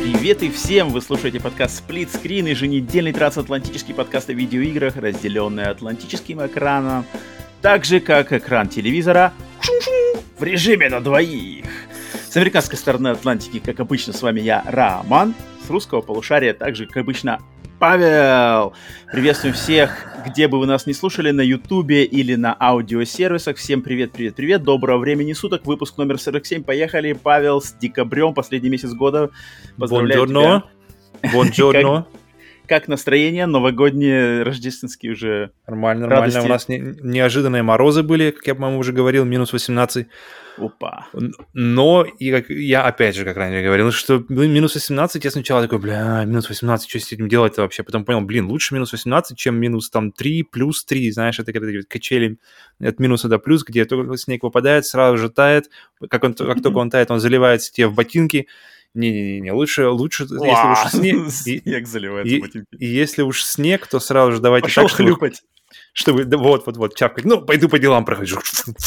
Привет и всем! Вы слушаете подкаст Split Screen, еженедельный трансатлантический подкаст о видеоиграх, разделенный атлантическим экраном, так же как экран телевизора в режиме на двоих. С американской стороны Атлантики, как обычно, с вами я, Роман, с русского полушария, также, как обычно, Павел! Приветствуем всех, где бы вы нас не слушали, на Ютубе или на аудиосервисах. Всем привет! Доброго времени суток. Выпуск номер 47. Поехали. Павел, с декабрем, последний месяц года. Поздравляю тебя. Бонджорно. Как настроение? Новогодние, рождественские уже Нормально. радости. У нас неожиданные морозы были, как я, по-моему, уже говорил, минус 18. Опа. Но, и как я опять же, как ранее говорил, что минус 18, я сначала такой, минус 18, что с этим делать-то вообще? Потом понял, лучше минус 18, чем минус там 3, плюс 3, знаешь, это когда качели от минуса до плюс, где только снег выпадает, сразу же тает, как только он тает, он заливается тебе в ботинки. Не, лучше, если уж снег... Снег заливается в ботинки. И если уж снег, то сразу же давайте пошел так, хлюпать. Чтобы вот, чапкать. Ну, пойду по делам прохожу.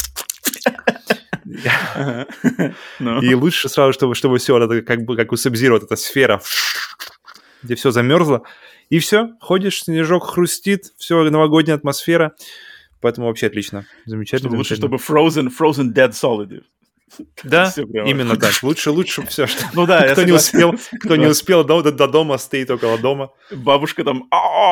И лучше сразу, чтобы все, это как у Sub-Zero, вот эта сфера, где все замерзло. И все, ходишь, снежок хрустит, все, новогодняя атмосфера. Поэтому вообще отлично. Замечательно. Лучше, чтобы Frozen Dead Solid. Да, именно так. Лучше все, что... Ну да, кто не успел до дома, стоит около дома. Бабушка там...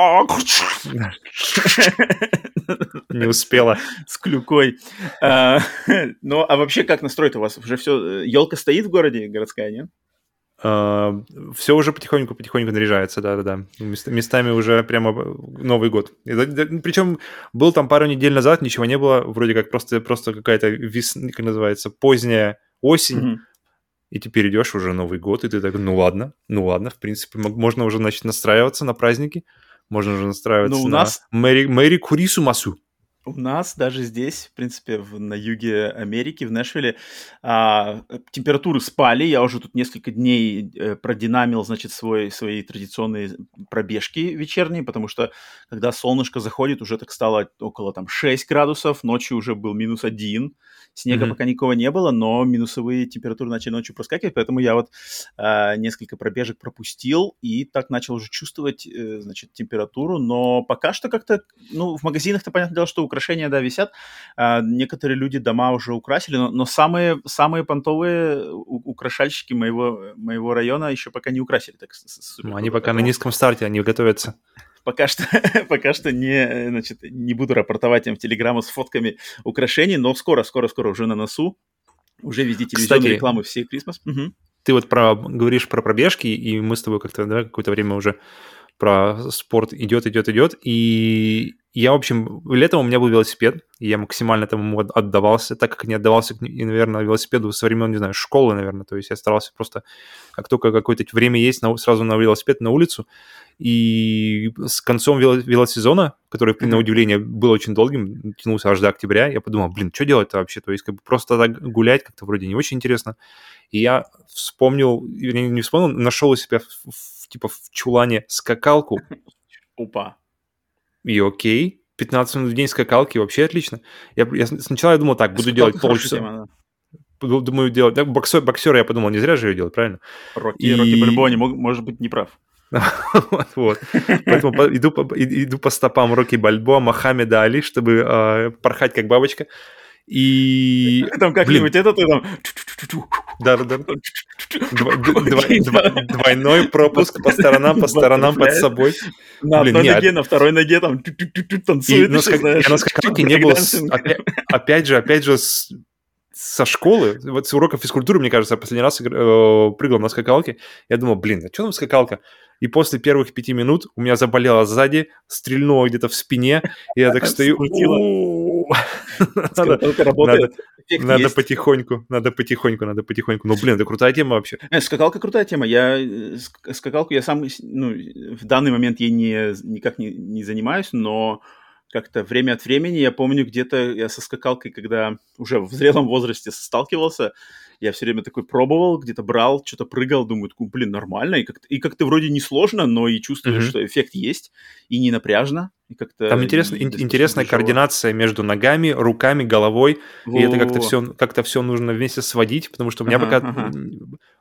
Не успела. С клюкой. Ну, а вообще как настрой-то у вас? Уже все... Елка стоит в городе городская, нет? Все уже потихоньку наряжается, да. Местами уже прямо Новый год. Причем был там пару недель назад, ничего не было, вроде как просто какая-то как называется, поздняя осень, и теперь идешь уже Новый год, и ты так, ну ладно, в принципе, можно уже, значит, настраиваться на праздники, можно уже настраиваться на Мэри Курисумасу. У нас даже здесь, в принципе, на юге Америки, в Нэшвилле, температуры спали. Я уже тут несколько дней продинамил, значит, свои традиционные пробежки вечерние, потому что, когда солнышко заходит, уже так стало около там 6 градусов, ночью уже был минус 1. Снега пока никого не было, но минусовые температуры начали ночью проскакивать, поэтому я вот несколько пробежек пропустил и так начал уже чувствовать, значит, температуру, но пока что как-то, ну, в магазинах-то, понятное дело, что украшения, да, висят, некоторые люди дома уже украсили, но самые понтовые украшальщики моего района еще пока не украсили. Так, они пока на низком старте, они готовятся. Пока что не буду рапортовать им в Телеграму с фотками украшений, но скоро уже на носу. Уже везде телевизионные рекламы, все Christmas. Ты вот говоришь про пробежки, и мы с тобой как-то, да, какое-то время уже про спорт идет, и я, в общем, летом у меня был велосипед, и я максимально этому отдавался, так как не отдавался, наверное, велосипеду со времен, не знаю, школы, наверное, то есть я старался просто, как только какое-то время есть, сразу на велосипед на улицу, и с концом велосезона, который, на удивление, был очень долгим, тянулся аж до октября, я подумал, что делать-то вообще, то есть как бы просто так гулять как-то вроде не очень интересно, и я нашел у себя в чулане скакалку. Опа. И окей, 15 минут в день скакалки, вообще отлично. Сначала я думал, так, буду делать полчаса. Тема, да. Думаю, делать... Да, боксера я подумал, не зря же ее делать, правильно? Рокки Бальбоа может быть не прав. Вот. Поэтому иду по стопам Рокки Бальбоа, Мохаммеда Али, чтобы порхать как бабочка. И... Там как-нибудь ты там... Да. Двойной пропуск по сторонам под собой. На одной ноге, на второй ноге там танцует. Я на скакалке не был... Опять же, со школы, вот с урока физкультуры, мне кажется, я последний раз прыгал на скакалке. Я думал, а что там скакалка? И после первых 5 минут у меня заболело сзади, стрельнуло где-то в спине, и я так стою... Надо потихоньку. Ну, это крутая тема вообще. Скакалка крутая тема. Скакалку я сам, в данный момент ей никак не занимаюсь, но как-то время от времени, я помню, где-то я со скакалкой, когда уже в зрелом возрасте сталкивался, я все время такой пробовал, где-то брал, что-то прыгал, думаю, нормально, и как-то вроде не сложно, но и чувствуешь, что эффект есть, и не напряжно. И как-то там интересная координация между ногами, руками, головой, и это как-то все нужно вместе сводить, потому что у меня пока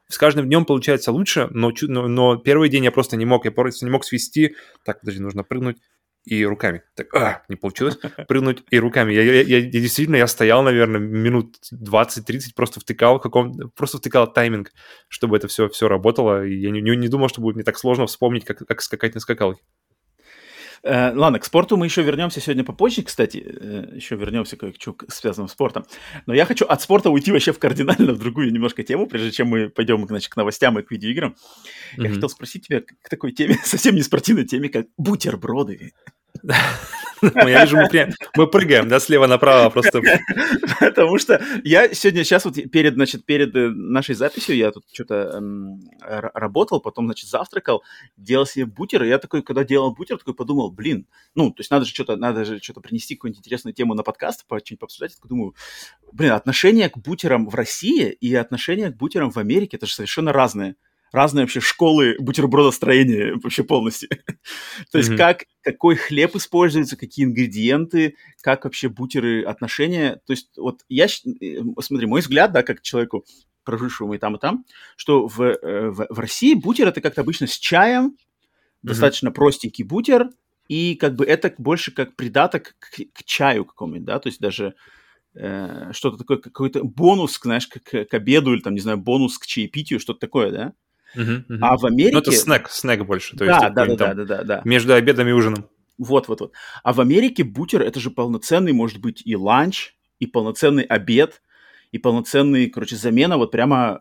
с каждым днем получается лучше, но первый день я просто не мог свести. Так, подожди, нужно прыгнуть и руками. Так, не получилось. Прыгнуть и руками. Я действительно, я стоял, наверное, минут 20-30, просто втыкал тайминг, чтобы это все работало. И я не думал, что будет мне так сложно вспомнить, как скакать на скакалке. Ладно, к спорту мы еще вернемся сегодня попозже, кстати. Еще вернемся к чему связанному с спортом. Но я хочу от спорта уйти вообще кардинально в другую немножко тему, прежде чем мы пойдем, значит, к новостям и к видеоиграм. Я хотел спросить тебя к такой теме, совсем не спортивной теме, как бутерброды. Я вижу, мы прыгаем, да, слева направо просто. Потому что я сейчас вот перед нашей записью я тут что-то работал, потом, значит, завтракал, делал себе бутер, и я такой, когда делал бутер, такой подумал, блин, то есть надо же что-то принести, какую-нибудь интересную тему на подкаст, что-нибудь пообсуждать. Я такой думаю, блин, отношение к бутерам в России и отношение к бутерам в Америке, это же совершенно разные вообще школы бутербродостроения вообще полностью. То есть какой хлеб используется, какие ингредиенты, как вообще бутеры, отношения. То есть вот смотри, мой взгляд, да, как человеку, прожившему и там, что в России бутер это как-то обычно с чаем, достаточно простенький бутер, и как бы это больше как придаток к чаю какому-нибудь, да, то есть даже что-то такое, какой-то бонус, знаешь, к обеду или там, не знаю, бонус к чаепитию, что-то такое, да. А в Америке... Ну, это снэк больше. То есть да. Между обедом и ужином. Вот. А в Америке бутер – это же полноценный, может быть, и ланч, и полноценный обед, и полноценный, замена вот прямо,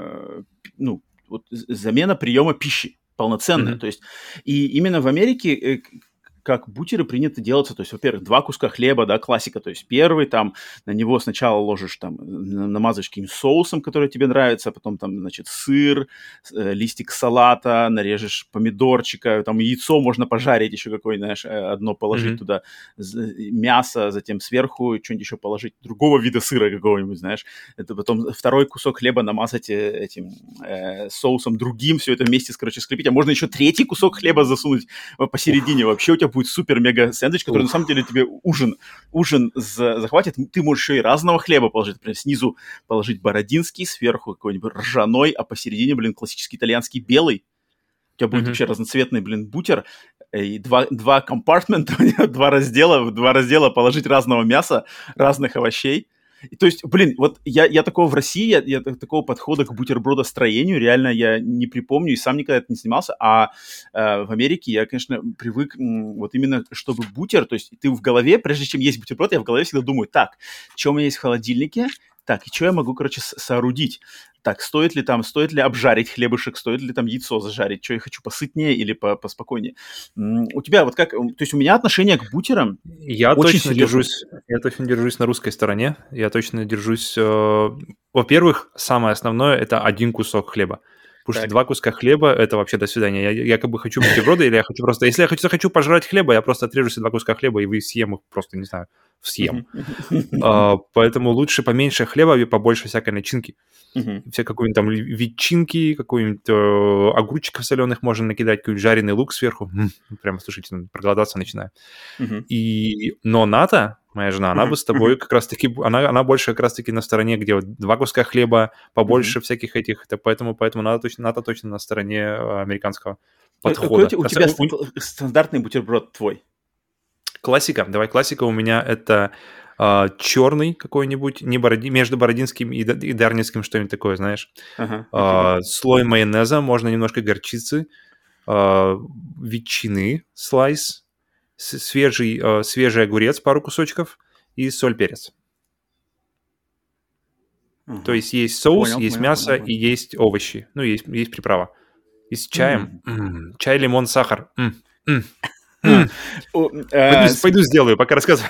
замена приема пищи полноценная. То есть, и именно в Америке... как бутеры принято делаться, то есть, во-первых, 2 куска хлеба, да, классика, то есть первый там, на него сначала ложишь там, намазываешь каким-нибудь соусом, который тебе нравится, а потом там, значит, сыр, листик салата, нарежешь помидорчика, там яйцо можно пожарить еще какое-нибудь, знаешь, одно положить туда, мясо, затем сверху что-нибудь еще положить, другого вида сыра какого-нибудь, знаешь, это потом второй кусок хлеба намазать этим соусом другим, все это вместе, склепить, а можно еще третий кусок хлеба засунуть посередине, вообще у тебя будет супер-мега сэндвич, который на самом деле тебе ужин захватит. Ты можешь еще и разного хлеба положить. Например, снизу положить бородинский, сверху какой-нибудь ржаной, а посередине, классический итальянский белый. У тебя будет вообще разноцветный, бутер. И два компартмента, 2 раздела положить разного мяса, разных овощей. И, то есть, вот я такого в России, я такого подхода к бутербродостроению реально я не припомню и сам никогда это не снимался, а в Америке я, конечно, привык вот именно, чтобы бутер, то есть ты в голове, прежде чем есть бутерброд, я в голове всегда думаю, так, что у меня есть в холодильнике, так, и что я могу, соорудить? Так, стоит ли обжарить хлебушек, стоит ли там яйцо зажарить, что я хочу, посытнее или поспокойнее. У тебя вот как, то есть у меня отношение к бутерам я очень точно серьезное. точно держусь на русской стороне, я точно держусь, во-первых, самое основное – это 1 кусок хлеба. Потому что 2 куска хлеба – это вообще до свидания. Я как бы хочу бутерброды, или я хочу просто… Если я захочу пожрать хлеба, я просто отрежу себе 2 куска хлеба и съем их просто, не знаю, съем. Поэтому лучше поменьше хлеба и побольше всякой начинки. Все какой-нибудь там ветчинки, какой-нибудь огурчиков соленых можно накидать, какой-нибудь жареный лук сверху. Прямо, слушайте, проголодаться начинаю. Но Ната, моя жена, она бы с тобой как раз-таки, она больше как раз-таки на стороне, где вот 2 куска хлеба, побольше всяких этих, поэтому Ната точно на стороне американского подхода. Какой у тебя стандартный бутерброд твой? Классика. Давай, классика у меня это черный какой-нибудь, между бородинским и дарницким, что-нибудь такое, знаешь. Слой майонеза, можно немножко горчицы, ветчины, слайс, свежий огурец, пару кусочков и соль, перец. То есть есть соус, есть мясо и есть овощи. Ну, есть приправа. И с чаем. Чай, лимон, сахар. Пойду сделаю, пока рассказывай.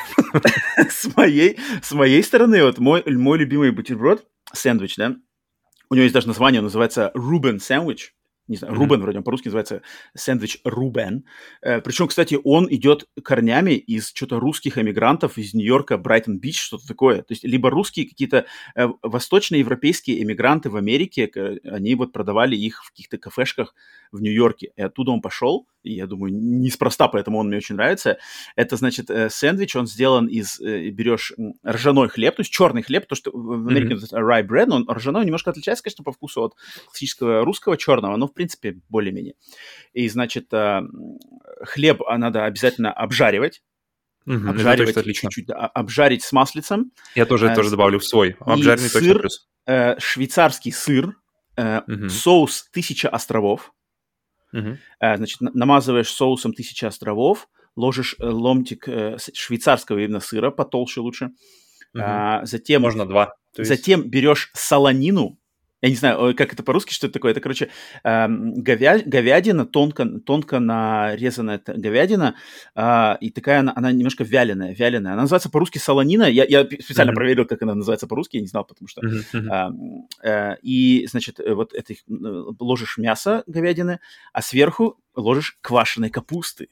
С моей стороны, вот мой любимый бутерброд, сэндвич, да, у него есть даже название, он называется Рубен сэндвич. Не знаю, Рубен вроде, он по-русски называется сэндвич Рубен. Причем, кстати, он идет корнями из что-то русских эмигрантов из Нью-Йорка, Брайтон-Бич, что-то такое. То есть либо русские какие-то восточноевропейские эмигранты в Америке, они вот продавали их в каких-то кафешках в Нью-Йорке. И оттуда он пошел. и я думаю, неспроста, поэтому он мне очень нравится. Это, значит, сэндвич, он сделан из... берешь ржаной хлеб, то есть черный хлеб, то, что в Америке называется rye bread, но он ржаной немножко отличается, конечно, по вкусу от классического русского черного, но, в принципе, более-менее. И, значит, хлеб надо обязательно обжаривать. Это точно отлично. Чуть-чуть, обжарить с маслицем. Я тоже добавлю в свой. Обжаренный точно плюс. Швейцарский сыр, соус 1000 островов. Значит, намазываешь соусом 1000 островов, ложишь ломтик швейцарского именно сыра, потолще лучше. Затем, можно 2. Затем берешь солонину. Я не знаю, как это по-русски, что это такое. Это, короче, говядина, тонко нарезанная говядина, и такая она немножко вяленая. Она называется по-русски солонина. Я специально проверил, как она называется по-русски, я не знал, потому что... И, значит, вот это ложишь мясо говядины, а сверху ложишь квашеной капусты.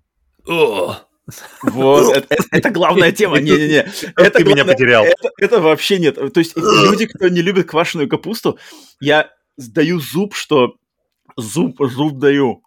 Вот, это главная тема. Не-не-не. Ты меня потерял. Это вообще нет. То есть люди, кто не любит квашеную капусту, я даю зуб, что... Зуб даю.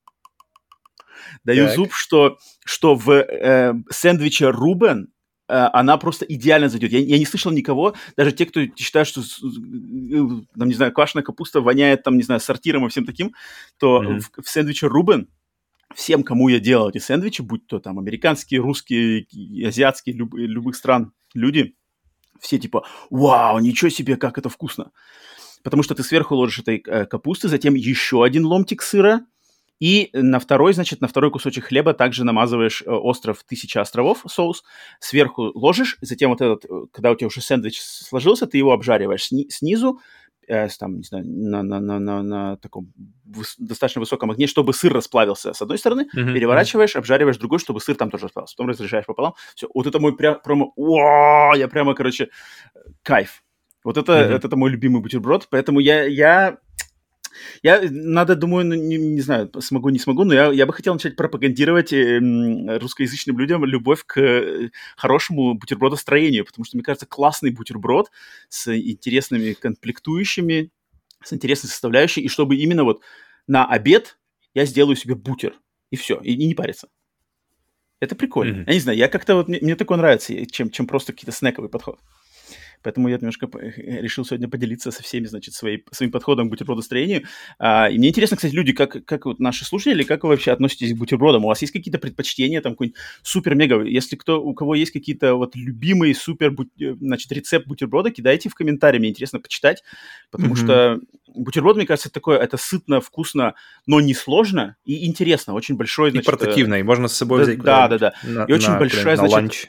Даю зуб, что в сэндвиче Рубен она просто идеально зайдет. Я не слышал никого, даже те, кто считают, что, там, не знаю, квашеная капуста воняет, там, не знаю, сортиром и всем таким, то в сэндвиче Рубен всем, кому я делал эти сэндвичи, будь то там американские, русские, азиатские, любых стран люди, все типа, вау, ничего себе, как это вкусно. Потому что ты сверху ложишь этой капусты, затем еще один ломтик сыра, и на второй кусочек хлеба также намазываешь остров 1000 островов, соус, сверху ложишь, затем вот этот, когда у тебя уже сэндвич сложился, ты его обжариваешь снизу, там, не знаю, на таком достаточно высоком огне, чтобы сыр расплавился с одной стороны, переворачиваешь, обжариваешь другой, чтобы сыр там тоже расплавился, потом разрешаешь пополам. Все, вот это мой прямо, я прямо, короче, кайф. Вот это мой любимый бутерброд, поэтому я думаю, не знаю, смогу, не смогу, но я бы хотел начать пропагандировать русскоязычным людям любовь к хорошему бутербродостроению, потому что, мне кажется, классный бутерброд с интересными комплектующими, с интересной составляющей, и чтобы именно вот на обед я сделаю себе бутер, и все, и не париться. Это прикольно. Я не знаю, мне такое нравится, чем просто какой-то снековый подход. Поэтому я немножко решил сегодня поделиться со всеми, значит, своим подходом к бутербродостроению. И мне интересно, кстати, люди, как вот наши слушатели, как вы вообще относитесь к бутербродам? У вас есть какие-то предпочтения, там, какой-нибудь супер-мега? Если у кого есть какие-то вот любимые значит, рецепт бутерброда, кидайте в комментарии, мне интересно почитать, потому что бутерброд, мне кажется, это сытно, вкусно, но не сложно и интересно. Очень большой, значит... И портативно, и можно с собой взять Да. И очень большая, значит,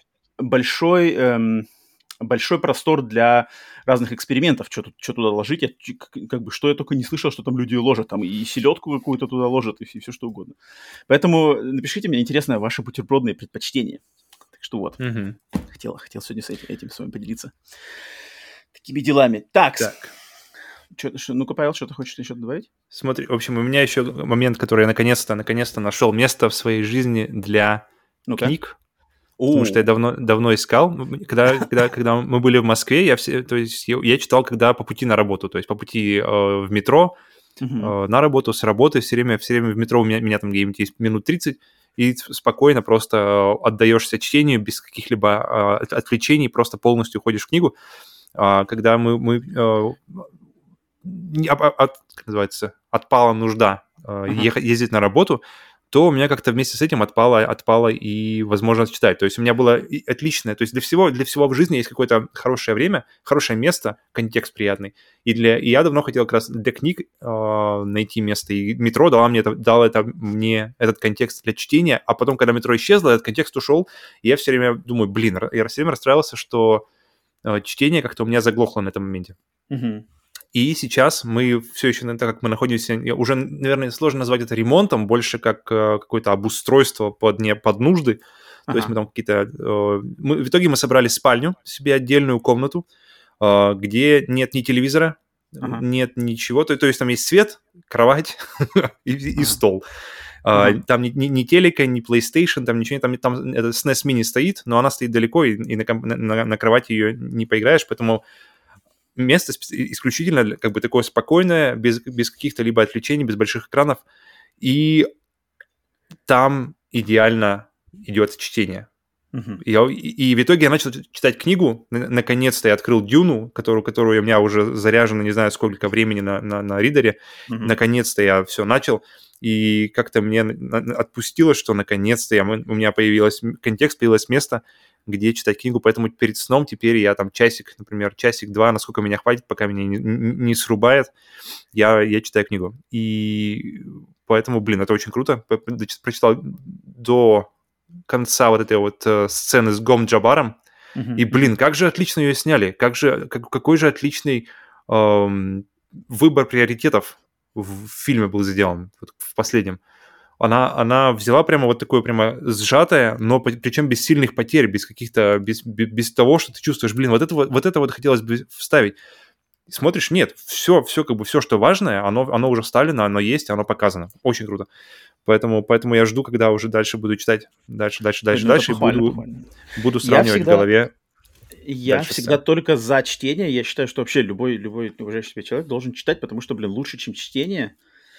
большой простор для разных экспериментов, что туда ложить. Что я только не слышал, что там люди ложат. Там и селедку какую-то туда ложат, и все что угодно. Поэтому напишите мне, интересно, ваши бутербродные предпочтения. Так что вот. Хотел сегодня этим с вами поделиться. Такими делами. Так. Ну-ка, Павел, что ты хочешь еще добавить? Смотри, в общем, у меня еще момент, который я наконец-то нашел место в своей жизни для книг. Потому что я давно искал. Когда мы были в Москве, я читал, когда по пути на работу, то есть по пути в метро, на работу, с работы, все время в метро у меня там где-нибудь есть минут 30, и спокойно просто отдаешься чтению без каких-либо отвлечений, просто полностью уходишь в книгу. Когда как называется, отпала нужда ездить на работу, то у меня как-то вместе с этим отпала и возможность читать. То есть у меня было отличное... То есть для всего в жизни есть какое-то хорошее время, хорошее место, контекст приятный. И я давно хотел как раз для книг найти место. И метро дало мне этот контекст для чтения. А потом, когда метро исчезло, этот контекст ушел. И я все время думаю, я все время расстраивался, что чтение как-то у меня заглохло на этом моменте. И сейчас мы все еще, так как мы находимся, уже, наверное, сложно назвать это ремонтом, больше как какое-то обустройство под нужды. То есть мы там в итоге мы собрали спальню, себе отдельную комнату, где нет ни телевизора, нет ничего. То есть там есть свет, кровать и стол. Там ни телека, ни PlayStation, там ничего нет. Там это SNES Mini стоит, но она стоит далеко, и на кровати ее не поиграешь, поэтому... Место исключительно как бы такое спокойное, без каких-то либо отвлечений, без больших экранов. И там идеально идет чтение. Мгм. И в итоге я начал читать книгу. Наконец-то я открыл «Дюну», которую у меня уже заряжено не знаю сколько времени на ридере. Мгм. Наконец-то я все начал. И как-то мне отпустило, что наконец-то у меня контекст, появилось место, где читать книгу. Поэтому перед сном теперь я там часик, например, часик-два, насколько меня хватит, пока меня не срубает, я читаю книгу. И поэтому, блин, это очень круто. Прочитал до конца вот этой вот сцены с Гом Джабаром. Мгм. И, блин, как же отлично ее сняли. Какой же отличный выбор приоритетов в фильме был сделан, вот в последнем. Она взяла прямо вот такое прямо сжатое, но причем без сильных потерь, без каких-то, без того, что ты чувствуешь, блин, вот это вот хотелось бы вставить. Смотришь, нет, все как бы все, что важное, оно уже вставлено, оно есть, оно показано. Очень круто. Поэтому я жду, когда уже дальше буду читать дальше, Ой, ну это и похвально, похвально. буду Я сравнивать в всегда, голове я дальше всегда сцены. только за чтение. Я считаю, что вообще любой уважающий себя человек должен читать, потому что, блин, лучше, чем чтение,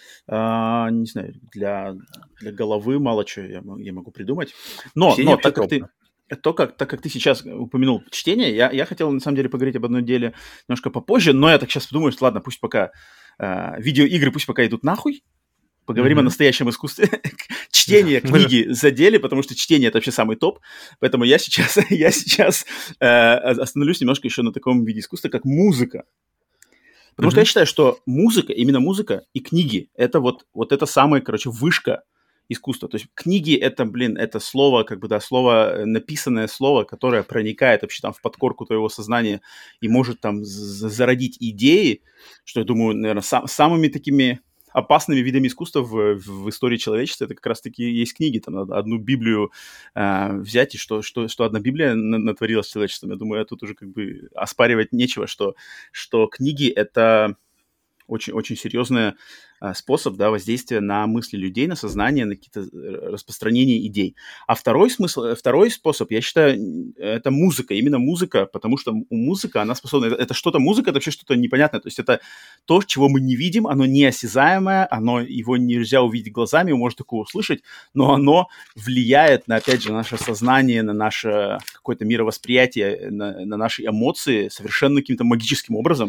не знаю, для головы мало чего я могу придумать. Чтение Но вообще так как топ. ты так как ты сейчас упомянул чтение, я хотел на самом деле поговорить об одной деле немножко попозже, но я так сейчас подумаю, что ладно, пусть пока видеоигры пусть пока идут нахуй, поговорим о Мгм. настоящем искусстве. Чтение книги задели, потому что чтение это вообще самый топ. Поэтому я сейчас, я сейчас остановлюсь немножко еще на таком виде искусства, как музыка. Потому что я Мгм. считаю, что музыка, именно музыка и книги, это вот это самая, короче, вышка искусства. То есть книги это, блин, это слово, как бы, да, слово, написанное слово, которое проникает вообще там в подкорку твоего сознания и может там зародить идеи, что я думаю, наверное, самыми такими опасными видами искусства в истории человечества это как раз-таки есть книги. Там надо одну Библию взять, и что одна Библия натворила с человечеством. Я думаю, тут уже как бы оспаривать нечего, что книги это очень серьезный способ, да, воздействия на мысли людей, на сознание, на какие-то распространения идей. А второй способ, я считаю, это музыка, именно музыка, потому что музыка, она способна, это что-то, музыка, это вообще что-то непонятное, то есть это то, чего мы не видим, оно неосязаемое, его нельзя увидеть глазами, его можно только услышать, но оно влияет на, опять же, наше сознание, на наше какое-то мировосприятие, на наши эмоции совершенно каким-то магическим образом,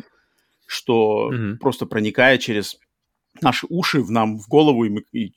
что Мгм. просто проникает через наши уши в голову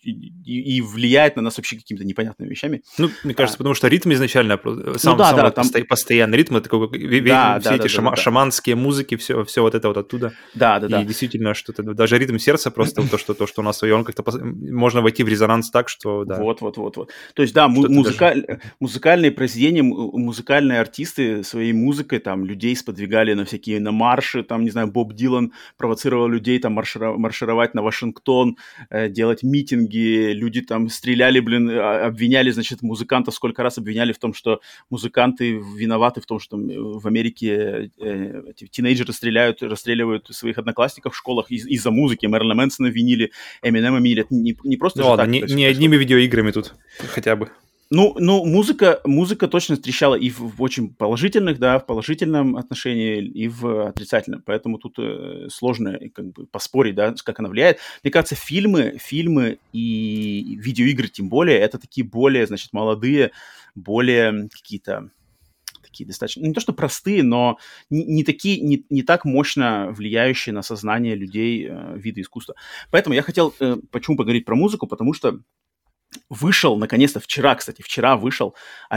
и влияет на нас вообще какими-то непонятными вещами. Ну, мне А, кажется, потому что ритм изначально, ну сам, да, сам да, вот там, постоянный ритм, это такой, да, все да, эти да, да, да, да, шаманские музыки, все вот это вот оттуда. да, да, И да. действительно, что-то, даже ритм сердца просто, вот то, что у нас свое, он как-то можно войти в резонанс так, что, да, Вот. То есть, да, что-то даже... музыкальные произведения, музыкальные артисты своей музыкой там людей сподвигали на всякие, на марши, там, не знаю, Боб Дилан провоцировал людей там маршировать на Вашингтон, делать митинги, люди там стреляли, блин, обвиняли, значит, музыкантов, сколько раз обвиняли в том, что музыканты виноваты в том, что в Америке эти тинейджеры расстреливают своих одноклассников в школах из-за музыки. Мэрилина Мэнсона винили, Эминема винили. Это не просто Ну же ладно, так не одними происходит. видеоиграми тут хотя бы. Ну, музыка точно трещала и в очень положительных, да, в положительном отношении, и в отрицательном. Поэтому тут сложно как бы поспорить, да, как она влияет. Мне кажется, фильмы и видеоигры тем более, это такие более, значит, молодые, более какие-то такие достаточно, не то что простые, но не так мощно влияющие на сознание людей виды искусства. Поэтому я хотел, почему поговорить про музыку, потому что вышел, наконец-то, вчера вышел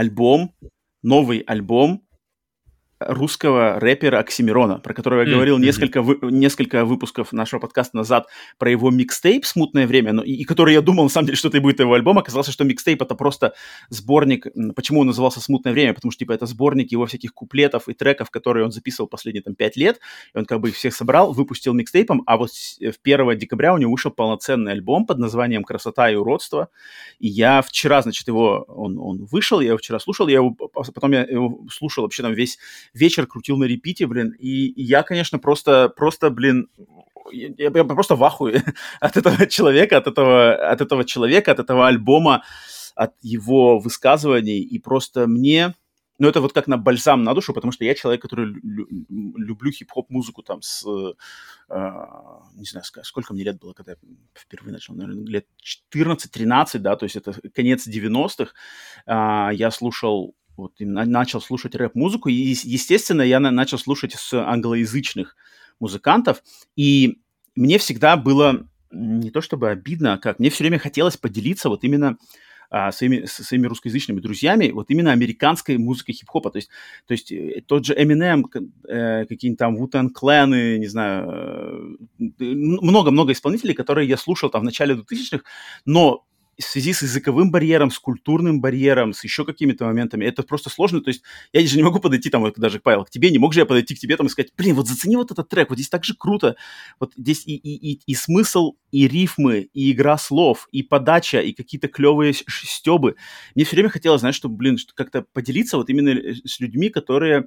новый альбом русского рэпера Оксимирона, про которого я говорил Мгм. несколько выпусков нашего подкаста назад, про его микстейп «Смутное время», и который я думал, на самом деле, что это и будет его альбом, оказалось, что микстейп — это просто сборник. Почему он назывался «Смутное время»? Потому что, типа, это сборник его всяких куплетов и треков, которые он записывал последние, там, 5 лет, и он как бы их всех собрал, выпустил микстейпом, а вот 1 декабря у него вышел полноценный альбом под названием «Красота и уродство», и я вчера, значит, он вышел, я его вчера слушал, потом я его слушал вообще там весь вечер, крутил на репите, блин, и я, конечно, просто, блин, я просто в ахуе от этого человека, от этого альбома, от его высказываний, и просто мне Но это вот как на бальзам на душу, потому что я человек, который люблю хип-хоп-музыку там с... не знаю, сколько мне лет было, когда я впервые начал, наверное, лет 14-13, да, то есть это конец 90-х. Я слушал, вот начал слушать рэп-музыку, и, естественно, я начал слушать с англоязычных музыкантов, и мне всегда было не то чтобы обидно, а как, мне все время хотелось поделиться вот именно своими русскоязычными друзьями вот именно американской музыкой хип-хопа. То есть тот же Eminem, какие-нибудь там Wu-Tang Clan, не знаю, много-много исполнителей, которые я слушал там в начале 2000-х, но в связи с языковым барьером, с культурным барьером, с еще какими-то моментами, это просто сложно. То есть я же не могу подойти там, вот, даже, Павел, к тебе, не мог же я подойти к тебе там и сказать, блин, вот зацени вот этот трек, вот здесь так же круто. Вот здесь и смысл, и рифмы, и игра слов, и подача, и какие-то клевые стебы. Мне все время хотелось, знаешь, чтобы, блин, как-то поделиться вот именно с людьми, которые...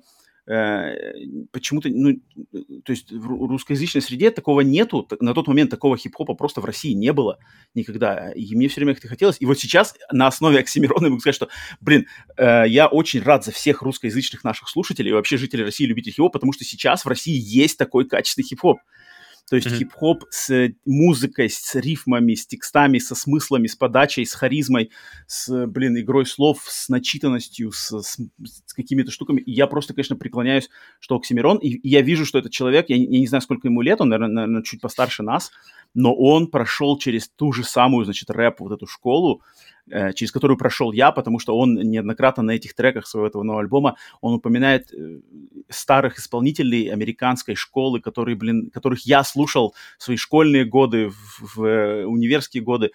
почему-то, ну, то есть в русскоязычной среде такого нету, на тот момент такого хип-хопа просто в России не было никогда, и мне все время это хотелось, и вот сейчас на основе Оксимирона я могу сказать, что, блин, я очень рад за всех русскоязычных наших слушателей и вообще жителей России, любителей хип-хопа, потому что сейчас в России есть такой качественный хип-хоп. То есть хип-хоп с музыкой, с рифмами, с текстами, со смыслами, с подачей, с харизмой, с, игрой слов, с начитанностью, с какими-то штуками. И я просто, конечно, преклоняюсь, что Оксимирон, и я вижу, что этот человек, я не знаю, сколько ему лет, он, наверное, чуть постарше нас, но он прошел через ту же самую, значит, рэп, вот эту школу, через которую прошел я, потому что он неоднократно на этих треках своего этого нового альбома, он упоминает старых исполнителей американской школы, которых я слушал в свои школьные годы, в универские годы,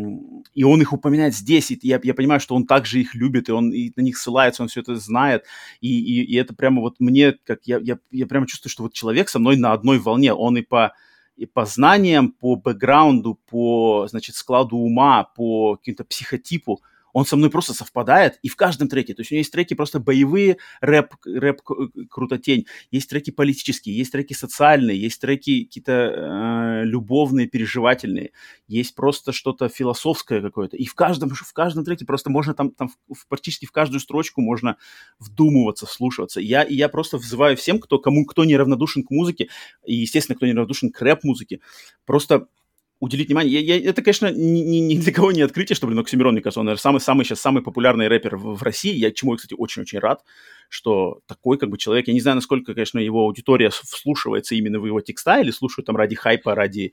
и он их упоминает здесь, и я понимаю, что он также их любит, и он и на них ссылается, он все это знает, и это прямо вот мне, как я прямо чувствую, что вот человек со мной на одной волне, он и по знаниям, по бэкграунду, по, значит, складу ума, по каким-то психотипу, он со мной просто совпадает, и в каждом треке. То есть у него есть треки просто боевые, рэп крутотень, есть треки политические, есть треки социальные, есть треки какие-то любовные, переживательные, есть просто что-то философское какое-то. И в каждом треке просто можно там практически в каждую строчку можно вдумываться, вслушиваться. Я просто взываю всем, кто не равнодушен к музыке, и, естественно, кто не равнодушен к рэп-музыке, просто уделить внимание. Это, конечно, ни для кого не открытие, что, Оксимирон, мне кажется, он, наверное, самый популярный рэпер в России. Я чему, кстати, очень-очень рад, что такой, как бы, человек, я не знаю, насколько, конечно, его аудитория вслушивается именно в его текста или слушают там ради хайпа, ради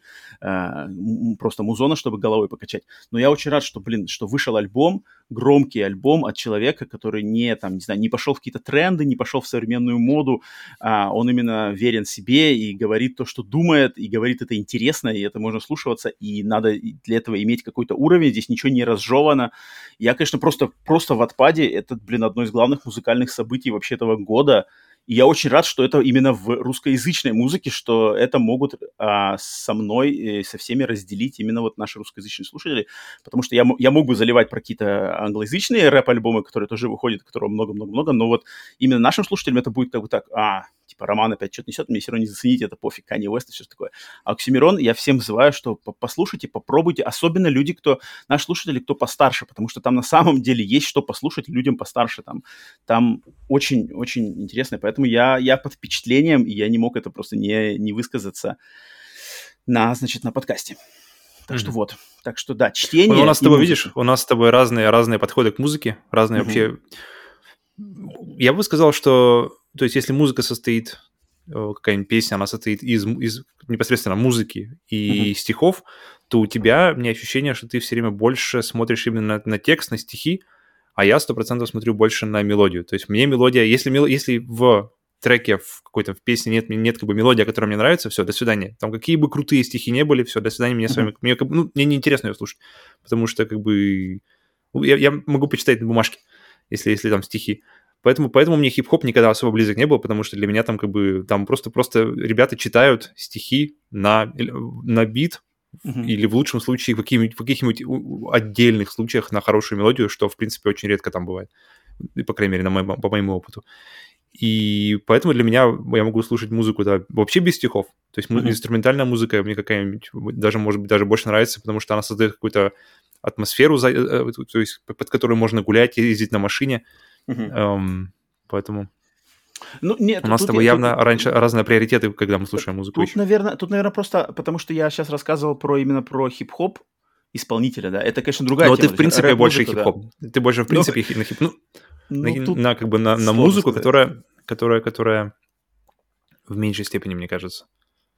просто музона, чтобы головой покачать. Но я очень рад, что, что вышел альбом, громкий альбом от человека, который не пошел в какие-то тренды, не пошел в современную моду, он именно верен себе и говорит то, что думает, и говорит это интересно, и это можно слушаться, и надо для этого иметь какой-то уровень, здесь ничего не разжевано. Я, конечно, просто в отпаде, это, одно из главных музыкальных событий вообще этого года, и я очень рад, что это именно в русскоязычной музыке, что это могут со мной, со всеми разделить именно вот наши русскоязычные слушатели, потому что я мог бы заливать про какие-то англоязычные рэп-альбомы, которые тоже выходят, которого много-много-много, но вот именно нашим слушателям это будет как бы так, типа Роман опять что-то несет, мне все равно не заценить, это пофиг, Канье Уэст и все такое. А Оксимирон я всем вызываю, что послушайте, попробуйте, особенно люди, наши слушатели, кто постарше, потому что там на самом деле есть что послушать людям постарше, там очень-очень интересно, поэтому я под впечатлением, и я не мог это просто не высказаться на подкасте. Так что вот. Так что да, чтение. У нас с тобой, видишь, у нас с тобой разные подходы к музыке, разные вообще. Я бы сказал, что, то есть, если музыка состоит, какая-нибудь песня, она состоит из непосредственно музыки и стихов, то у тебя, у меня ощущение, что ты все время больше смотришь именно на текст, на стихи, а я 100% смотрю больше на мелодию. То есть мне мелодия, если в треке, в какой-то в песне нет как бы мелодии, которая мне нравится, все, до свидания. Там какие бы крутые стихи не были, все, до свидания, мне с вами, мне неинтересно ее слушать, потому что как бы я могу почитать на бумажке, если там стихи. Поэтому мне хип-хоп никогда особо близок не был, потому что для меня там как бы там просто ребята читают стихи на бит, или в лучшем случае в каких-нибудь отдельных случаях на хорошую мелодию, что, в принципе, очень редко там бывает. По крайней мере, по моему опыту. И поэтому для меня я могу слушать музыку вообще без стихов. То есть инструментальная музыка мне какая-нибудь даже, может быть, даже больше нравится, потому что она создает какую-то атмосферу, то есть под которой можно гулять, ездить на машине. Поэтому Ну, нет, у нас с тут, тобой явно раньше разные приоритеты, когда мы слушаем музыку тут, еще. наверное, просто потому что я сейчас рассказывал именно про хип-хоп исполнителя, да. Это, конечно, другая Но ты, тема, в то есть принципе, больше рэп-музыка, да. хип-хоп. Ты больше, в Ну, принципе, на хип... Ну, ну, тут как бы на сложно музыку, сказать. которая в меньшей степени, мне кажется.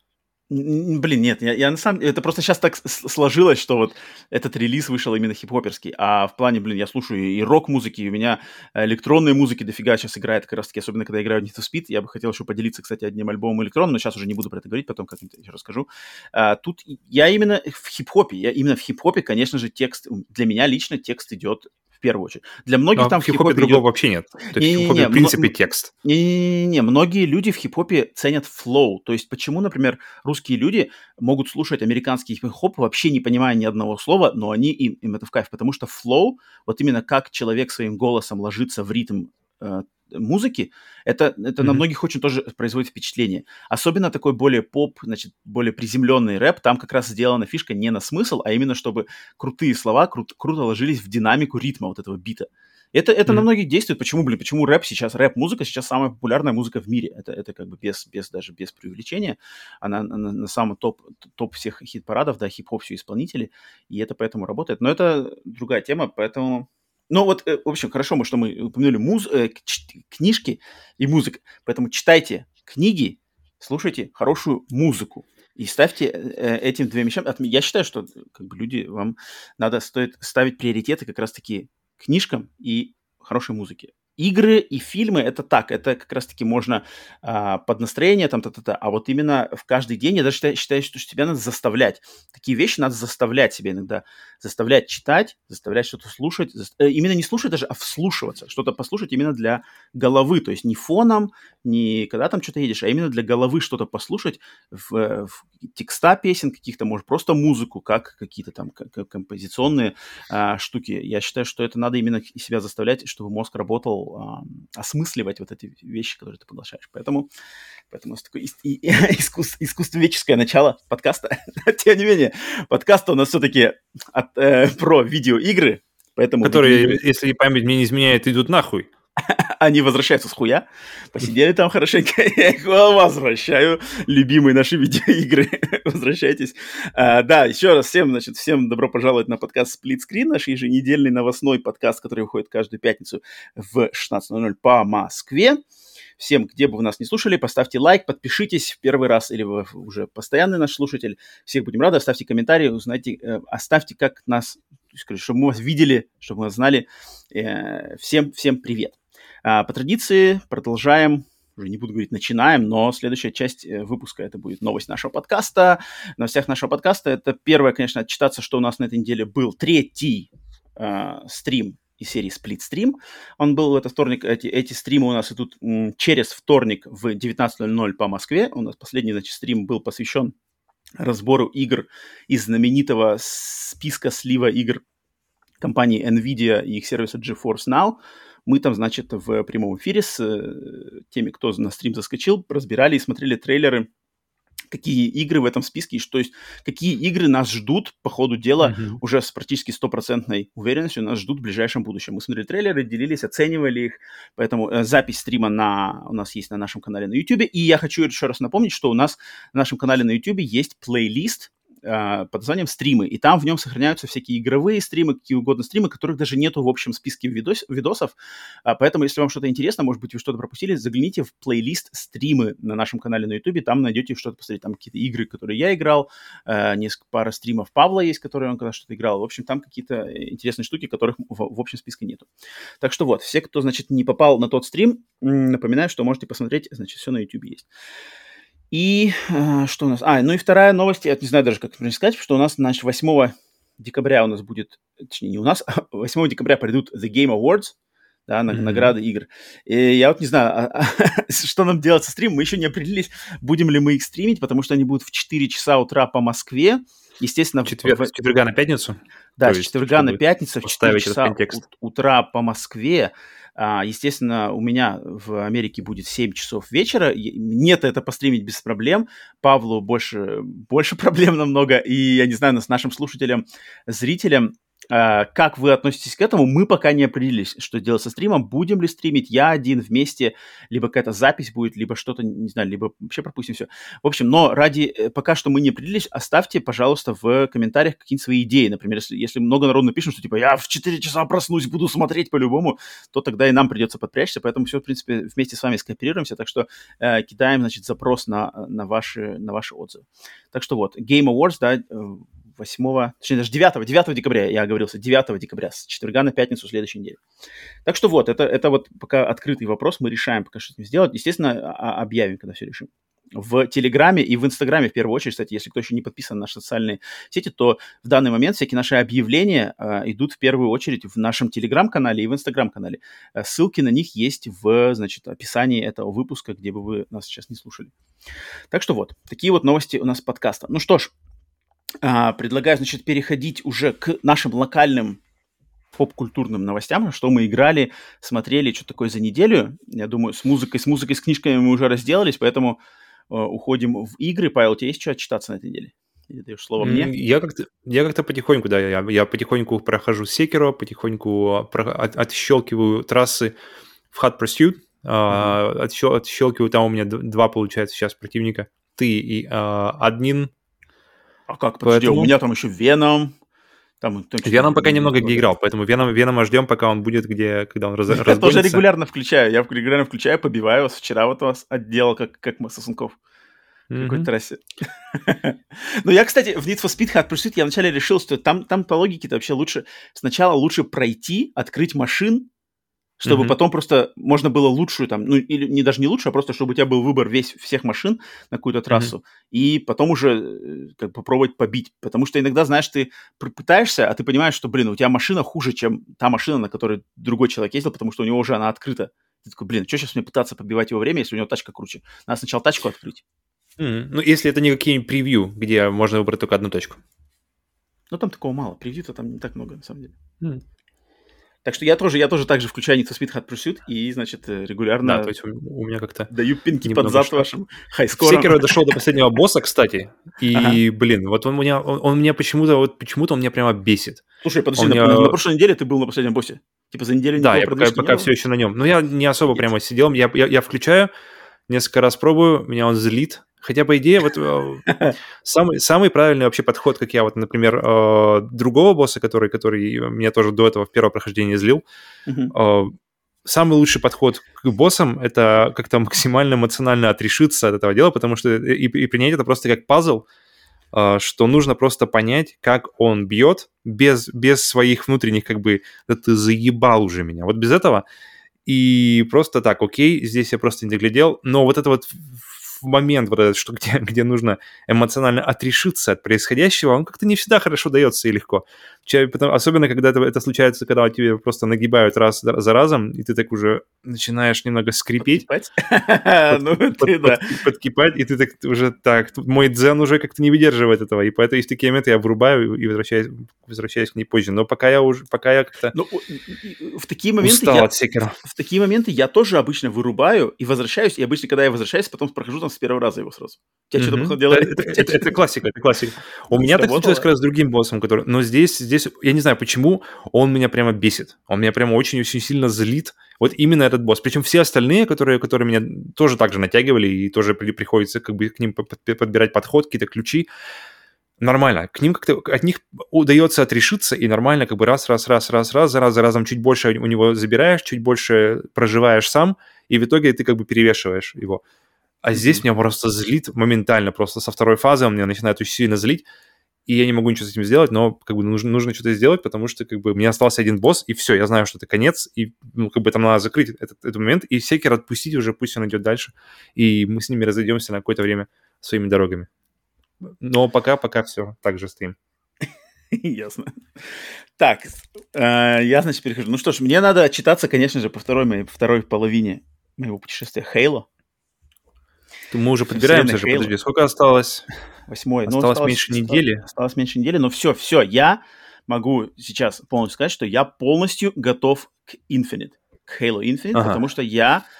Блин, нет, я на самом деле, это просто сейчас так сложилось, что вот этот релиз вышел именно хип-хоперский, а в плане, блин, я слушаю и рок-музыки, и у меня электронной музыки дофига сейчас играет как раз-таки, особенно когда играю в Need for Speed. Я бы хотел еще поделиться, кстати, одним альбомом электронным, но сейчас уже не буду про это говорить, потом как-нибудь еще расскажу. Тут я именно в хип-хопе, конечно же, текст, для меня лично текст идет в первую очередь. Для многих Но там в в хип-хопе хип-хопе другого идет... вообще нет. То есть в хип-хопе, Не-не-не, в принципе, текст. не-не-не, многие люди в хип-хопе ценят флоу. То есть почему, например, русские люди могут слушать американский хип-хоп, вообще не понимая ни одного слова, но им это в кайф, потому что флоу, вот именно как человек своим голосом ложится в ритм музыки, это на многих очень тоже производит впечатление. Особенно такой более поп, значит, более приземленный рэп, там как раз сделана фишка не на смысл, а именно чтобы крутые слова круто ложились в динамику ритма вот этого бита. Это на многих действует. Почему рэп-музыка сейчас самая популярная музыка в мире? Это как бы даже без преувеличения. Она на самом топ всех хит-парадов, да, хип-хоп все исполнители, и это поэтому работает. Но это другая тема, поэтому... Ну вот, в общем, хорошо, что мы упомянули книжки и музыку. Поэтому читайте книги, слушайте хорошую музыку. И ставьте этим двум вещам. Я считаю, что как бы вам стоит ставить приоритеты как раз-таки книжкам и хорошей музыке. Игры и фильмы это так, это как раз-таки можно под настроение, там, а вот именно в каждый день я даже считаю, что тебя надо заставлять. Такие вещи надо заставлять себя иногда. Заставлять читать, заставлять что-то слушать. Именно не слушать даже, а вслушиваться. Что-то послушать именно для головы. То есть не фоном, не когда там что-то едешь, а именно для головы что-то послушать в текста песен каких-то, может, просто музыку, как какие-то там композиционные штуки. Я считаю, что это надо именно себя заставлять, чтобы мозг работал, осмысливать вот эти вещи, которые ты приглашаешь. Поэтому такое искусствоведческое начало подкаста. Тем не менее, подкаст у нас все-таки про видеоигры, поэтому... Которые, если память мне не изменяет, идут нахуй. Они возвращаются с хуя, посидели там хорошенько, я их возвращаю, любимые наши видеоигры, возвращайтесь. Да, еще раз всем добро пожаловать на подкаст Split Screen, наш еженедельный новостной подкаст, который выходит каждую пятницу в 16:00 по Москве. Всем, где бы вы нас не слушали, поставьте лайк, подпишитесь в первый раз, или вы уже постоянный наш слушатель. Всех будем рады, оставьте комментарии, узнайте, оставьте, как нас, чтобы мы вас видели, чтобы мы вас знали. Всем привет. По традиции продолжаем, уже не буду говорить начинаем, но следующая часть выпуска это будет новость нашего подкаста. Новостях нашего подкаста это первое, конечно, отчитаться, что у нас на этой неделе был третий стрим из серии Split Stream. Он был в этот вторник, эти стримы у нас идут через вторник в 19:00 по Москве. У нас последний, значит, стрим был посвящен разбору игр из знаменитого списка слива игр компании NVIDIA и их сервиса GeForce Now. Мы там, значит, в прямом эфире с теми, кто на стрим заскочил, разбирали и смотрели трейлеры, какие игры в этом списке, то есть какие игры нас ждут по ходу дела уже с практически 100% уверенностью, нас ждут в ближайшем будущем. Мы смотрели трейлеры, делились, оценивали их, поэтому запись стрима у нас есть на нашем канале на YouTube. И я хочу еще раз напомнить, что у нас на нашем канале на YouTube есть плейлист под названием «Стримы», и там в нем сохраняются всякие игровые стримы, какие угодно стримы, которых даже нету в общем списке видосов, поэтому, если вам что-то интересно, может быть, вы что-то пропустили, загляните в плейлист «Стримы» на нашем канале на YouTube, там найдете что-то посмотреть, там какие-то игры, которые я играл, пара стримов Павла есть, которые он когда что-то играл, в общем, там какие-то интересные штуки, которых в общем списке нету. Так что вот, все, кто, значит, не попал на тот стрим, напоминаю, что можете посмотреть, значит, все на YouTube есть. И что у нас? Ну и вторая новость, я не знаю даже, как это сказать, что у нас, значит, 8 декабря у нас будет, точнее, не у нас, 8 декабря придут The Game Awards, да, награды игр. И я вот не знаю, что нам делать со стримом, мы еще не определились, будем ли мы их стримить, потому что они будут в 4 часа утра по Москве, естественно... С четверга на пятницу? Да, с четверга на пятницу в 4 часа утра по Москве. Естественно, у меня в Америке будет 7 часов вечера. Мне-то это постримить без проблем. Павлу больше проблем намного. И, я не знаю, с нашим слушателям, зрителям Как вы относитесь к этому? Мы пока не определились, что делать со стримом. Будем ли стримить я один вместе, либо какая-то запись будет, либо что-то, не знаю, либо вообще пропустим все. В общем, но пока что мы не определились, оставьте, пожалуйста, в комментариях какие-нибудь свои идеи. Например, если много народу напишут, что типа я в 4 часа проснусь, буду смотреть по-любому, то тогда и нам придется подпрячься. Поэтому все, в принципе, вместе с вами скооперируемся. Так что кидаем, значит, запрос на ваши отзывы. Так что вот, Game Awards, да, 8, точнее, даже 9 декабря, я оговорился, 9 декабря, с четверга на пятницу следующей недели. Так что вот, это вот пока открытый вопрос, мы решаем пока что с ним сделать. Естественно, объявим, когда все решим. В Телеграме и в Инстаграме, в первую очередь, кстати, если кто еще не подписан на наши социальные сети, то в данный момент всякие наши объявления идут в первую очередь в нашем Телеграм-канале и в Инстаграм-канале. Ссылки на них есть в, значит, описании этого выпуска, где бы вы нас сейчас не слушали. Так что вот, такие вот новости у нас подкаста. Ну что ж, предлагаю, значит, переходить уже к нашим локальным поп-культурным новостям, что мы играли, смотрели, что такое за неделю. Я думаю, с музыкой, с книжками мы уже разделались, поэтому уходим в игры. Павел, у тебя есть что отчитаться на этой неделе? Или даешь слово мне? Я как-то потихоньку, да, я потихоньку прохожу Sekiro, потихоньку отщелкиваю трассы в Hot Pursuit, отщелкиваю, там у меня 2, получается, сейчас противника, ты и админ. А как, подожди, у меня там еще Веном. Веном пока немного где играл, поэтому Венома ждем, пока он будет, когда он разгонится. Я тоже регулярно включаю, побиваю вас. Вчера вот вас отделал, как Сосунков. В какой-то трассе. Ну, я, кстати, в Need for Speed Hot Pursuit я вначале решил, что там по логике-то вообще сначала лучше пройти, открыть машин, чтобы потом просто можно было лучшую там, ну, или даже не лучшую, а просто чтобы у тебя был выбор всех машин на какую-то трассу, и потом уже как бы попробовать побить. Потому что иногда, знаешь, ты пытаешься, а ты понимаешь, что, блин, у тебя машина хуже, чем та машина, на которой другой человек ездил, потому что у него уже она открыта. Ты такой, блин, что сейчас мне пытаться побивать его время, если у него тачка круче? Надо сначала тачку открыть. Ну, если это не какие-нибудь превью, где можно выбрать только одну точку. Ну, там такого мало. Превью-то там не так много, на самом деле. Так что я тоже так же включаю Need for Speed Hot Pursuit и, значит, регулярно да, то есть у меня как-то даю пинки под зад вашим хайскором. В Sekiro дошел до последнего босса, кстати, и, блин, вот он меня почему-то он меня прямо бесит. Слушай, подожди, на прошлой неделе ты был на последнем боссе? Типа за неделю да, я пока все еще на нем. Но я не особо прямо сидел, я включаю, несколько раз пробую, меня он злит. Хотя, по идее, вот самый правильный вообще подход, как я вот, например, другого босса, который меня тоже до этого в первое прохождение злил, самый лучший подход к боссам — это как-то максимально эмоционально отрешиться от этого дела, потому что и принять это просто как пазл, что нужно просто понять, как он бьет без своих внутренних как бы «да ты заебал уже меня». Вот без этого и просто так, окей, здесь я просто не доглядел, но вот это вот в момент, вот этот, что где нужно эмоционально отрешиться от происходящего, он как-то не всегда хорошо дается и легко. Особенно, когда это случается, когда тебе просто нагибают раз за разом, и ты так уже начинаешь немного скрипеть. Подкипать, и ты так уже так... Мой дзен уже как-то не выдерживает этого, и поэтому в такие моменты я врубаю и возвращаюсь к ней позже. Но пока я как-то устал от Sekiro. В такие моменты я тоже обычно вырубаю и возвращаюсь, и обычно, когда я возвращаюсь, потом прохожу там с первого раза его сразу. У тебя что-то делает? Это классика, это классика. У меня так случилось как раз с другим боссом, который... Но здесь, я не знаю, почему он меня прямо бесит. Он меня прямо очень-очень сильно злит. Вот именно этот босс. Причем все остальные, которые меня тоже так же натягивали, и тоже приходится как бы к ним подбирать подход, какие-то ключи. Нормально. К ним как-то от них удается отрешиться, и нормально как бы раз за разом чуть больше у него забираешь, чуть больше проживаешь сам, и в итоге ты как бы перевешиваешь его. А здесь меня просто злит моментально, просто со второй фазы он меня начинает очень сильно злить, и я не могу ничего с этим сделать, но как бы нужно что-то сделать, потому что как бы мне остался один босс, и все, я знаю, что это конец, и как бы там надо закрыть этот момент, и Sekiro отпустить уже, пусть он идет дальше, и мы с ними разойдемся на какое-то время своими дорогами. Но пока все, так же стоим. Ясно. Так, я, значит, перехожу. Ну что ж, мне надо отчитаться, конечно же, по второй половине моего путешествия Halo. Мы уже подбираемся же, подожди, сколько осталось? 8. Осталось меньше недели. Осталось меньше недели, но все, я могу сейчас полностью сказать, что я полностью готов к Infinite, к Halo Infinite, потому что я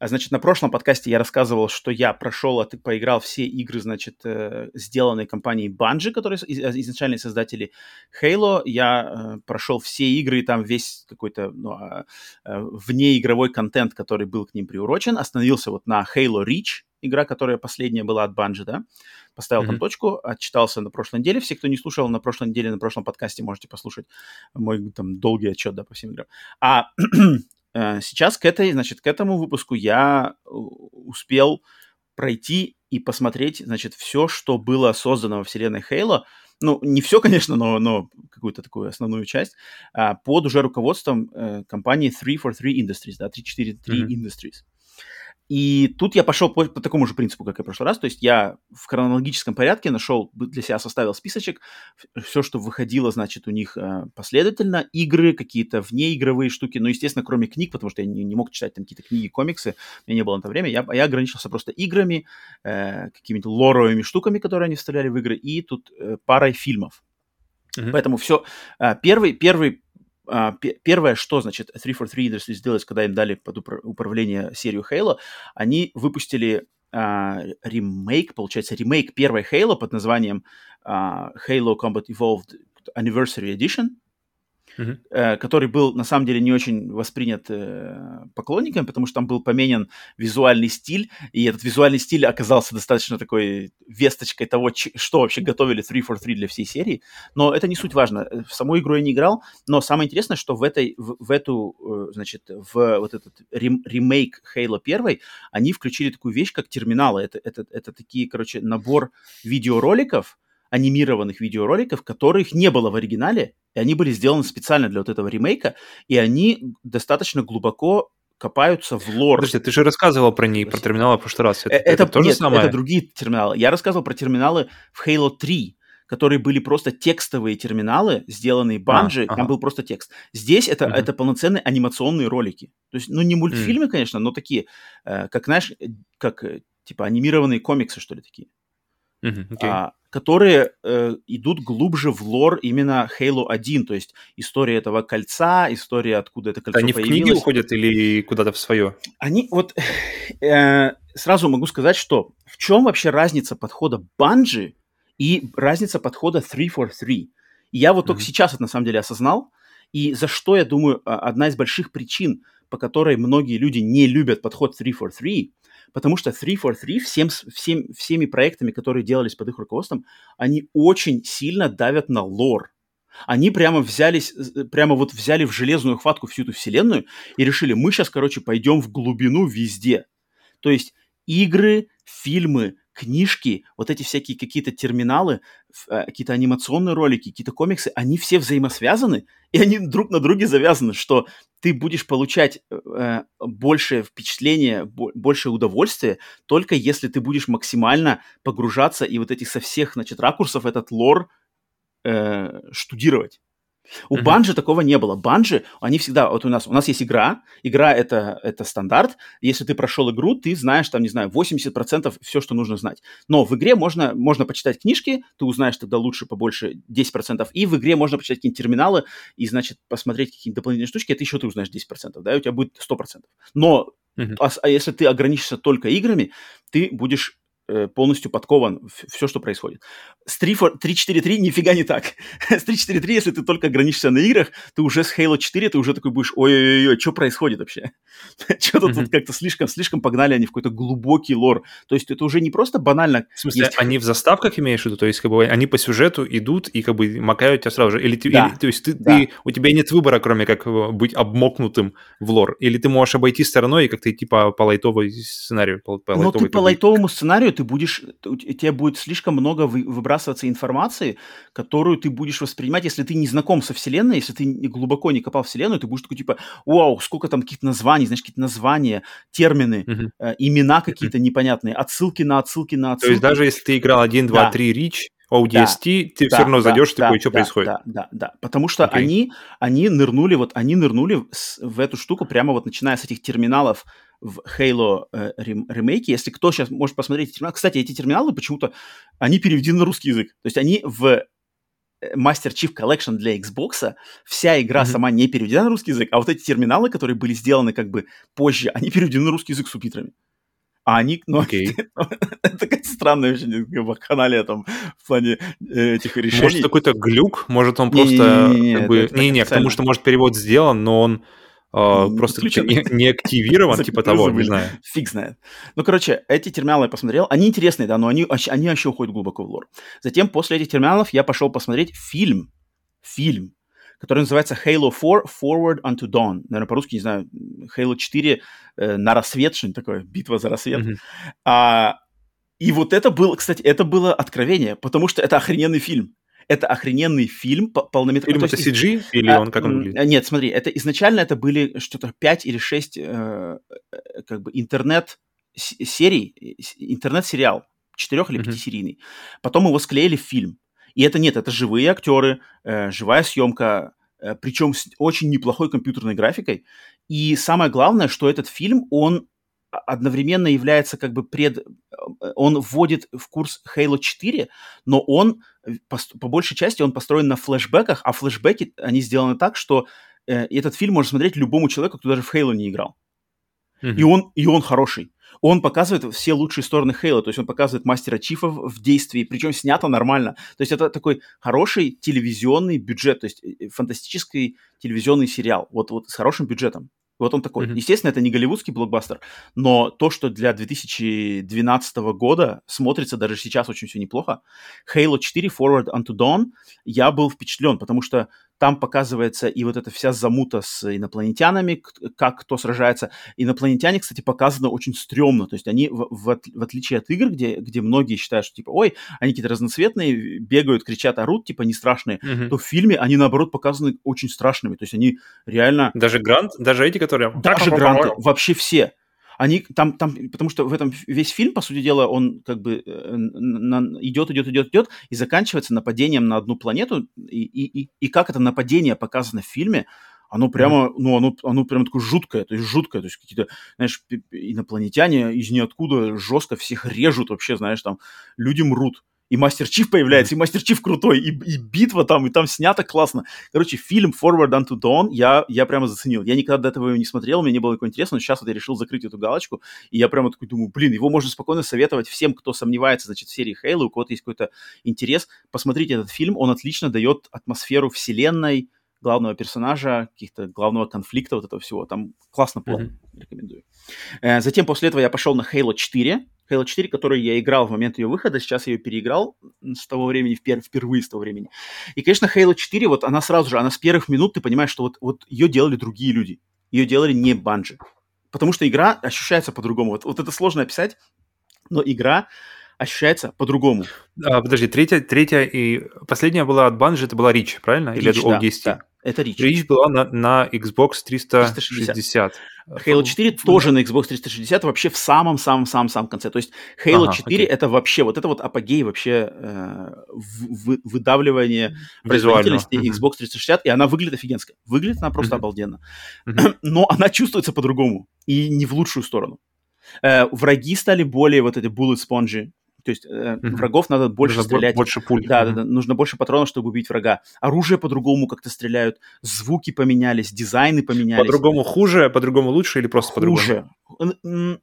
Значит, на прошлом подкасте я рассказывал, что я прошел, поиграл все игры, значит, сделанные компанией Bungie, которые изначальные создатели Halo. Я прошел все игры, и там весь какой-то внеигровой контент, который был к ним приурочен. Остановился вот на Halo Reach, игра, которая последняя была от Bungie, да. Поставил там точку, отчитался на прошлой неделе. Все, кто не слушал на прошлой неделе, на прошлом подкасте, можете послушать мой там долгий отчет, да, по всем играм. А сейчас к этому выпуску я успел пройти и посмотреть, значит, все, что было создано во вселенной Halo. Ну, не все, конечно, но какую-то такую основную часть, под уже руководством компании 343 Industries, да, 343 Industries. И тут я пошел по такому же принципу, как и в прошлый раз. То есть я в хронологическом порядке нашел, для себя составил списочек, все, что выходило, значит, у них последовательно. Игры, какие-то внеигровые штуки. Ну, естественно, кроме книг, потому что я не мог читать там какие-то книги, комиксы. У меня не было на то время. Я ограничился просто играми, какими-то лоровыми штуками, которые они вставляли в игры, и тут парой фильмов. Поэтому все. Первое, что, значит, 343 Industries сделали, когда им дали под управление серию Halo, они выпустили ремейк первой Halo под названием Halo Combat Evolved Anniversary Edition, который был, на самом деле, не очень воспринят поклонниками, потому что там был поменен визуальный стиль, и этот визуальный стиль оказался достаточно такой весточкой того, что вообще готовили 343 для всей серии. Но это не суть важно. В саму игру я не играл, но самое интересное, что в этот ремейк Halo 1 они включили такую вещь, как терминалы. Это такие, короче, набор видеороликов, анимированных видеороликов, которых не было в оригинале, и они были сделаны специально для вот этого ремейка, и они достаточно глубоко копаются в лор. Подожди, ты же рассказывал про терминалы в прошлый раз. Это то же самое? Это другие терминалы. Я рассказывал про терминалы в Halo 3, которые были просто текстовые терминалы, сделанные Bungie, там был просто текст. Здесь это полноценные анимационные ролики. То есть, ну, не мультфильмы, конечно, но такие, как, знаешь, как, типа, анимированные комиксы, что ли, такие. Которые идут глубже в лор именно Halo 1, то есть история этого кольца, история, откуда это кольцо появилось. Они в книги уходят или куда-то в свое? Они вот... сразу могу сказать, что в чем вообще разница подхода Bungie и разница подхода 343. И я вот только сейчас это на самом деле осознал, и за что, я думаю, одна из больших причин, по которой многие люди не любят подход 343, потому что 343 всеми проектами, которые делались под их руководством, они очень сильно давят на лор. Они прямо взяли в железную хватку всю эту вселенную и решили, мы сейчас, короче, пойдем в глубину везде. То есть игры, фильмы, книжки, вот эти всякие какие-то терминалы, какие-то анимационные ролики, какие-то комиксы, они все взаимосвязаны, и они друг на друге завязаны, что ты будешь получать большее впечатление, большее удовольствие, только если ты будешь максимально погружаться и вот этих со всех, значит, ракурсов этот лор штудировать. У Bungie такого не было. Bungie, они всегда... Вот у нас есть игра. Игра — это стандарт. Если ты прошел игру, ты знаешь, там, не знаю, 80% все, что нужно знать. Но в игре можно почитать книжки, ты узнаешь тогда лучше, побольше 10%. И в игре можно почитать какие-нибудь терминалы и, значит, посмотреть какие-нибудь дополнительные штучки, это еще ты узнаешь 10%, да, и у тебя будет 100%. Но если ты ограничишься только играми, ты будешь полностью подкован все, что происходит. С 3.4.3 нифига не так. С 3.4.3, если ты только ограничишься на играх, ты уже с Halo 4, ты уже такой будешь, ой-ой-ой, что происходит вообще? Что-то тут как-то слишком погнали они в какой-то глубокий лор. То есть это уже не просто банально... В смысле, они в заставках имеешь в виду? То есть как бы они по сюжету идут и как бы макают тебя сразу же? То есть у тебя нет выбора, кроме как быть обмокнутым в лор? Или ты можешь обойти стороной и как-то идти по лайтовой сценарию? Но ты по лайтовому сценарию у тебя будет слишком много выбрасываться информации, которую ты будешь воспринимать, если ты не знаком со вселенной, если ты глубоко не копал вселенную, ты будешь такой типа, вау, сколько там каких-то названий, знаешь, какие-то названия, термины, имена какие-то непонятные, отсылки на отсылки на отсылки. То есть даже если ты играл 1, 2, 3 Reach, ODST, ты все равно зайдешь и такой, что происходит? Да, потому что они нырнули в эту штуку прямо вот начиная с этих терминалов в Halo ремейке. Если кто сейчас может посмотреть эти терминалы. Кстати, эти терминалы почему-то, они переведены на русский язык. То есть они Master Chief Collection для Xbox, вся игра сама не переведена на русский язык, а вот эти терминалы, которые были сделаны как бы позже, они переведены на русский язык с субтитрами. А они, это такая странная очень вакханалия там в плане этих решений. Может, какой-то глюк, может, он просто... Не, потому что, может, перевод сделан, но он просто не активирован, типа того, не знаю. Фиг знает. Ну, короче, эти терминалы я посмотрел, они интересные, да, но они вообще уходят глубоко в лор. Затем, после этих терминалов, я пошел посмотреть фильм, который называется Halo 4 Forward Unto Dawn. Наверное, по-русски, не знаю, Halo 4 на рассвет, что-нибудь такое, битва за рассвет. И вот это было, кстати, это было откровение, потому что это охрененный фильм. Это охрененный фильм, полнометражный. Фильм это CG или он как он выглядит? Нет, смотри, изначально это были что-то 5 или 6 как бы интернет-серий, интернет-сериал, 4 или 5-серийный. Потом его склеили в фильм. И это живые актеры, живая съемка, причем с очень неплохой компьютерной графикой. И самое главное, что этот фильм, он одновременно является как бы он вводит в курс Halo 4, но он, по большей части, он построен на флешбеках, а флешбеки, они сделаны так, что этот фильм может смотреть любому человеку, кто даже в Halo не играл. И он хороший. Он показывает все лучшие стороны Halo, то есть он показывает Мастера Чифа в действии, причем снято нормально. То есть это такой хороший телевизионный бюджет, то есть фантастический телевизионный сериал, вот с хорошим бюджетом. Вот он такой. Естественно, это не голливудский блокбастер, но то, что для 2012 года смотрится даже сейчас очень все неплохо. Halo 4 Forward Unto Dawn, я был впечатлен, потому что там показывается и вот эта вся замута с инопланетянами, как кто сражается. Инопланетяне, кстати, показаны очень стрёмно. То есть они, в отличие от игр, где многие считают, что типа, ой, они какие-то разноцветные, бегают, кричат, орут, типа, не страшные, то в фильме они, наоборот, показаны очень страшными. То есть они реально... Даже Грант? Даже эти, которые... Даже Гранты. Вообще все. Они там, потому что в этом весь фильм, по сути дела, он как бы идет и заканчивается нападением на одну планету. И как это нападение показано в фильме, оно прямо, оно прямо такое жуткое, то есть какие-то, знаешь, инопланетяне из ниоткуда жестко всех режут вообще, знаешь, там люди мрут. И Мастер Чиф появляется, и Мастер Чиф крутой, и битва там, и там снято классно. Короче, фильм Forward Unto Dawn я прямо заценил. Я никогда до этого его не смотрел, мне не было такого интересного, но сейчас вот я решил закрыть эту галочку, и я прямо такой думаю, его можно спокойно советовать всем, кто сомневается, значит, в серии Halo, у кого-то есть какой-то интерес. Посмотрите этот фильм, он отлично дает атмосферу вселенной, главного персонажа, каких-то главного конфликта, вот этого всего. Там классно плавно, рекомендую. Затем после этого я пошел на Halo 4, который я играл в момент ее выхода, сейчас я ее переиграл с того времени, впервые с того времени. И, конечно, Halo 4, вот она сразу же, она с первых минут, ты понимаешь, что вот ее делали другие люди. Ее делали не Bungie. Потому что игра ощущается по-другому. Вот это сложно описать, но игра ощущается по-другому. Подожди, третья и последняя была от Bungie, это была Reach, правильно? Reach, или от ODST? Да, это Reach. Reach была на Xbox 360. Halo 4 тоже на Xbox 360, вообще в самом-самом конце. То есть Halo 4 это вообще, вот это вот апогей вообще выдавливание производительности Xbox 360, и она выглядит офигенски. Выглядит она просто обалденно. Но она чувствуется по-другому, и не в лучшую сторону. Враги стали более вот эти bullet spongy. То есть врагов надо больше стрелять. Больше пуль. Да, нужно больше патронов, чтобы убить врага. Оружие по-другому как-то стреляют, звуки поменялись, дизайны поменялись. По-другому хуже, по-другому лучше или просто хуже. по-другому?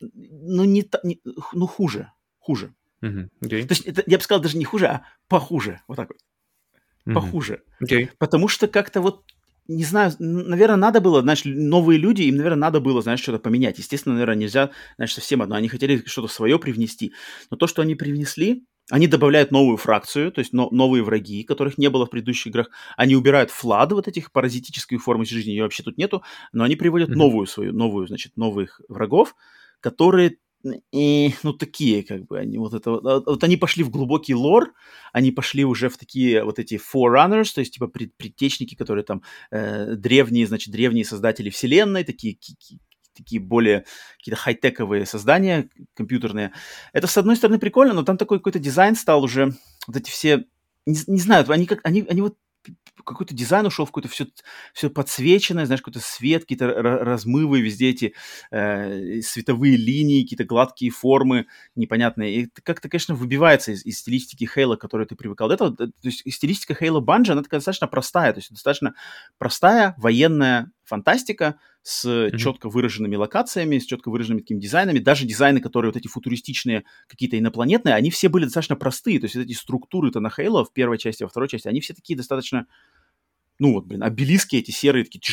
Хуже. Хуже. Okay. То есть это, я бы сказал, даже не хуже, а похуже. Вот так вот. Похуже. Okay. Потому что как-то вот, не знаю, наверное, надо было, знаешь, новые люди, им, наверное, надо было, знаешь, что-то поменять. Естественно, наверное, нельзя, знаешь, совсем одно. Они хотели что-то свое привнести. Но то, что они привнесли, они добавляют новую фракцию, то есть новые враги, которых не было в предыдущих играх. Они убирают флад, вот этих паразитических форм жизни, ее вообще тут нету, но они приводят новую, значит, новых врагов, которые, такие, как бы, они вот они пошли в глубокий лор, они пошли уже в такие вот эти forerunners, то есть, типа, предтечники, которые там древние создатели вселенной, такие более какие-то хай-тековые создания компьютерные. Это, с одной стороны, прикольно, но там такой какой-то дизайн стал уже, вот эти все, не знаю, они вот какой-то дизайн ушел в какое-то все подсвеченное, знаешь, какой-то свет, какие-то размывы, везде эти световые линии, какие-то гладкие формы непонятные. И это как-то, конечно, выбивается из стилистики Halo, к которой ты привыкал. То есть стилистика Halo Bungie, она такая достаточно простая, то есть достаточно простая военная фантастика с четко выраженными локациями, с четко выраженными такими дизайнами. Даже дизайны, которые вот эти футуристичные, какие-то инопланетные, они все были достаточно простые. То есть вот эти структуры-то на Halo в первой части, во второй части, они все такие достаточно, ну вот, блин, обелиски эти серые, такие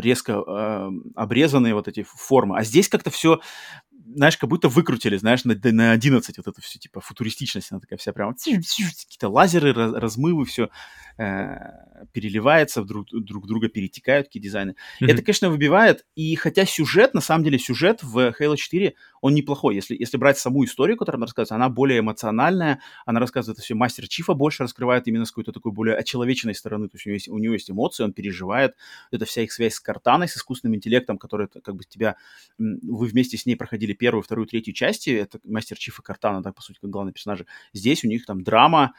резко обрезанные вот эти формы. А здесь как-то все, знаешь, как будто выкрутили, знаешь, на 11 вот это все, типа, футуристичность, она такая вся прям, какие-то лазеры, размывы, все переливается, друг друга перетекают, такие дизайны. Это, конечно, выбивает, и хотя сюжет, на самом деле, сюжет в Halo 4, он неплохой. Если брать саму историю, которую она рассказывает, она более эмоциональная, она рассказывает все, Мастер Чифа больше раскрывает именно с какой-то такой более очеловеченной стороны, то есть у него есть эмоции, он переживает, это вся их связь с Кортаной, с искусственным интеллектом, который как бы вы вместе с ней проходили первую, вторую, третью части, это Мастер Чиф и Кортана, да, по сути, как главные персонажи. Здесь у них там драма,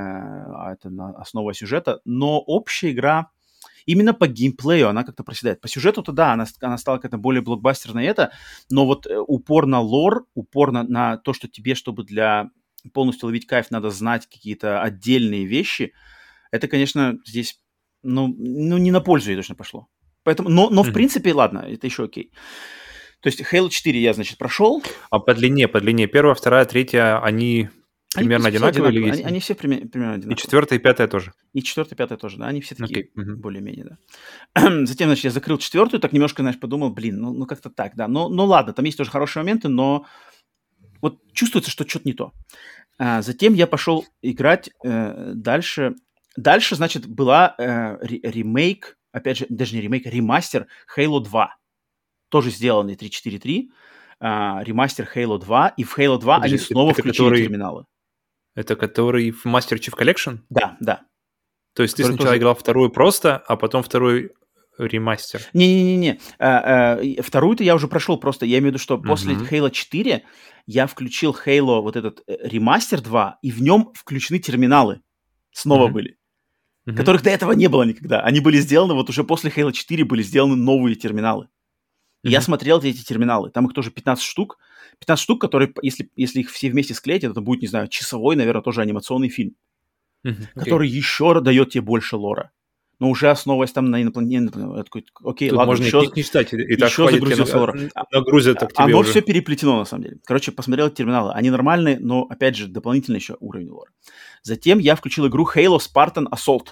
это основа сюжета, но общая игра именно по геймплею она как-то проседает. По сюжету-то да, она стала как-то более блокбастерной но вот упор на лор, упор на то, что тебе, чтобы для полностью ловить кайф, надо знать какие-то отдельные вещи, это, конечно, здесь, ну не на пользу ей точно пошло. Поэтому, но в принципе, ладно, это еще окей. То есть Halo 4 я, значит, прошел. А по длине? Первая, вторая, третья, они примерно одинаковые или они все примерно одинаковые. И четвертая, и пятая тоже? И четвертая, пятая тоже, да, они все такие более-менее, да. Затем, значит, я закрыл четвертую, так немножко, знаешь, подумал, блин, ну как-то так, да. Ну ладно, там есть тоже хорошие моменты, но вот чувствуется, что что-то не то. Затем я пошел играть дальше. Дальше, значит, была ремейк, опять же, даже не ремейк, ремастер Halo 2. Тоже сделанный 3.4.3. Ремастер Halo 2. И в Halo 2 они снова включили терминалы. Это который в Master Chief Collection? Да. То есть ты сначала играл вторую просто, а потом второй ремастер? Не-не-не. Вторую-то я уже прошел просто. Я имею в виду, что после Halo 4 я включил Halo вот этот ремастер 2, и в нем включены терминалы. Снова были. Которых до этого не было никогда. Они были сделаны, вот уже после Halo 4 были сделаны новые терминалы. И я смотрел эти терминалы. Там их тоже 15 штук. 15 штук, которые, если их все вместе склеить, это будет, не знаю, часовой, наверное, тоже анимационный фильм. Который еще дает тебе больше лора. Но уже основываясь там на инопланетном... Окей, тут ладно, можно еще, не читать, и так еще загрузился лора. Нагрузят так тебе оно уже. все переплетено, на самом деле. Короче, посмотрел терминалы. Они нормальные, но, опять же, дополнительно еще уровень лора. Затем я включил игру Halo Spartan Assault.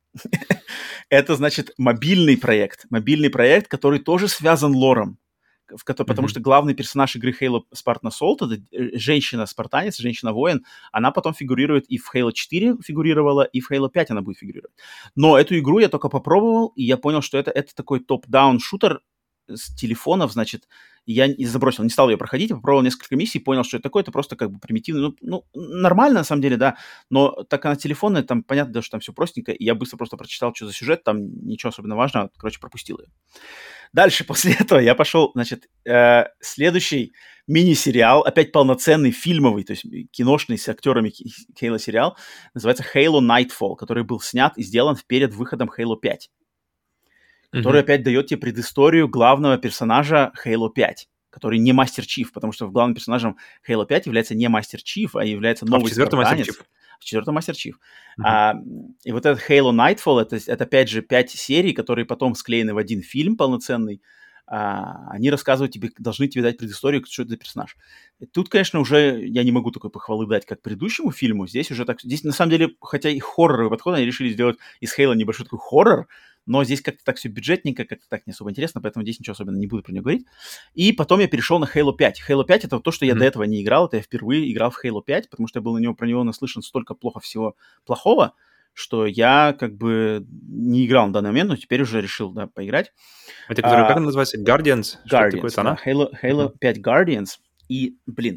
Это, значит, мобильный проект, который тоже связан лором. Потому что главный персонаж игры Halo Spartan Assault, это женщина-спартанец, женщина-воин, она потом фигурирует и в Halo 4 фигурировала, и в Halo 5 она будет фигурировать. Но эту игру я только попробовал, и я понял, что это такой топ-даун шутер с телефонов, значит, я забросил, не стал ее проходить, я попробовал несколько миссий, понял, что это такое, это просто как бы примитивно, ну, нормально на самом деле, да, но так она телефонная, там понятно, что там все простенько, и я быстро просто прочитал, что за сюжет, там ничего особенно важного, короче, пропустил ее. Дальше, после этого я пошел, значит, следующий мини-сериал, опять полноценный, фильмовый, то есть киношный с актерами Halo сериал, называется Halo Nightfall, который был снят и сделан перед выходом Halo 5. Который опять дает тебе предысторию главного персонажа Halo 5, который не Мастер Чиф, потому что главным персонажем Halo 5 является не Мастер Чиф, а является новый спартанец. В четвертом Мастер Чиф. И вот этот Halo Nightfall, это опять же 5 серий, которые потом склеены в один фильм полноценный. Они рассказывают тебе, должны тебе дать предысторию, что это за персонаж. И тут, конечно, уже я не могу такой похвалы дать, как предыдущему фильму. Здесь уже так... Здесь, на самом деле, хотя и хорроровый подход, они решили сделать из Halo небольшой такой хоррор, но здесь как-то так все бюджетненько, как-то так не особо интересно, поэтому здесь ничего особенно не буду про него говорить. И потом я перешел на Halo 5. Halo 5 — это то, что я до этого не играл, это я впервые играл в Halo 5, потому что я был про него наслышан столько всего плохого, что я как бы не играл на данный момент, но теперь уже решил, да, поиграть. Это который, как он называется? Guardians? Guardians, да. Halo 5 Guardians. И, блин,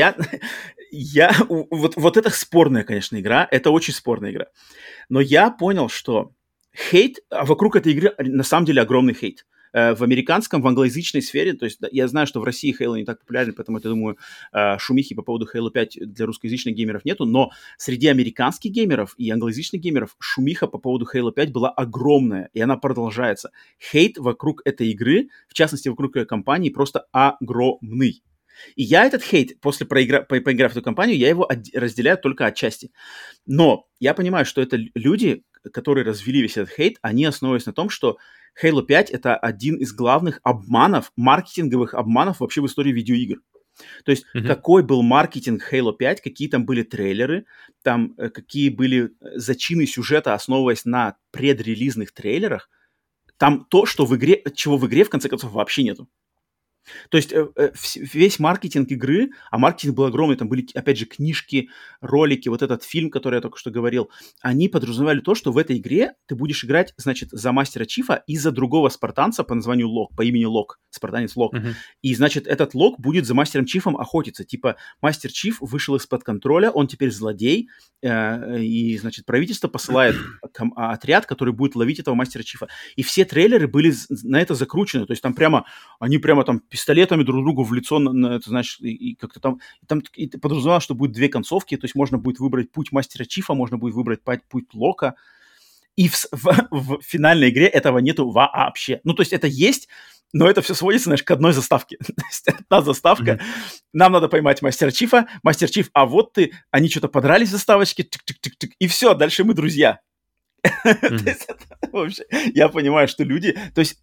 вот это спорная, конечно, игра, это очень спорная игра. Но я понял, что хейт, вокруг этой игры на самом деле огромный хейт. в американском, в англоязычной сфере, то есть я знаю, что в России Halo не так популярен, поэтому я думаю, шумихи по поводу Halo 5 для русскоязычных геймеров нету, но среди американских геймеров и англоязычных геймеров шумиха по поводу Halo 5 была огромная, и она продолжается. Хейт вокруг этой игры, в частности, вокруг ее компании, просто огромный. И я этот хейт, после поиграв в эту компанию, я его разделяю только отчасти. Но я понимаю, что это люди, которые развели весь этот хейт, они основываются на том, что Halo 5 — это один из главных обманов, маркетинговых обманов вообще в истории видеоигр. То есть какой был маркетинг Halo 5, какие там были трейлеры, там какие были зачины сюжета, основываясь на предрелизных трейлерах, там то, что в игре, чего в игре в конце концов вообще нету. То есть весь маркетинг игры, а маркетинг был огромный, там были, опять же, книжки, ролики, вот этот фильм, который я только что говорил, они подразумевали то, что в этой игре ты будешь играть, значит, за Мастера Чифа и за другого спартанца по названию Лок, по имени Лок, спартанец Лок. И, значит, этот Лок будет за Мастером Чифом охотиться. Типа, Мастер Чиф вышел из-под контроля, он теперь злодей, и, значит, правительство посылает отряд, который будет ловить этого Мастера Чифа. И все трейлеры были на это закручены, то есть там прямо, они прямо там пистолетами друг другу в лицо, это, значит, и как-то там и подразумевалось, что будет две концовки, то есть можно будет выбрать путь Мастера Чифа, можно будет выбрать путь Лока, и в финальной игре этого нету вообще. Ну, то есть это есть, но это все сводится, знаешь, к одной заставке. То есть одна заставка, нам надо поймать Мастера Чифа, Мастер Чиф, а вот ты, они что-то подрались в заставочке, тык-тык-тык-тык, и все, дальше мы друзья. Вообще, я понимаю, что люди, то есть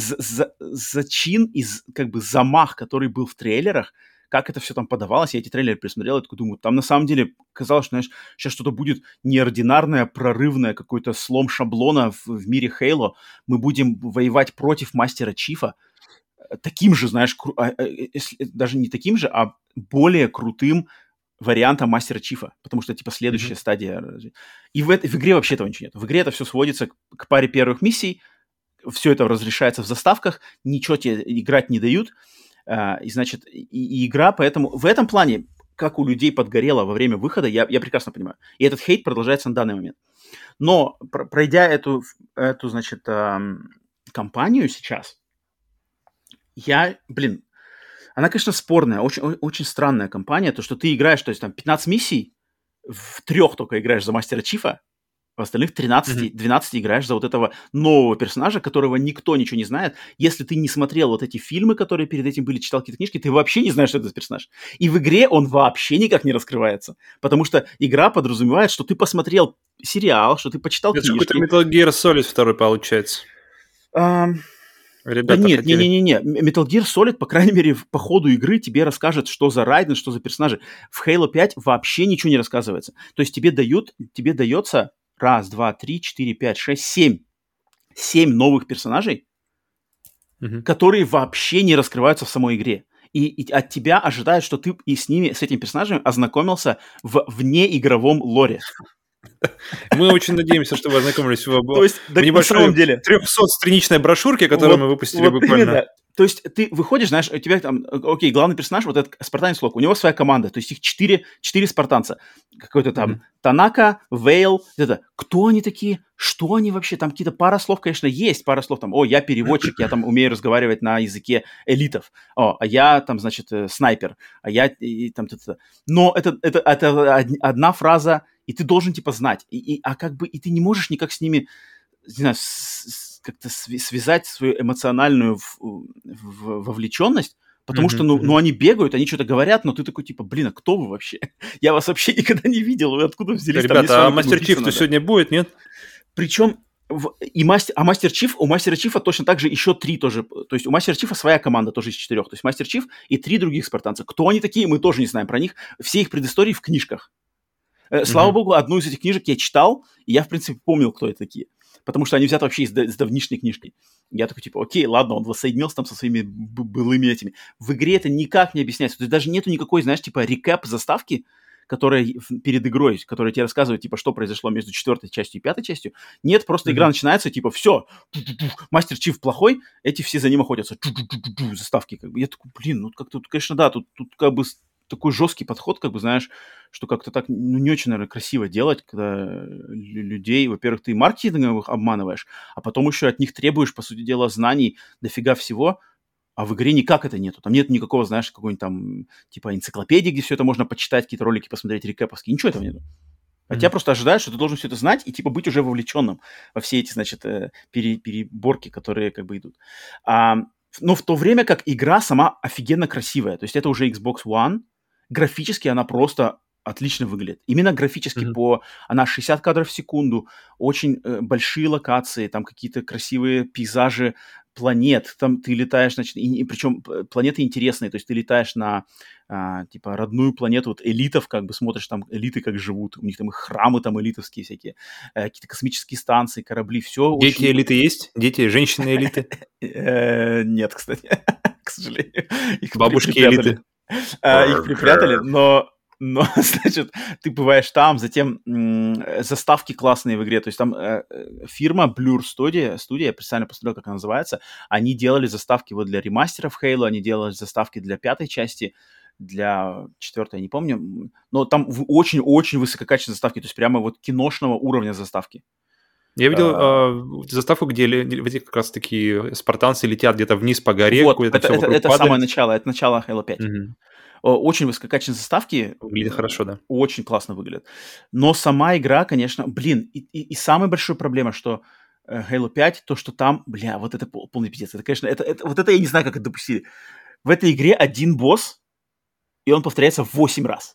зачин и как бы замах, который был в трейлерах, как это все там подавалось, я эти трейлеры пересмотрел, я такой думаю, там на самом деле казалось, что, знаешь, сейчас что-то будет неординарное, прорывное, какой-то слом шаблона в мире Halo, мы будем воевать против Мастера Чифа, таким же, знаешь, даже не таким же, а более крутым вариантом Мастера Чифа, потому что, типа, следующая стадия. И в игре вообще этого ничего нет. В игре это все сводится к паре первых миссий, все это разрешается в заставках, ничего тебе играть не дают, и, значит, и игра, поэтому в этом плане, как у людей подгорело во время выхода, я прекрасно понимаю. И этот хейт продолжается на данный момент. Но, пройдя эту значит, кампанию сейчас, она, конечно, спорная, очень, очень странная кампания, то, что ты играешь, то есть там 15 миссий, в 3 только играешь за Мастера Чифа, в остальных 12 играешь за вот этого нового персонажа, которого никто ничего не знает. Если ты не смотрел вот эти фильмы, которые перед этим были, читал какие-то книжки, ты вообще не знаешь, что это за персонаж. И в игре он вообще никак не раскрывается. Потому что игра подразумевает, что ты посмотрел сериал, что ты почитал книжки. Это какой-то Metal Gear Solid 2 получается. Да нет, не. Metal Gear Solid, по крайней мере, по ходу игры тебе расскажет, что за Райден, что за персонажи. В Halo 5 вообще ничего не рассказывается. То есть тебе дается 1, 2, 3, 4, 5, 6, 7. 7 новых персонажей, которые вообще не раскрываются в самой игре. И от тебя ожидают, что ты и с этими персонажами ознакомился в внеигровом лоре. Мы очень надеемся, что вы ознакомились в небольшой 300-страничной брошюрке, которую мы выпустили буквально. Именно. То есть ты выходишь, знаешь, у тебя там, окей, главный персонаж, вот этот спартанец Лок, у него своя команда, то есть их 4 спартанца. Какой-то там Танака, Вейл, кто они такие, что они вообще, там какие-то пара слов, конечно, есть, пара слов там, я переводчик, я там умею разговаривать на языке элитов, а я там, значит, снайпер, а я там, но это одна фраза, и ты должен, типа, знать, и ты не можешь никак с ними, не знаю, как-то связать свою эмоциональную вовлеченность, потому что, они бегают, они что-то говорят, но ты такой, типа, блин, а кто вы вообще? Я вас вообще никогда не видел, вы откуда взялись? Ребята, а Мастер Чиф-то сегодня будет, нет? Причем у Мастера Чифа точно так же еще 3 тоже, то есть у Мастера Чифа своя команда тоже из 4, то есть Мастер Чиф и 3 других спартанца. Кто они такие, мы тоже не знаем про них, все их предыстории в книжках. Слава богу, одну из этих книжек я читал, и я, в принципе, помнил, кто это такие. Потому что они взяты вообще из давнишней книжки. Я такой, типа, окей, ладно, он воссоединился там со своими былыми этими. В игре это никак не объясняется. То есть даже нету никакой, знаешь, типа, рекэп заставки, которая перед игрой, которая тебе рассказывает, типа, что произошло между 4 частью и 5 частью. Нет, просто игра начинается, типа, все, Мастер Чиф плохой, эти все за ним охотятся. Заставки, как бы. Я такой, блин, ну как-то, конечно, да, тут как бы такой жесткий подход, как бы, знаешь, что как-то так, ну, не очень, наверное, красиво делать, когда людей, во-первых, ты маркетингом их обманываешь, а потом еще от них требуешь, по сути дела, знаний, дофига всего, а в игре никак это нету. Там нет никакого, знаешь, какой-нибудь там, типа, энциклопедии, где все это можно почитать, какие-то ролики посмотреть, рекэповские. Ничего этого нету. От тебя просто ожидают, что ты должен все это знать и, типа, быть уже вовлеченным во все эти, значит, переборки, которые, как бы, идут. Но в то время как игра сама офигенно красивая. То есть это уже Xbox One. Графически она просто отлично выглядит. Именно графически она 60 кадров в секунду, очень большие локации, там какие-то красивые пейзажи планет. Там ты летаешь, значит, и причем планеты интересные. То есть ты летаешь на, типа, родную планету вот элитов, как бы смотришь там элиты как живут. У них там и храмы там элитовские всякие, какие-то космические станции, корабли, все. Дети очень... элиты есть? Дети, женщины элиты? Нет, кстати, к сожалению. Бабушки элиты? Их припрятали, но, значит, ты бываешь там, затем заставки классные в игре. То есть там фирма Blur Studio, я специально посмотрел, как она называется, они делали заставки вот для ремастеров Halo, они делали заставки для 5-й части, для 4-й, я не помню, но там очень-очень высококачественные заставки, то есть прямо вот киношного уровня заставки. Я видел заставку, где эти как раз такие спартанцы летят где-то вниз по горе. Вот, это все вокруг это падает. самое начало, это начало Halo 5. Очень высококачественные заставки. Выглядит хорошо, да. Очень классно выглядят. Но сама игра, конечно, блин, и самая большая проблема, что Halo 5, то, что там, бля, вот это полный пиздец. Это, конечно, вот это я не знаю, как это допустили. В этой игре один босс, и он повторяется 8 раз.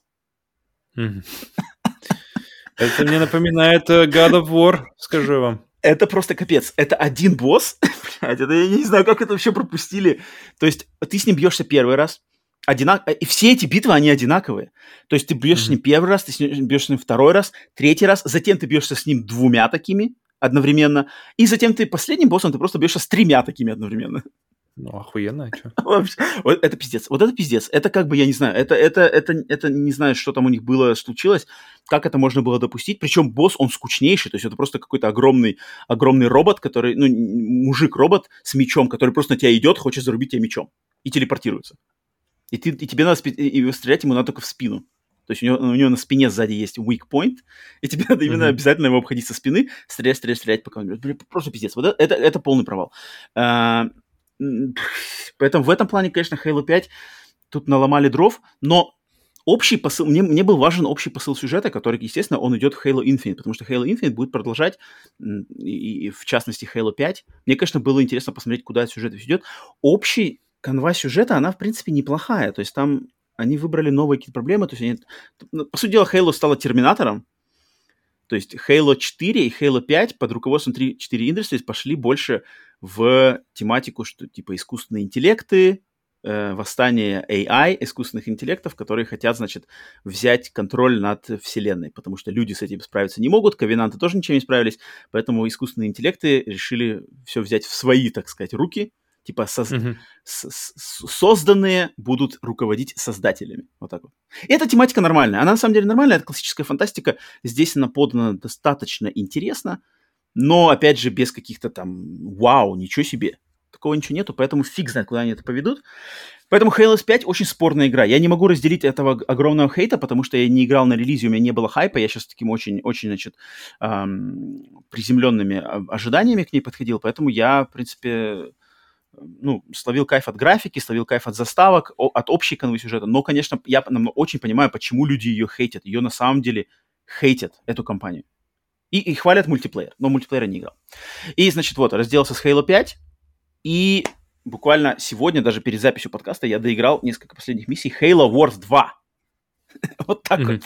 Это мне напоминает God of War, скажу вам. Это просто капец. Это один босс. Блядь, это я не знаю, как это вообще пропустили. То есть ты с ним бьешься первый раз, и все эти битвы, они одинаковые. То есть ты бьешься с ним первый раз, ты бьешься с ним второй раз, третий раз, затем ты бьешься с ним 2 такими одновременно, и затем ты последним боссом ты просто бьешься с 3 такими одновременно. Ну, охуенно, а что? Вот это пиздец. Вот это пиздец. Это как бы, я не знаю, это не знаю, что там у них было, случилось, как это можно было допустить. Причем босс, он скучнейший, то есть это просто какой-то огромный робот, который, ну, мужик-робот с мечом, который просто на тебя идет, хочет зарубить тебя мечом и телепортируется. И тебе надо стрелять ему надо только в спину. То есть у него на спине сзади есть weak point, и тебе надо именно обязательно его обходить со спины, стрелять, пока он умрет. Просто пиздец. Вот это полный провал. Поэтому в этом плане, конечно, Halo 5 тут наломали дров, но общий посыл, мне был важен общий посыл сюжета, который, естественно, он идет в Halo Infinite, потому что Halo Infinite будет продолжать, и в частности Halo 5. Мне, конечно, было интересно посмотреть, куда сюжет идет. Общий канва сюжета, она, в принципе, неплохая, то есть там они выбрали новые какие-то проблемы, то есть по сути дела, Halo стала терминатором, то есть Halo 4 и Halo 5 под руководством 343 Industries пошли больше в тематику, что типа искусственные интеллекты, восстание AI, искусственных интеллектов, которые хотят, значит, взять контроль над вселенной, потому что люди с этим справиться не могут, ковенанты тоже ничем не справились, поэтому искусственные интеллекты решили все взять в свои, так сказать, руки, типа созданные будут руководить создателями. Вот так вот. И эта тематика нормальная. Она на самом деле нормальная, это классическая фантастика. Здесь она подана достаточно интересно, но, опять же, без каких-то там вау, ничего себе. Такого ничего нету, поэтому фиг знает, куда они это поведут. Поэтому Halo 5 очень спорная игра. Я не могу разделить этого огромного хейта, потому что я не играл на релизе, у меня не было хайпа. Я сейчас с таким очень, значит, приземленными ожиданиями к ней подходил. Поэтому я, в принципе, словил кайф от графики, словил кайф от заставок, от общей канвы сюжета. Но, конечно, я очень понимаю, почему люди ее хейтят. Ее на самом деле хейтят, эту компанию. И хвалят мультиплеер, но мультиплеера не играл. И, значит, вот, разделался с Halo 5, и буквально сегодня, даже перед записью подкаста, я доиграл несколько последних миссий Halo Wars 2. Вот так вот.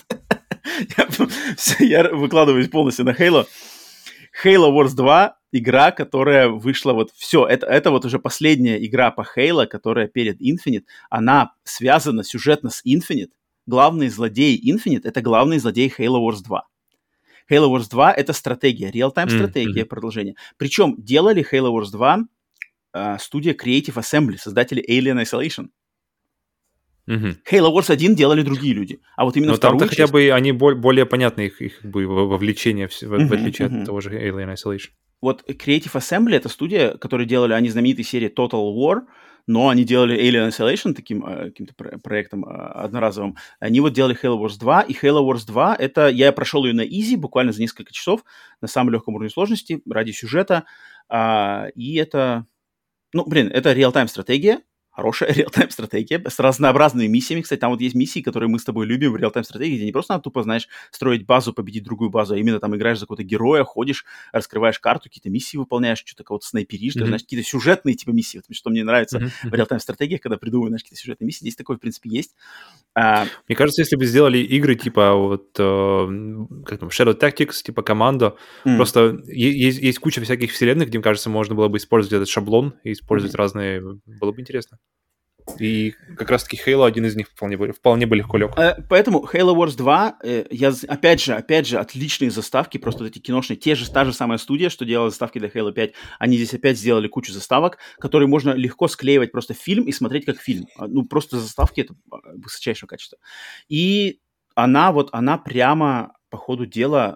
Я выкладываюсь полностью на Halo. Halo Wars 2 игра, которая вышла вот все. Это вот уже последняя игра по Halo, которая перед Infinite. Она связана сюжетно с Infinite. Главный злодей Infinite — это главный злодей Halo Wars 2. Halo Wars 2 — это стратегия, real-time стратегия, продолжение. Причем делали Halo Wars 2 студия Creative Assembly, создатели Alien Isolation. Halo Wars 1 делали другие люди. А вот именно вторую там-то хотя бы они более понятны, их вовлечение, в отличие от того же Alien Isolation. Вот Creative Assembly — это студия, которую делали они знаменитой серии Total War, но они делали Alien Isolation таким каким-то проектом одноразовым. Они вот делали Halo Wars 2, и Halo Wars 2 это... Я прошел ее на изи буквально за несколько часов, на самом легком уровне сложности, ради сюжета, и это... Ну, блин, это реал-тайм стратегия, хорошая реал-тайм стратегия с разнообразными миссиями. Кстати, там вот есть миссии, которые мы с тобой любим в реал-тайм стратегии, где не просто надо тупо, знаешь, строить базу, победить другую базу, а именно там играешь за какого-то героя, ходишь, раскрываешь карту, какие-то миссии выполняешь, что-то кого-то снайперишь, даже, знаешь, какие-то сюжетные типа миссии. Вот, что мне нравится в реал-тайм стратегиях, когда придумываю, знаешь, какие-то сюжетные миссии. Здесь такое, в принципе, есть. Мне кажется, если бы сделали игры типа вот как там, Shadow Tactics, типа Commando, просто есть куча всяких вселенных, где, мне кажется, можно было бы использовать этот шаблон и использовать разные... Было бы интересно. И как раз-таки Halo один из них вполне бы легко лег. Поэтому Halo Wars 2, опять же, отличные заставки, просто вот эти киношные, та же самая студия, что делала заставки для Halo 5, они здесь опять сделали кучу заставок, которые можно легко склеивать просто в фильм и смотреть как фильм. Ну, просто заставки это высочайшего качества. И она прямо по ходу дела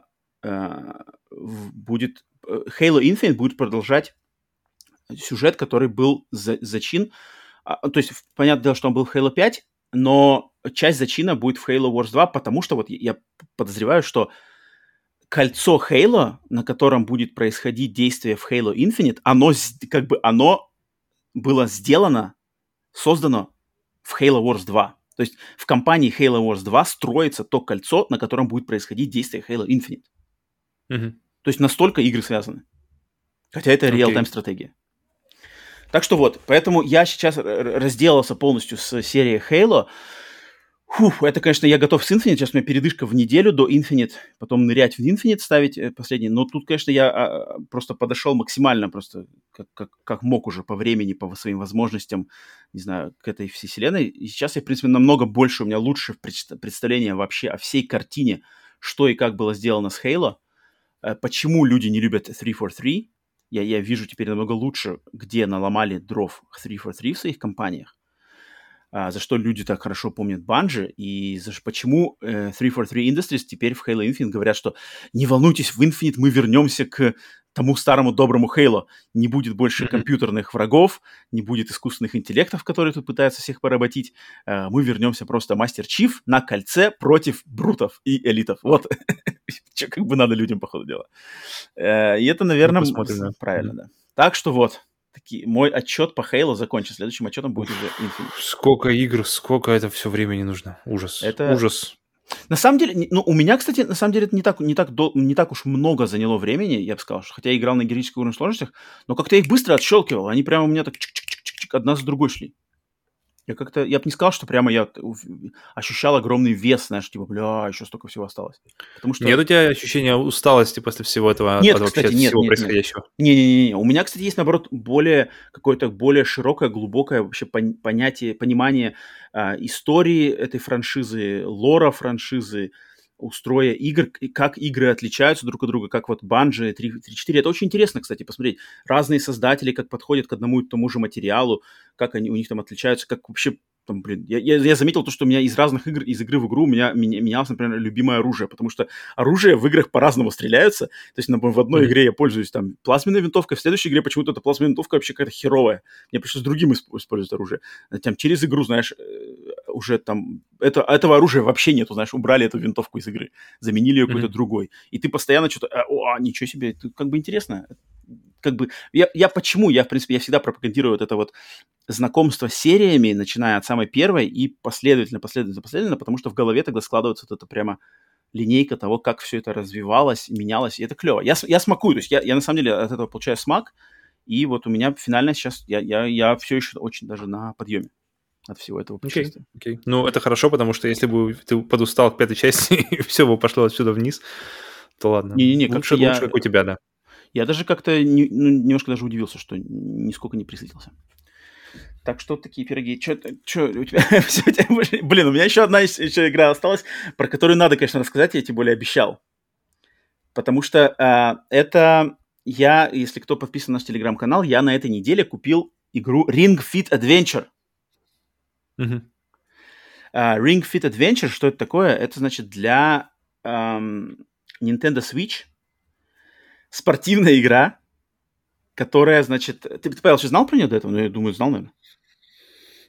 будет... Halo Infinite будет продолжать сюжет, который был зачин. То есть, понятное дело, что он был в Halo 5, но часть зачина будет в Halo Wars 2, потому что вот я подозреваю, что кольцо Halo, на котором будет происходить действие в Halo Infinite, оно было создано в Halo Wars 2. То есть в компании Halo Wars 2 строится то кольцо, на котором будет происходить действие Halo Infinite. То есть настолько игры связаны. Хотя это реал-тайм стратегия. Так что вот, поэтому я сейчас разделался полностью с серией Halo. Это, конечно, я готов с Infinite. Сейчас у меня передышка в неделю до Infinite, потом нырять в Infinite, ставить последний. Но тут, конечно, я просто подошел максимально, просто как мог уже по времени, по своим возможностям, не знаю, к этой всей вселенной. И сейчас я, в принципе, намного больше, у меня лучше представление вообще о всей картине, что и как было сделано с Halo, почему люди не любят 343. Я вижу теперь намного лучше, где наломали дров 343 в своих компаниях, за что люди так хорошо помнят Bungie, и почему 343 Industries теперь в Halo Infinite говорят, что не волнуйтесь, в Infinite мы вернемся к тому старому доброму Halo. Не будет больше компьютерных врагов, не будет искусственных интеллектов, которые тут пытаются всех поработить. Мы вернемся просто Мастер Чиф на кольце против брутов и элитов. Вот, что как бы надо людям, по ходу дела. И это, наверное, правильно, да. Так что вот, мой отчет по Halo закончен. Следующим отчетом будет уже Infinite. Сколько игр, сколько это все времени нужно. Ужас. Ужас. На самом деле, у меня, кстати, на самом деле это не так уж много заняло времени, я бы сказал, что хотя я играл на героических уровнях сложностях, но как-то я их быстро отщелкивал, они прямо у меня так чик-чик-чик-чик одна за другой шли. Я бы не сказал, что прямо я ощущал огромный вес, знаешь, типа, еще столько всего осталось. Потому что... Нет у тебя ощущения усталости после всего этого? Нет, кстати, всего происходящего? Не. У меня, кстати, есть, наоборот, какое-то более широкое, глубокое вообще понимание истории этой франшизы, лора франшизы, устроя игр, как игры отличаются друг от друга, как вот Bungie 3.4. Это очень интересно, кстати, посмотреть. Разные создатели, как подходят к одному и тому же материалу, как они у них там отличаются, как вообще... Там, я заметил то, что у меня из разных игр, из игры в игру у меня менялось, например, любимое оружие, потому что оружие в играх по-разному стреляются. То есть, в одной игре я пользуюсь там плазменной винтовкой, в следующей игре почему-то эта плазменная винтовка вообще какая-то херовая. Мне пришлось другим использовать оружие. Там, через игру, знаешь, уже там... Этого оружия вообще нету, знаешь, убрали эту винтовку из игры, заменили ее какой-то другой. И ты постоянно что-то... ничего себе, это как бы интересно. Как бы... Почему? В принципе, я всегда пропагандирую вот это вот знакомство с сериями, начиная от самой первой и последовательно, потому что в голове тогда складывается вот это прямо линейка того, как все это развивалось, менялось, и это клево. Я смакую, то есть я на самом деле от этого получаю смак, и вот у меня финально сейчас, я все еще очень даже на подъеме от всего этого путешествия. Okay. Ну, это хорошо, потому что если бы ты подустал к пятой части, и все бы пошло отсюда вниз, то ладно. Лучше, как у тебя, да. Я даже как-то немножко даже удивился, что нисколько не присытился. Так что такие пироги. Что у тебя? Блин, у меня еще одна игра осталась, про которую надо, конечно, рассказать, я тем более обещал. Потому что это я, если кто подписан на наш телеграм-канал, я на этой неделе купил игру Ring Fit Adventure. Ring Fit Adventure, что это такое? Это, значит, для Nintendo Switch спортивная игра, которая, значит... Ты, Павел, вообще знал про нее до этого? Ну, я думаю, знал, наверное.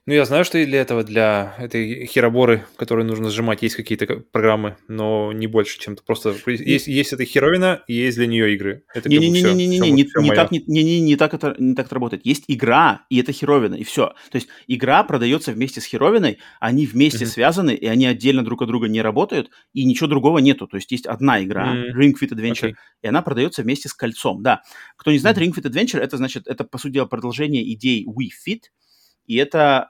Ну, я знаю, что и для этой хероборы, которую нужно сжимать, есть какие-то программы, но не больше, чем-то просто... Есть эта херовина, и есть для нее игры. Это как бы все, Не-не-не-не-не-не, все, все не мое. так, не так это работает. Есть игра, и это херовина, и все. То есть игра продается вместе с херовиной, они вместе Мгм. связаны, и они отдельно друг от друга не работают, и ничего другого нету. То есть есть одна игра, Ring Fit Adventure, Окей. и она продается вместе с кольцом. Да, кто не знает, Мгм. Ring Fit Adventure, это значит, это, по сути дела, продолжение идей Wii Fit, и это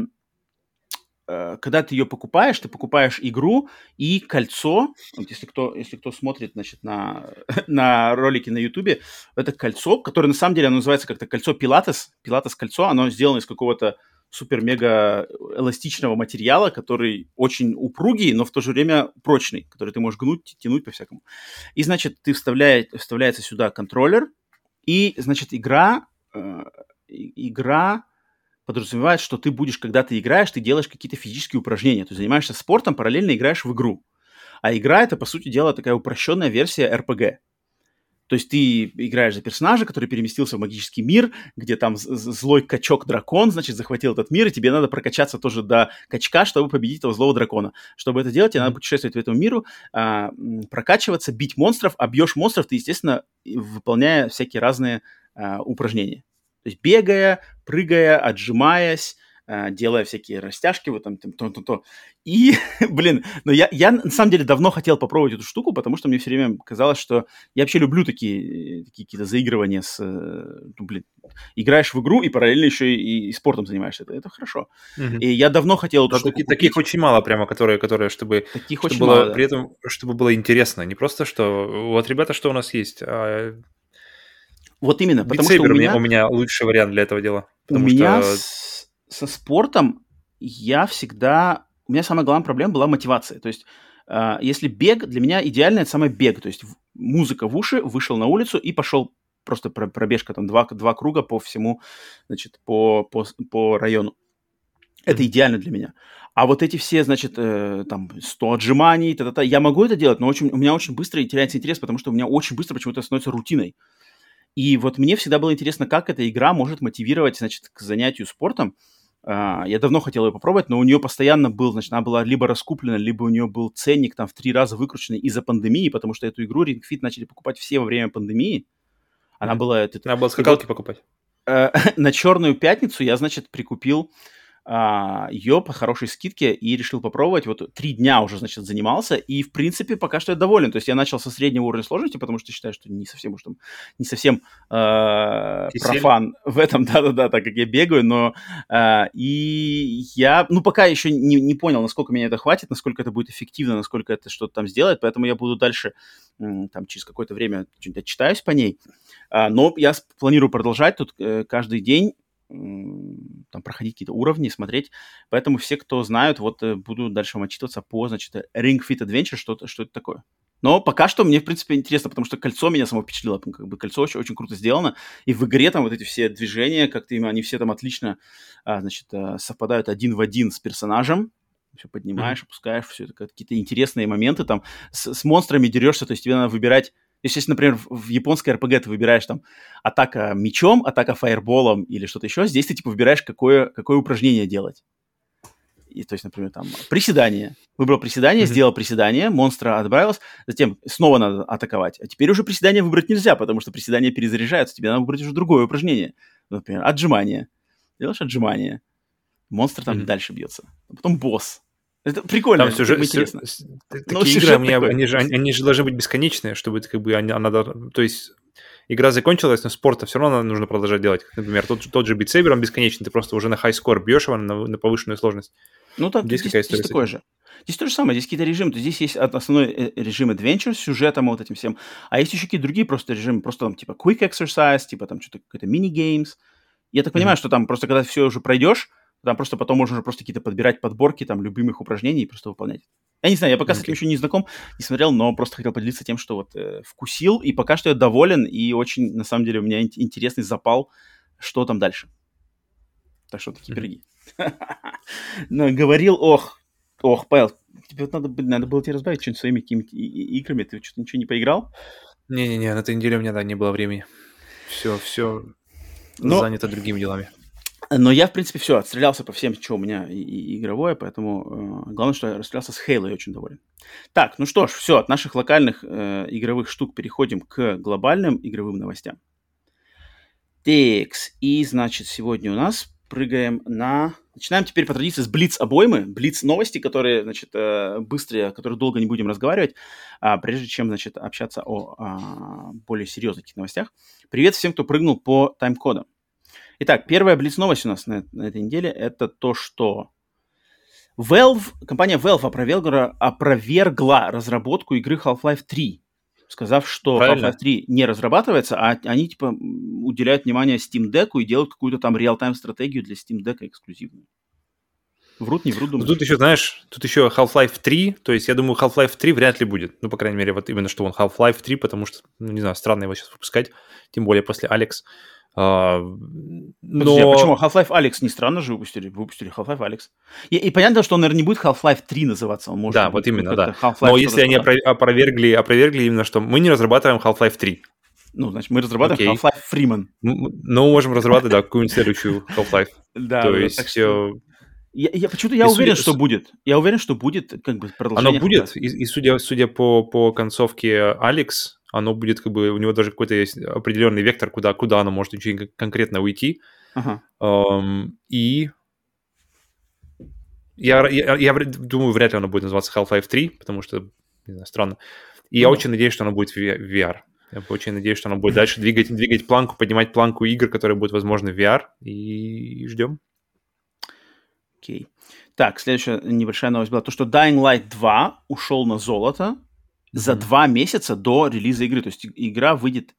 когда ты ее покупаешь, ты покупаешь игру и кольцо. Вот если кто смотрит, значит, на ролики на Ютубе, это кольцо, которое на самом деле оно называется как-то кольцо Пилатес. Пилатес кольцо, оно сделано из какого-то супер-мега эластичного материала, который очень упругий, но в то же время прочный, который ты можешь гнуть, тянуть по-всякому. И, значит, вставляется сюда контроллер, и, значит, игра подразумевает, что ты будешь, когда ты играешь, ты делаешь какие-то физические упражнения. Ты занимаешься спортом, параллельно играешь в игру. А игра — это, по сути дела, такая упрощенная версия РПГ. То есть ты играешь за персонажа, который переместился в магический мир, где там злой качок-дракон, значит, захватил этот мир, и тебе надо прокачаться тоже до качка, чтобы победить этого злого дракона. Чтобы это делать, тебе надо Мгм. путешествовать в этом миру, прокачиваться, бить монстров, а бьешь монстров ты, естественно, выполняя всякие разные упражнения. То есть бегая, прыгая, отжимаясь, делая всякие растяжки, вот там, то. И, блин, но я на самом деле давно хотел попробовать эту штуку, потому что мне все время казалось, что я вообще люблю такие какие-то заигрывания ну, блин, играешь в игру и параллельно еще и спортом занимаешься. Это хорошо. Мгм. И я давно хотел эту Но штуку таких купить. очень мало прямо, которые чтобы Таких чтобы очень мало, было при да. этом, чтобы было интересно. Не просто, что вот, ребята, что у нас есть? Вот именно, Beat потому что Saber у меня лучший вариант для этого дела. у Потому меня что со спортом я всегда... У меня самая главная проблема была мотивация. То есть, если бег, для меня идеально это самое бег. То есть музыка в уши, вышел на улицу и пошел просто пробежка, там два круга по всему, значит, по району. Это Мгм. идеально для меня. А вот эти все, значит, там 100 отжиманий, та-та-та, я могу это делать, но у меня очень быстро и теряется интерес, потому что у меня очень быстро почему-то становится рутиной. И вот мне всегда было интересно, как эта игра может мотивировать, значит, к занятию спортом. Я давно хотел ее попробовать, но у нее постоянно был, значит, она была либо раскуплена, либо у нее был ценник там в 3 раза выкрученный из-за пандемии, потому что эту игру Ring Fit начали покупать все во время пандемии. Она Мгм. была... Надо было И скакалки вот покупать. на Черную пятницу я, значит, прикупил ее по хорошей скидке и решил попробовать. Вот 3 дня уже, значит, занимался, и, в принципе, пока что я доволен. То есть я начал со среднего уровня сложности, потому что считаю, что не совсем уж там, не совсем Кисель. профан в этом, да-да-да, так как я бегаю, но и я, ну, пока еще не понял, насколько меня это хватит, насколько это будет эффективно, насколько это что-то там сделает, поэтому я буду дальше, там, через какое-то время что-нибудь отчитаюсь по ней. Но я планирую продолжать тут каждый день там проходить какие-то уровни, смотреть. Поэтому все, кто знают, вот буду дальше вам отчитываться по, значит, Ring Fit Adventure, что это такое. Но пока что мне, в принципе, интересно, потому что кольцо меня само впечатлило. Как бы кольцо очень круто сделано. И в игре там вот эти все движения, как-то они все там отлично, значит, совпадают один в один с персонажем. Все Мгм. поднимаешь, опускаешь, все это какие-то интересные моменты. Там с монстрами дерешься, то есть тебе надо выбирать. Если, например, в японской РПГ ты выбираешь там атака мечом, атака фаерболом или что-то еще, здесь ты типа выбираешь, какое упражнение делать. И, то есть, например, там приседание. Выбрал приседание, Мгм. сделал приседание, монстра отбавилось, затем снова надо атаковать. А теперь уже приседание выбрать нельзя, потому что приседание перезаряжается, тебе надо выбрать уже другое упражнение. Например, отжимание. Делаешь отжимание, монстр там Мгм. дальше бьется. А потом босс. Это прикольно, Там это как бы сюжет, интересно. Но такие игры, сюжет такой. они же должны быть бесконечные, чтобы это как бы то есть игра закончилась, но спорта все равно нужно продолжать делать. Как, например, тот же Beat Saber, он бесконечный, ты просто уже на high score бьешь его на повышенную сложность. Ну так, Здесь какая здесь история с такое этим? же. Здесь то же самое, здесь какие-то режимы. То есть здесь есть основной режим Adventure с сюжетом и вот этим всем. А есть еще какие-то другие просто режимы, просто там типа Quick Exercise, типа там что-то какой-то мини-геймс. Я так Мгм. понимаю, что там просто когда все уже пройдешь, там просто потом можно уже просто какие-то подбирать подборки там любимых упражнений и просто выполнять. Я не знаю, я пока с этим Окей. еще не знаком, не смотрел, но просто хотел поделиться тем, что вот вкусил, и пока что я доволен, и очень, на самом деле, у меня интересный запал, что там дальше. Так что такие Мгм. пироги. Но говорил, Павел, тебе вот надо было тебе разбавить что-нибудь своими какими-то играми. Ты что-то ничего не поиграл? Не-не-не, на этой неделе у меня, да, не было времени. Все Но занято другими делами. Но я, в принципе, все, отстрелялся по всем, что у меня игровое, поэтому главное, что я расстрелялся с Halo, я очень доволен. Так, ну что ж, все, от наших локальных игровых штук переходим к глобальным игровым новостям. Текс, и, значит, сегодня у нас прыгаем на... Начинаем теперь по традиции с Блиц-обоймы, Блиц-новости, которые, значит, быстрые, о которых долго не будем разговаривать, прежде чем, значит, общаться о более серьезных новостях. Привет всем, кто прыгнул по тайм-кодам. Итак, первая Блиц-новость у нас на этой неделе – это то, что компания Valve опровергла разработку игры Half-Life 3, сказав, что Правильно. Half-Life 3 не разрабатывается, а они, типа, уделяют внимание Steam Deck и делают какую-то там реал-тайм стратегию для Steam Deck эксклюзивную. Врут, не врут, думаешь? Тут еще, знаешь, тут еще Half-Life 3, то есть я думаю, Half-Life 3 вряд ли будет. Ну, по крайней мере, вот именно что он Half-Life 3, потому что, ну, не знаю, странно его сейчас выпускать, тем более после Алекс. Подожди, а почему? Half-Life Alyx не странно же выпустили? Выпустили Half-Life Alyx. И понятно, что он, наверное, не будет Half-Life 3 называться. Он может да, быть вот именно, да. Half-Life Но если они что-то. опровергли именно, что мы не разрабатываем Half-Life 3. Ну, значит, мы разрабатываем Окей. Half-Life Freeman. Ну, мы можем разрабатывать, да, какую-нибудь следующую Half-Life. Да, То да, есть... так что... Почему-то и я уверен, что будет. Я уверен, что будет как бы продолжение. Оно будет, и судя по концовке Алекс, оно будет как бы, у него даже какой-то есть определенный вектор, куда оно может очень конкретно уйти. Ага. И я думаю, вряд ли оно будет называться Half-Life 3, потому что, не знаю, странно. И я очень надеюсь, что оно будет в VR. Я очень надеюсь, что оно будет дальше двигать планку, поднимать планку игр, которые будут возможны в VR. И ждем. Окей. Так, следующая небольшая новость была. То, что Dying Light 2 ушел на золото за 2 месяца до релиза игры. То есть игра выйдет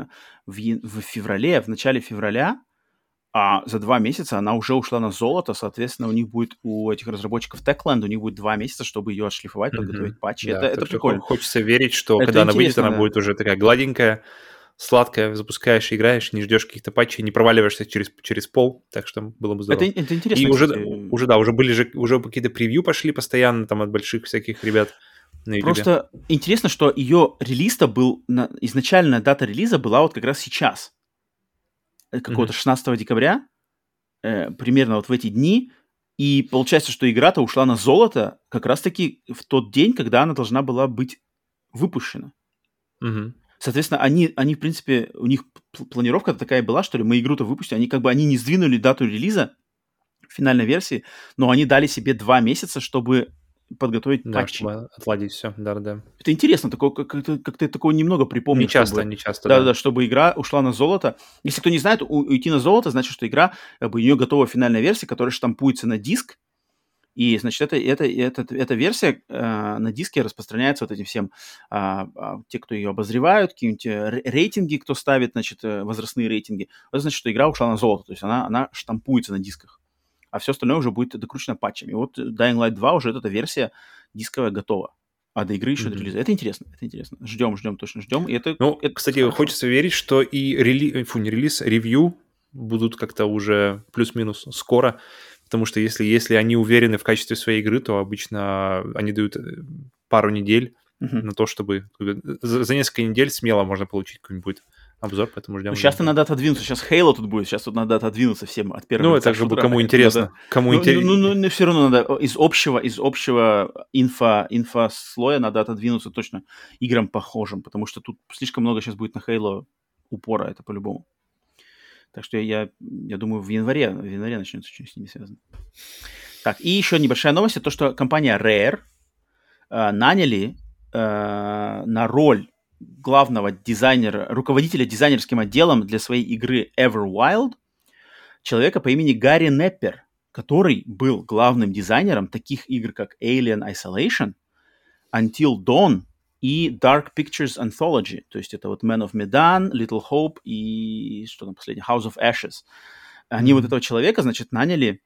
в феврале, в начале февраля, а за 2 месяца она уже ушла на золото. Соответственно, у этих разработчиков Techland, у них будет 2 месяца, чтобы ее отшлифовать, подготовить патчи. Да, это прикольно. Хочется верить, что когда она выйдет, она будет уже такая гладенькая, сладкая, запускаешь, играешь, не ждешь каких-то патчей, не проваливаешься через пол, так что было бы здорово. Это интересно, и кстати. уже какие-то превью пошли постоянно там от больших всяких ребят на YouTube. Просто интересно, что ее релиз-то был, изначальная дата релиза была вот как раз сейчас, какого-то 16 декабря, примерно вот в эти дни, и получается, что игра-то ушла на золото как раз-таки в тот день, когда она должна была быть выпущена. Соответственно, они, в принципе, у них планировка такая была, что ли, мы игру-то выпустим, они не сдвинули дату релиза финальной версии, но они дали себе 2 месяца, чтобы подготовить патчи. Чтобы отладить все, да. Это интересно, как-то такого немного припомню. Не часто, да. Да, чтобы игра ушла на золото. Если кто не знает, уйти на золото значит, что игра, у нее готова финальная версия, которая штампуется на диск, и, значит, эта версия на диске распространяется вот этим всем, те, кто ее обозревают, какие-нибудь рейтинги, кто ставит, значит, возрастные рейтинги. Это значит, что игра ушла на золото, то есть она штампуется на дисках. А все остальное уже будет докручено патчами. Вот Dying Light 2 уже эта версия дисковая готова. А до игры еще до релиза. Это интересно. Ждем, точно ждем. Кстати, хорошо. Хочется верить, что и ревью будут как-то уже плюс-минус скоро. Потому что если они уверены в качестве своей игры, то обычно они дают пару недель на то, чтобы... За несколько недель смело можно получить какой-нибудь обзор, поэтому ждем. Сейчас-то надо отодвинуться. Сейчас Halo тут будет. Сейчас тут надо отодвинуться всем от первого. Ну, это же кому интересно. Но все равно надо из общего инфослоя надо отодвинуться точно играм похожим, потому что тут слишком много сейчас будет на Halo упора, это по-любому. Так что я думаю, в январе начнется что-нибудь с ними связано. Так, и еще небольшая новость. Это то, что компания Rare наняли на роль главного дизайнера, руководителя дизайнерским отделом для своей игры Everwild человека по имени Гарри Неппер, который был главным дизайнером таких игр, как Alien Isolation, Until Dawn и Dark Pictures Anthology. То есть это вот Man of Medan, Little Hope и что там последнее? House of Ashes. Они вот этого человека, значит, наняли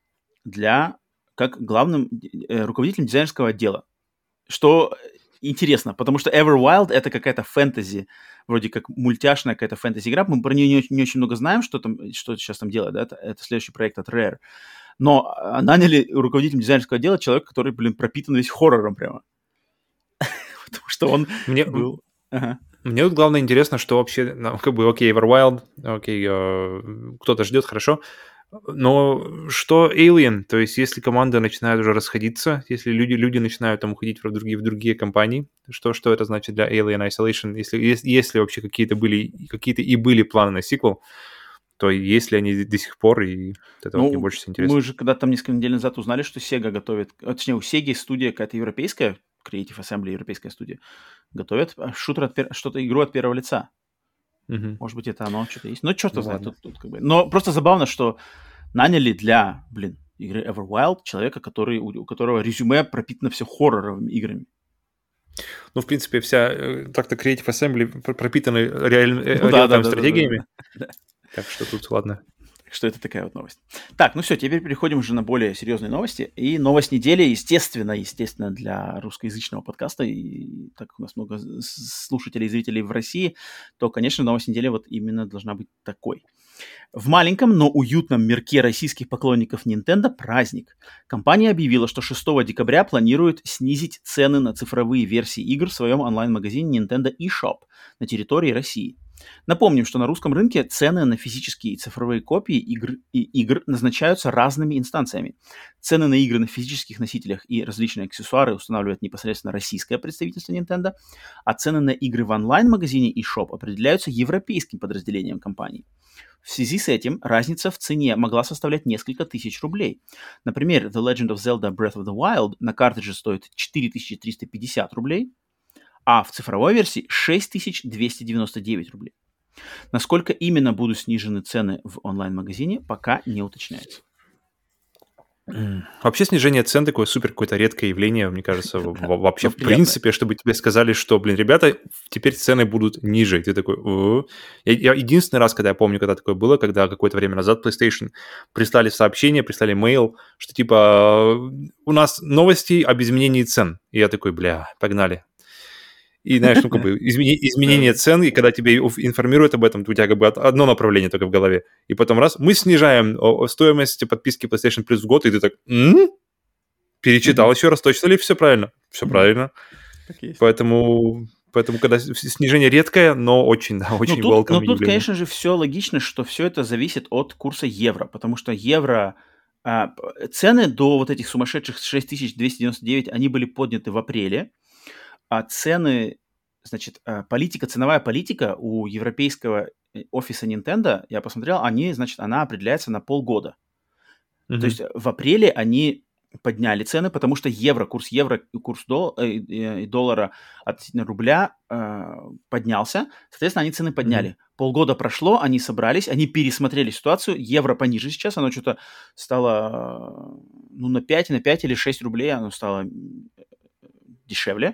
как главным руководителем дизайнерского отдела. Что интересно, потому что Everwild — это какая-то фэнтези, вроде как мультяшная какая-то фэнтези-игра. Мы про нее не очень много знаем, что сейчас там делает. Да? Это следующий проект от Rare. Но наняли руководителем дизайнерского отдела человека, который, пропитан весь хоррором прямо. Потому что он был... Мне тут главное интересно, что вообще, окей, Everwild, окей, кто-то ждет, хорошо. Но что Alien? То есть если команда начинает уже расходиться, если люди начинают там уходить в другие компании, что это значит для Alien Isolation? Если вообще какие-то были планы на сиквел, то есть ли они до сих пор, и вот это вот мне Ну, больше всего интересно. мы же когда там несколько недель назад узнали, что Sega готовит, точнее, у Sega студия какая-то европейская, Creative Assembly, европейская студия, готовят что-то, игру от первого лица. Мгм. Может быть, это оно, что-то есть. Но черт его Ну знает, ладно. тут как бы... Но просто забавно, что наняли для, игры Everwild человека, у которого резюме пропитано все хорроровыми играми. Ну, в принципе, так-то Creative Assembly пропитаны Ну да, да, реал-тайм да, да, да, стратегиями, да. так что тут ладно. Так что это такая вот новость. Так, ну все, теперь переходим уже на более серьезные новости. И новость недели, естественно, для русскоязычного подкаста, и так как у нас много слушателей и зрителей в России, то, конечно, новость недели вот именно должна быть такой. В маленьком, но уютном мирке российских поклонников Nintendo праздник. Компания объявила, что 6 декабря планирует снизить цены на цифровые версии игр в своем онлайн-магазине Nintendo eShop на территории России. Напомним, что на русском рынке цены на физические и цифровые копии игр назначаются разными инстанциями. Цены на игры на физических носителях и различные аксессуары устанавливает непосредственно российское представительство Nintendo, а цены на игры в онлайн-магазине eShop определяются европейским подразделением компании. В связи с этим разница в цене могла составлять несколько тысяч рублей. Например, The Legend of Zelda Breath of the Wild на картридже стоит 4350 рублей, а в цифровой версии 6299 рублей. Насколько именно будут снижены цены в онлайн-магазине, пока не уточняется. Вообще снижение цен такое супер какое-то редкое явление, мне кажется, вообще в принципе, чтобы тебе сказали, что, ребята, теперь цены будут ниже. И ты такой... «О». Я единственный раз, когда я помню, когда такое было, когда какое-то время назад PlayStation прислали сообщение, прислали мейл, что типа у нас новости об изменении цен. И я такой, погнали. И, знаешь, изменение цен, и когда тебе информируют об этом, у тебя как бы одно направление только в голове. И потом раз, мы снижаем стоимость подписки PlayStation Plus в год, и ты так, перечитал еще раз, точно ли все правильно? Все правильно. Так есть. Поэтому, когда снижение редкое, но очень welcome Но тут, явление. конечно же, все логично, что все это зависит от курса евро, потому что евро... цены до вот этих сумасшедших 6299, они были подняты в апреле, а цены, значит, ценовая политика у европейского офиса Nintendo, я посмотрел, она определяется на полгода. То есть в апреле они подняли цены, потому что курс евро и курс доллара относительно рубля поднялся. Соответственно, они цены подняли. Полгода прошло, они собрались, они пересмотрели ситуацию. Евро пониже сейчас, оно что-то стало на 5 или 6 рублей, оно стало дешевле.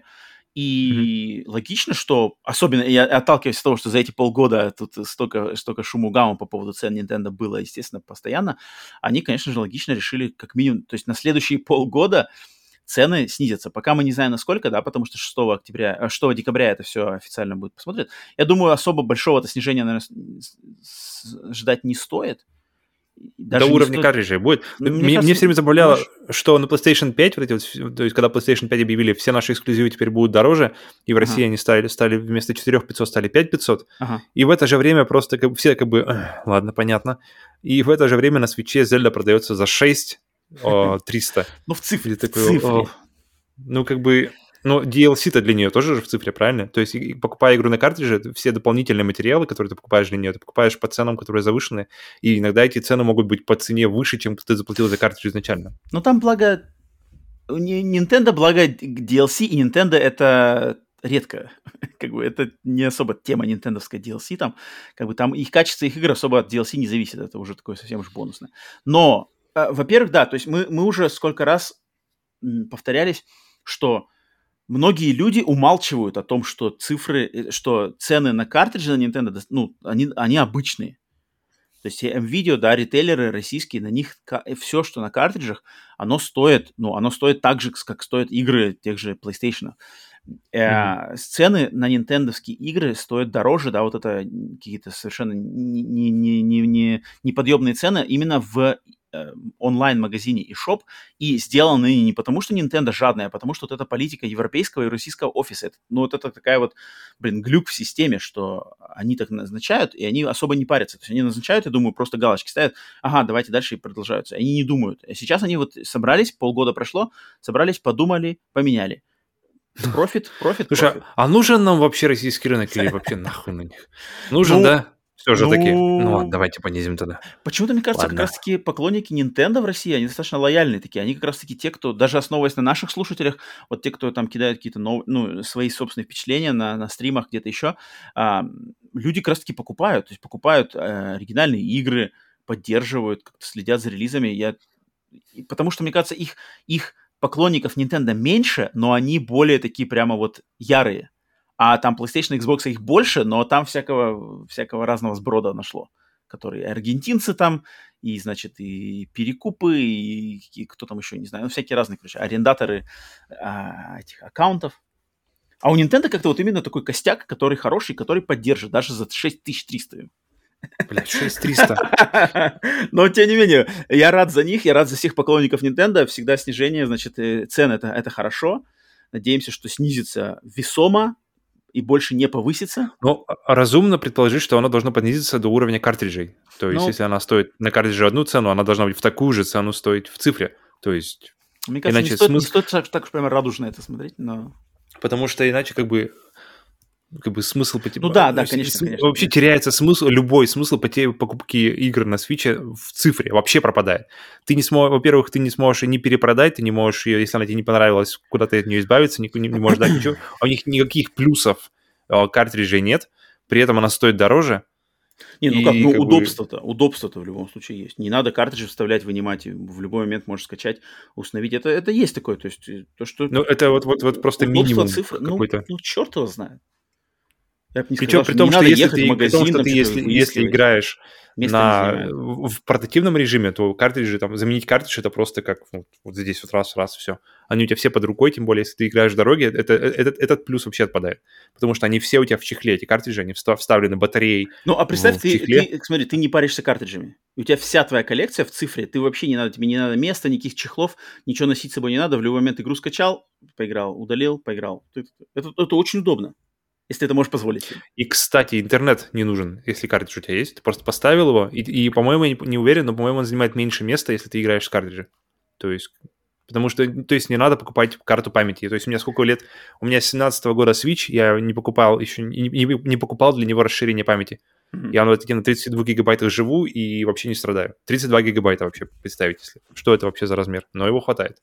И логично, что, особенно я отталкиваюсь от того, что за эти полгода тут столько шуму гамма по поводу цен Nintendo было, естественно, постоянно, они, конечно же, логично решили как минимум, то есть на следующие полгода цены снизятся. Пока мы не знаем, насколько, да, потому что 6 декабря это все официально будет посмотрено. Я думаю, особо большого-то снижения, наверное, ждать не стоит. До уровня картриджей будет. Мне все время забавляло, что на PlayStation 5, то есть когда PlayStation 5 объявили, все наши эксклюзивы теперь будут дороже, и в России они стали вместо 4500 стали 5500, и в это же время просто все ладно, понятно, и в это же время на Switch'е Zelda продается за 6300. Ну, в цифре. Но DLC-то для нее тоже же в цифре, правильно? То есть, покупая игру на картридже, все дополнительные материалы, которые ты покупаешь для нее, ты покупаешь по ценам, которые завышены, и иногда эти цены могут быть по цене выше, чем ты заплатил за картридж изначально. Ну, там, благо, Nintendo, DLC, и Nintendo это редко. Это не особо тема нинтендовская DLC, там их качество их игр особо от DLC не зависит, это уже такое совсем уж бонусное. Но, во-первых, да, то есть мы уже сколько раз повторялись, что многие люди умалчивают о том, что цены на картриджи на Nintendo, они обычные. То есть NVIDIA, да, ритейлеры российские, на них все, что на картриджах, оно стоит так же, как стоят игры тех же PlayStation. Цены на нинтендовские игры стоят дороже, да, вот это какие-то совершенно неподъемные цены именно в онлайн-магазине eShop, и сделаны не потому, что Nintendo жадная, а потому что вот эта политика европейского и российского офиса. Вот это такая вот, глюк в системе, что они так назначают, и они особо не парятся. То есть они назначают, я думаю, просто галочки ставят, ага, давайте дальше и продолжаются. Они не думают. А сейчас они вот собрались, полгода прошло, собрались, подумали, поменяли. Профит. Слушай, а нужен нам вообще российский рынок или вообще нахуй на них? Нужен, да? Все же такие. Ну ладно, давайте понизим тогда. Почему-то, мне кажется, как раз-таки поклонники Nintendo в России, они достаточно лояльные такие. Они как раз-таки те, кто, даже основываясь на наших слушателях, вот те, кто там кидают какие-то свои собственные впечатления на стримах, где-то еще, люди как раз-таки покупают. То есть покупают оригинальные игры, поддерживают, как-то следят за релизами. Потому что, мне кажется, их поклонников Nintendo меньше, но они более такие прямо вот ярые. А там PlayStation, Xbox их больше, но там всякого разного сброда нашло. Которые аргентинцы там, и, значит, и перекупы, и кто там еще, не знаю, всякие разные, короче, арендаторы этих аккаунтов. А у Nintendo как-то вот именно такой костяк, который хороший, который поддержит даже за 6300. Блядь, 6300. Но, тем не менее, я рад за них, я рад за всех поклонников Nintendo. Всегда снижение, значит, цен это хорошо. Надеемся, что снизится весомо и больше не повысится. Ну, разумно предположить, что оно должно понизиться до уровня картриджей. То есть, если она стоит на картридже одну цену, она должна быть в такую же цену стоить в цифре. То есть, мне кажется, не стоит так уж прямо радужно это смотреть, но... Потому что иначе как бы смысл... Ну да, конечно. Вообще теряется смысл, любой смысл покупки игр на Switch в цифре вообще пропадает. Во-первых, ты не сможешь ее не перепродать, ты не можешь ее, если она тебе не понравилась, куда ты от нее избавиться, не можешь дать ничего. А у них никаких плюсов картриджей нет, при этом она стоит дороже. Удобство-то в любом случае есть. Не надо картриджи вставлять, вынимать, в любой момент можешь скачать, установить. Это есть такое, то есть то, что... Ну, это вот просто минимум цифры, какой-то. Ну, черт его знает. Я бы не Причем сказал, при том, что если ты если играешь в портативном режиме, то картриджи, там, заменить картридж, это просто как вот здесь вот раз, все. Они у тебя все под рукой, тем более, если ты играешь в дороге, этот плюс вообще отпадает. Потому что они все у тебя в чехле, эти картриджи, они вставлены батареей. Ну, а представь, смотри, ты не паришься картриджами. У тебя вся твоя коллекция в цифре, тебе не надо места, никаких чехлов, ничего носить с собой не надо, в любой момент игру скачал, поиграл, удалил, поиграл. Это очень удобно. Если ты это можешь позволить себе. И, кстати, интернет не нужен, если картридж у тебя есть. Ты просто поставил его, и по-моему, я не уверен, но, по-моему, он занимает меньше места, если ты играешь с картриджа. То есть не надо покупать карту памяти. То есть у меня сколько лет? У меня с 17 года Switch, я не покупал еще, не покупал для него расширение памяти. Mm-hmm. Я на 32 гигабайтах живу и вообще не страдаю. 32 гигабайта вообще, представить, что это вообще за размер. Но его хватает.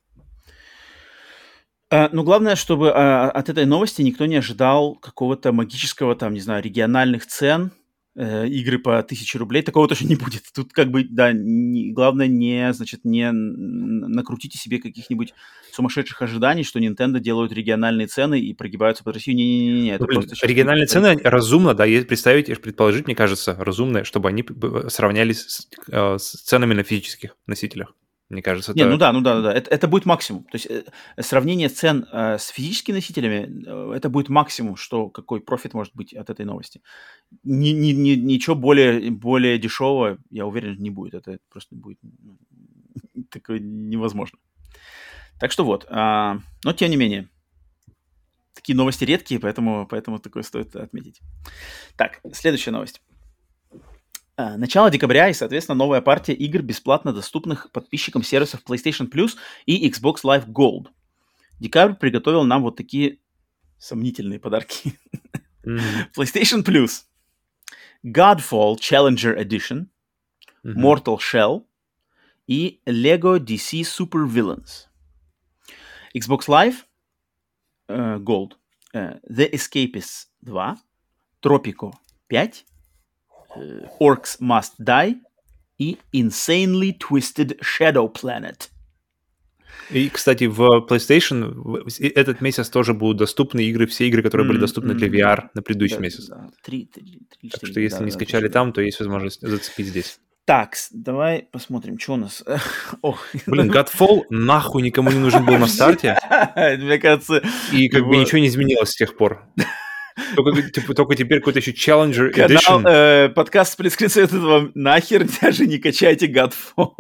Ну, главное, чтобы от этой новости никто не ожидал какого-то магического, там, не знаю, региональных цен, игры по 1000 рублей. Такого тоже не будет. Тут как бы, да, главное не накрутите себе каких-нибудь сумасшедших ожиданий, что Nintendo делают региональные цены и прогибаются под Россию. Не-не-не. Региональные цены разумно, да, предположить, мне кажется, разумно, чтобы они сравнялись с ценами на физических носителях. Мне кажется, ну да. Это будет максимум. То есть сравнение цен с физическими носителями, это будет максимум, какой профит может быть от этой новости. Ничего более дешевого, я уверен, не будет. Это просто будет такое невозможно. Так что вот. Но тем не менее, такие новости редкие, поэтому такое стоит отметить. Так, следующая новость. Начало декабря и, соответственно, новая партия игр, бесплатно доступных подписчикам сервисов PlayStation Plus и Xbox Live Gold. Декабрь приготовил нам вот такие сомнительные подарки. PlayStation Plus, Godfall Challenger Edition, Mortal Shell и Lego DC Super Villains. Xbox Live Gold, The Escapists 2, Tropico 5, Orcs Must Die и Insanely Twisted Shadow Planet. И, кстати, в PlayStation этот месяц тоже будут доступны все игры, которые были доступны для VR на предыдущий месяц. Да, так что если не скачали там, то есть возможность зацепить здесь. Так, давай посмотрим, что у нас. Блин, Godfall нахуй никому не нужен был на старте. Мне кажется... И как бы ничего не изменилось с тех пор. Только теперь какой-то еще Challenger Edition. Подкаст Сплитскрин советует вам нахер даже не качайте Godfall.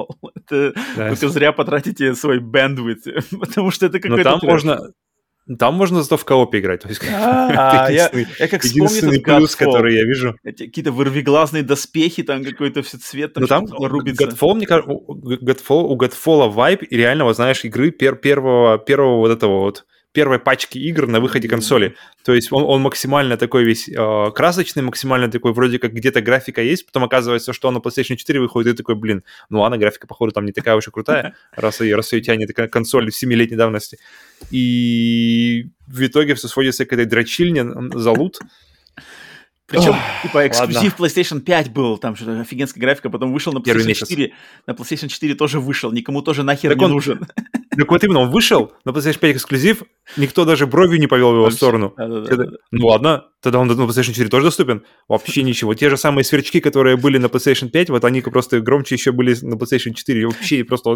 Это только зря потратите свой bandwidth, потому что это Но какой-то там можно зато в коопе играть. То есть, я как вспомню единственный этот плюс, Godfall. который я вижу. Эти какие-то вырвиглазные доспехи, там какой-то все цвет, там Но там что-то рубится. Godfall, мне кажется, у Godfall вайб и реально, вот знаешь, игры первого вот этого вот, первой пачки игр на выходе консоли. То есть он максимально такой весь красочный, максимально такой, вроде как где-то графика есть, потом оказывается, что он на PlayStation 4 выходит, и ты такой, блин, ну ладно, графика, походу, там не такая уж и крутая, раз ее тянет консоль 7-летней давности. И в итоге все сводится к этой дрочильне за лут. Причем, типа, эксклюзив PlayStation 5 был, там что-то офигенская графика, потом вышел на PlayStation 4. На PlayStation 4 тоже вышел, никому тоже нахер не нужен. Так вот именно, он вышел, на PlayStation 5 эксклюзив, никто даже бровью не повел в его сторону. Ну ладно, тогда он на PlayStation 4 тоже доступен. Вообще ничего. Те же самые сверчки, которые были на PlayStation 5, вот они просто громче еще были на PlayStation 4. Вообще просто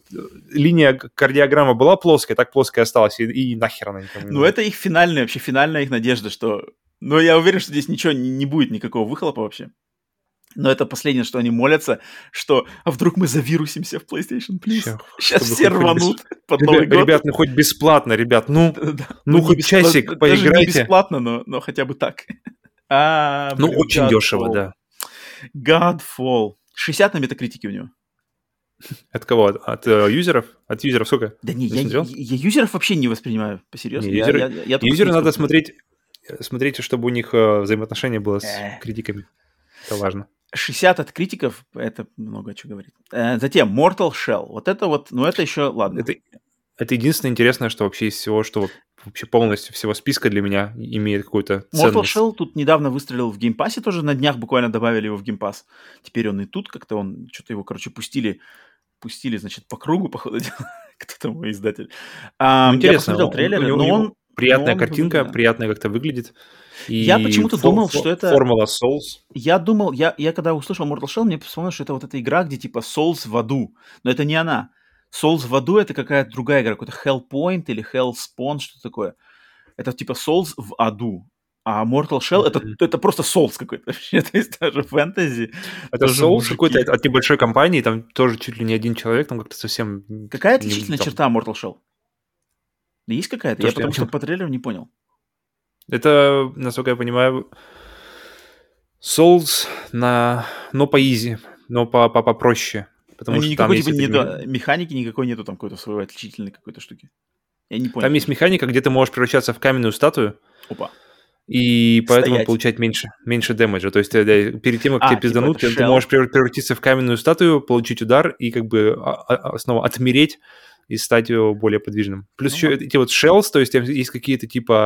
линия кардиограмма была плоская, так плоская осталась, и нахер она никому не нужна. Ну это их финальная их надежда, что... Но я уверен, что здесь ничего не будет, никакого выхлопа вообще. Но это последнее, что они молятся, что а вдруг мы завирусимся в PlayStation Plus. Сейчас все рванут под Новый год. Ребят, ну хоть бесплатно, ребят, ну хоть часик поиграйте. Даже не бесплатно, но хотя бы так. Ну очень дешево, да. Godfall. 60 на метакритике у него. От кого? От юзеров? От юзеров сколько? Да не, я юзеров вообще не воспринимаю по-серьезно. Юзеры надо смотреть, чтобы у них взаимоотношения было с критиками. Это важно. 60 от критиков, это много чего говорит. Затем Mortal Shell. Вот это вот, ну это еще, ладно. Это единственное интересное, что вообще из всего, что вообще полностью всего списка для меня имеет какую-то ценность. Mortal Shell тут недавно выстрелил в Game Pass'е, тоже на днях буквально добавили его в Game Pass. Теперь он и тут как-то что-то его, короче, пустили, значит, по кругу, походу дела. Кто там его издатель. Интересно. Я посмотрел трейлеры, но он... Приятная картинка, приятно как-то выглядит. Я почему-то думал, что это... Формула Souls. Я думал, я когда услышал Mortal Shell, мне вспомнилось, что это вот эта игра, где типа Souls в аду. Но это не она. Souls в аду — это какая-то другая игра, какой-то Hellpoint или Hellspawn, что такое. Это типа Souls в аду. А Mortal Shell это просто Souls какой-то вообще. То есть даже фэнтези. Это Souls какой-то от небольшой компании, там тоже чуть ли не один человек, там как-то совсем... Какая отличительная черта Mortal Shell? Есть какая-то? Я потому что по трейлеру не понял. Это, насколько я понимаю, Souls но по изи, но попроще. Потому что никакой типа нету механики, никакой нету там какой-то своей отличительной какой-то штуки. Я не понял. Там есть механика, где ты можешь превращаться в каменную статую. Опа. И поэтому получать меньше дэмэджа. То есть перед тем, как тебе пизданут, ты можешь превратиться в каменную статую, получить удар и как бы снова отмереть и стать более подвижным. Плюс еще эти вот shells, то есть есть какие-то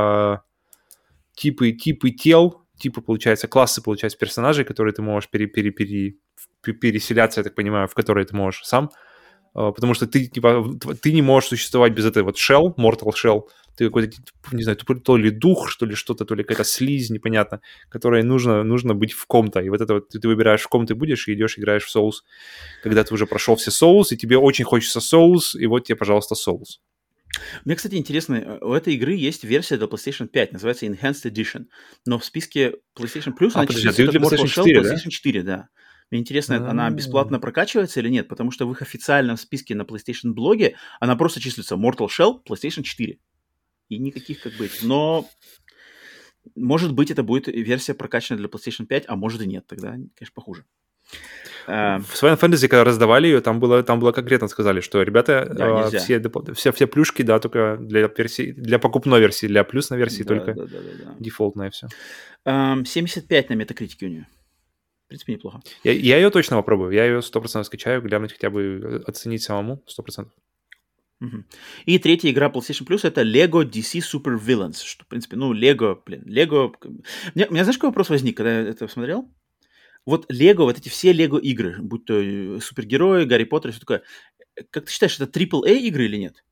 типы тел, получается, классы, получается, персонажей, которые ты можешь переселяться, я так понимаю, в которые ты можешь сам. Потому что ты не можешь существовать без этой вот shell, Mortal Shell. Ты какой-то, не знаю, то ли дух, что ли, что-то, то ли какая-то слизь, непонятно, которой нужно быть в ком-то. И вот это вот ты выбираешь, в ком ты будешь, и идешь, играешь в Souls. Когда ты уже прошел все Souls, и тебе очень хочется Souls, и вот тебе, пожалуйста, Souls. Мне, кстати, интересно, у этой игры есть версия для PlayStation 5, называется Enhanced Edition, но в списке PlayStation Plus она числится как Mortal Shell PlayStation 4, да. Мне интересно, она бесплатно прокачивается или нет, потому что в их официальном списке на PlayStation блоге она просто числится Mortal Shell PlayStation 4. И никаких как бы... Но, может быть, это будет версия прокачанная для PlayStation 5, а может и нет. Тогда, конечно, похуже. В Final Fantasy, когда раздавали ее, там было конкретно сказали, что, ребята, все плюшки, да, только для покупной версии, для плюсной версии только дефолтная все. 75 на метакритике у нее. В принципе, неплохо. Я ее точно попробую. Я ее 100% скачаю, глянуть хотя бы, оценить самому 100%. И третья игра PlayStation Plus — это Lego DC Super Villains. Что, в принципе, Lego... У меня, знаешь, какой вопрос возник, когда я это смотрел? Вот Lego, вот эти все Lego игры, будь то супергерои, Гарри Поттер, все такое. Как ты считаешь, это AAA игры или нет?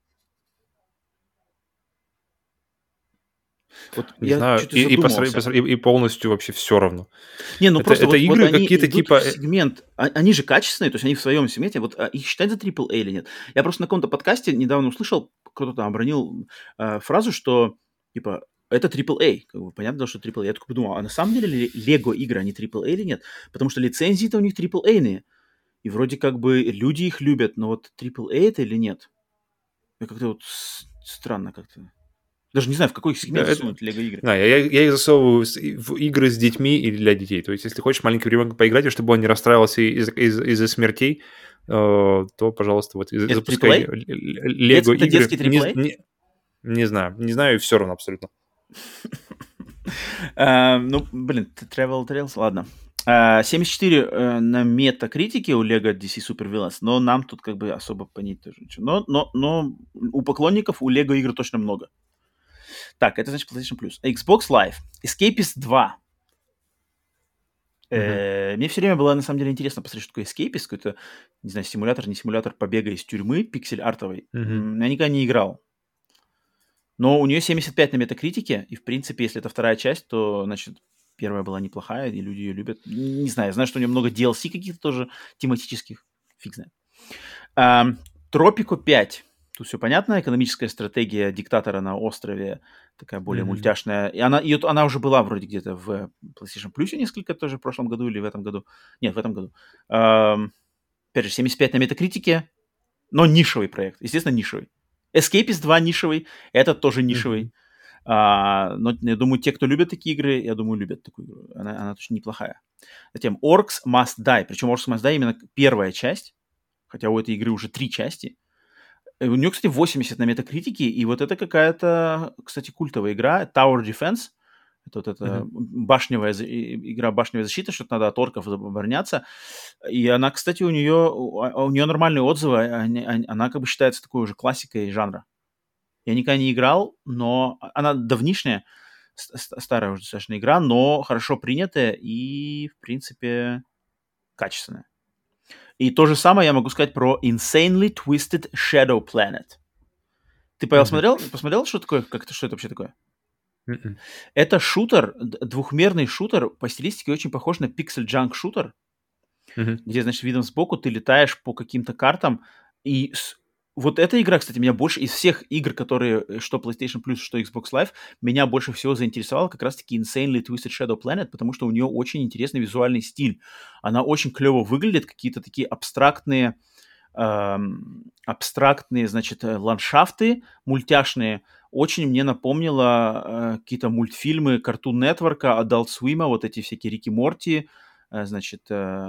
Вот не знаю, и полностью вообще все равно. Не, просто это игры какие-то типа... сегмент, они же качественные, то есть они в своем сегменте, вот их считать за AAA или нет? Я просто на каком-то подкасте недавно услышал, кто-то там обронил фразу, что типа это AAA, как бы понятно, что AAA. Я только подумал, а на самом деле Lego игры, они AAA или нет? Потому что лицензии-то у них AAA-ные. И вроде как бы люди их любят, но вот AAA это или нет? Я как-то вот странно как-то. Даже не знаю, в какой сегмент засунуть Лего-игры. Да, я их засовываю в игры с детьми или для детей. То есть, если хочешь маленький ребенок поиграть, и чтобы он не расстраивался из-за смертей, то, пожалуйста, вот Это запускай AAA? Лего-игры. Это детский AAA? Не знаю, и все равно абсолютно. Ну, блин, Travel Trails, ладно. 74 на метакритике у Lego DC Super Villains, но нам тут как бы особо понять тоже ничего. Но у поклонников у Lego игр точно много. Так, это значит PlayStation Plus. Xbox Live. Escapist 2. Мне все время было на самом деле интересно посмотреть, что такое Escapist, какой-то, не знаю, симулятор, не симулятор побега из тюрьмы, пиксель-артовый. Я никогда не играл. Но у нее 75 на метакритике, и, в принципе, если это вторая часть, то, значит, первая была неплохая, и люди ее любят. Не знаю, я знаю, что у нее много DLC каких-то тоже тематических. Фиг знает. Тропико 5. Тут все понятно. Экономическая стратегия диктатора на острове, такая более мультяшная. И она уже была вроде где-то в PlayStation Plus несколько тоже в прошлом году или в этом году. Нет, в этом году. Опять же, 75 на метакритике, но нишевый проект. Естественно, нишевый. Escapist 2 нишевый, этот тоже нишевый. Но я думаю, те, кто любят такие игры, я думаю, любят такую игру. Она точно неплохая. Затем Orcs Must Die. Причем Orcs Must Die именно первая часть, хотя у этой игры уже 3 части. У нее, кстати, 80 на метакритике, и вот это какая-то, кстати, культовая игра. Tower Defense. Это вот эта игра башневая защита, что-то надо от орков обороняться. И она, кстати, у нее нормальные отзывы. Она как бы считается такой уже классикой жанра. Я никогда не играл, но она давнишняя, старая уже достаточно игра, но хорошо принятая и, в принципе, качественная. И то же самое я могу сказать про Insanely Twisted Shadow Planet. Ты, Павел, посмотрел, что такое? Что это вообще такое? Это шутер, двухмерный шутер, по стилистике очень похож на Pixel Junk шутер, где, значит, видом сбоку ты летаешь по каким-то картам. И вот эта игра, кстати, меня больше из всех игр, которые, что PlayStation Plus, что Xbox Live, меня больше всего заинтересовала как раз-таки Insanely Twisted Shadow Planet, потому что у нее очень интересный визуальный стиль. Она очень клево выглядит, какие-то такие абстрактные, значит, ландшафты мультяшные. Очень мне напомнило какие-то мультфильмы Cartoon Network, Adult Swim, вот эти всякие Рики Морти, значит,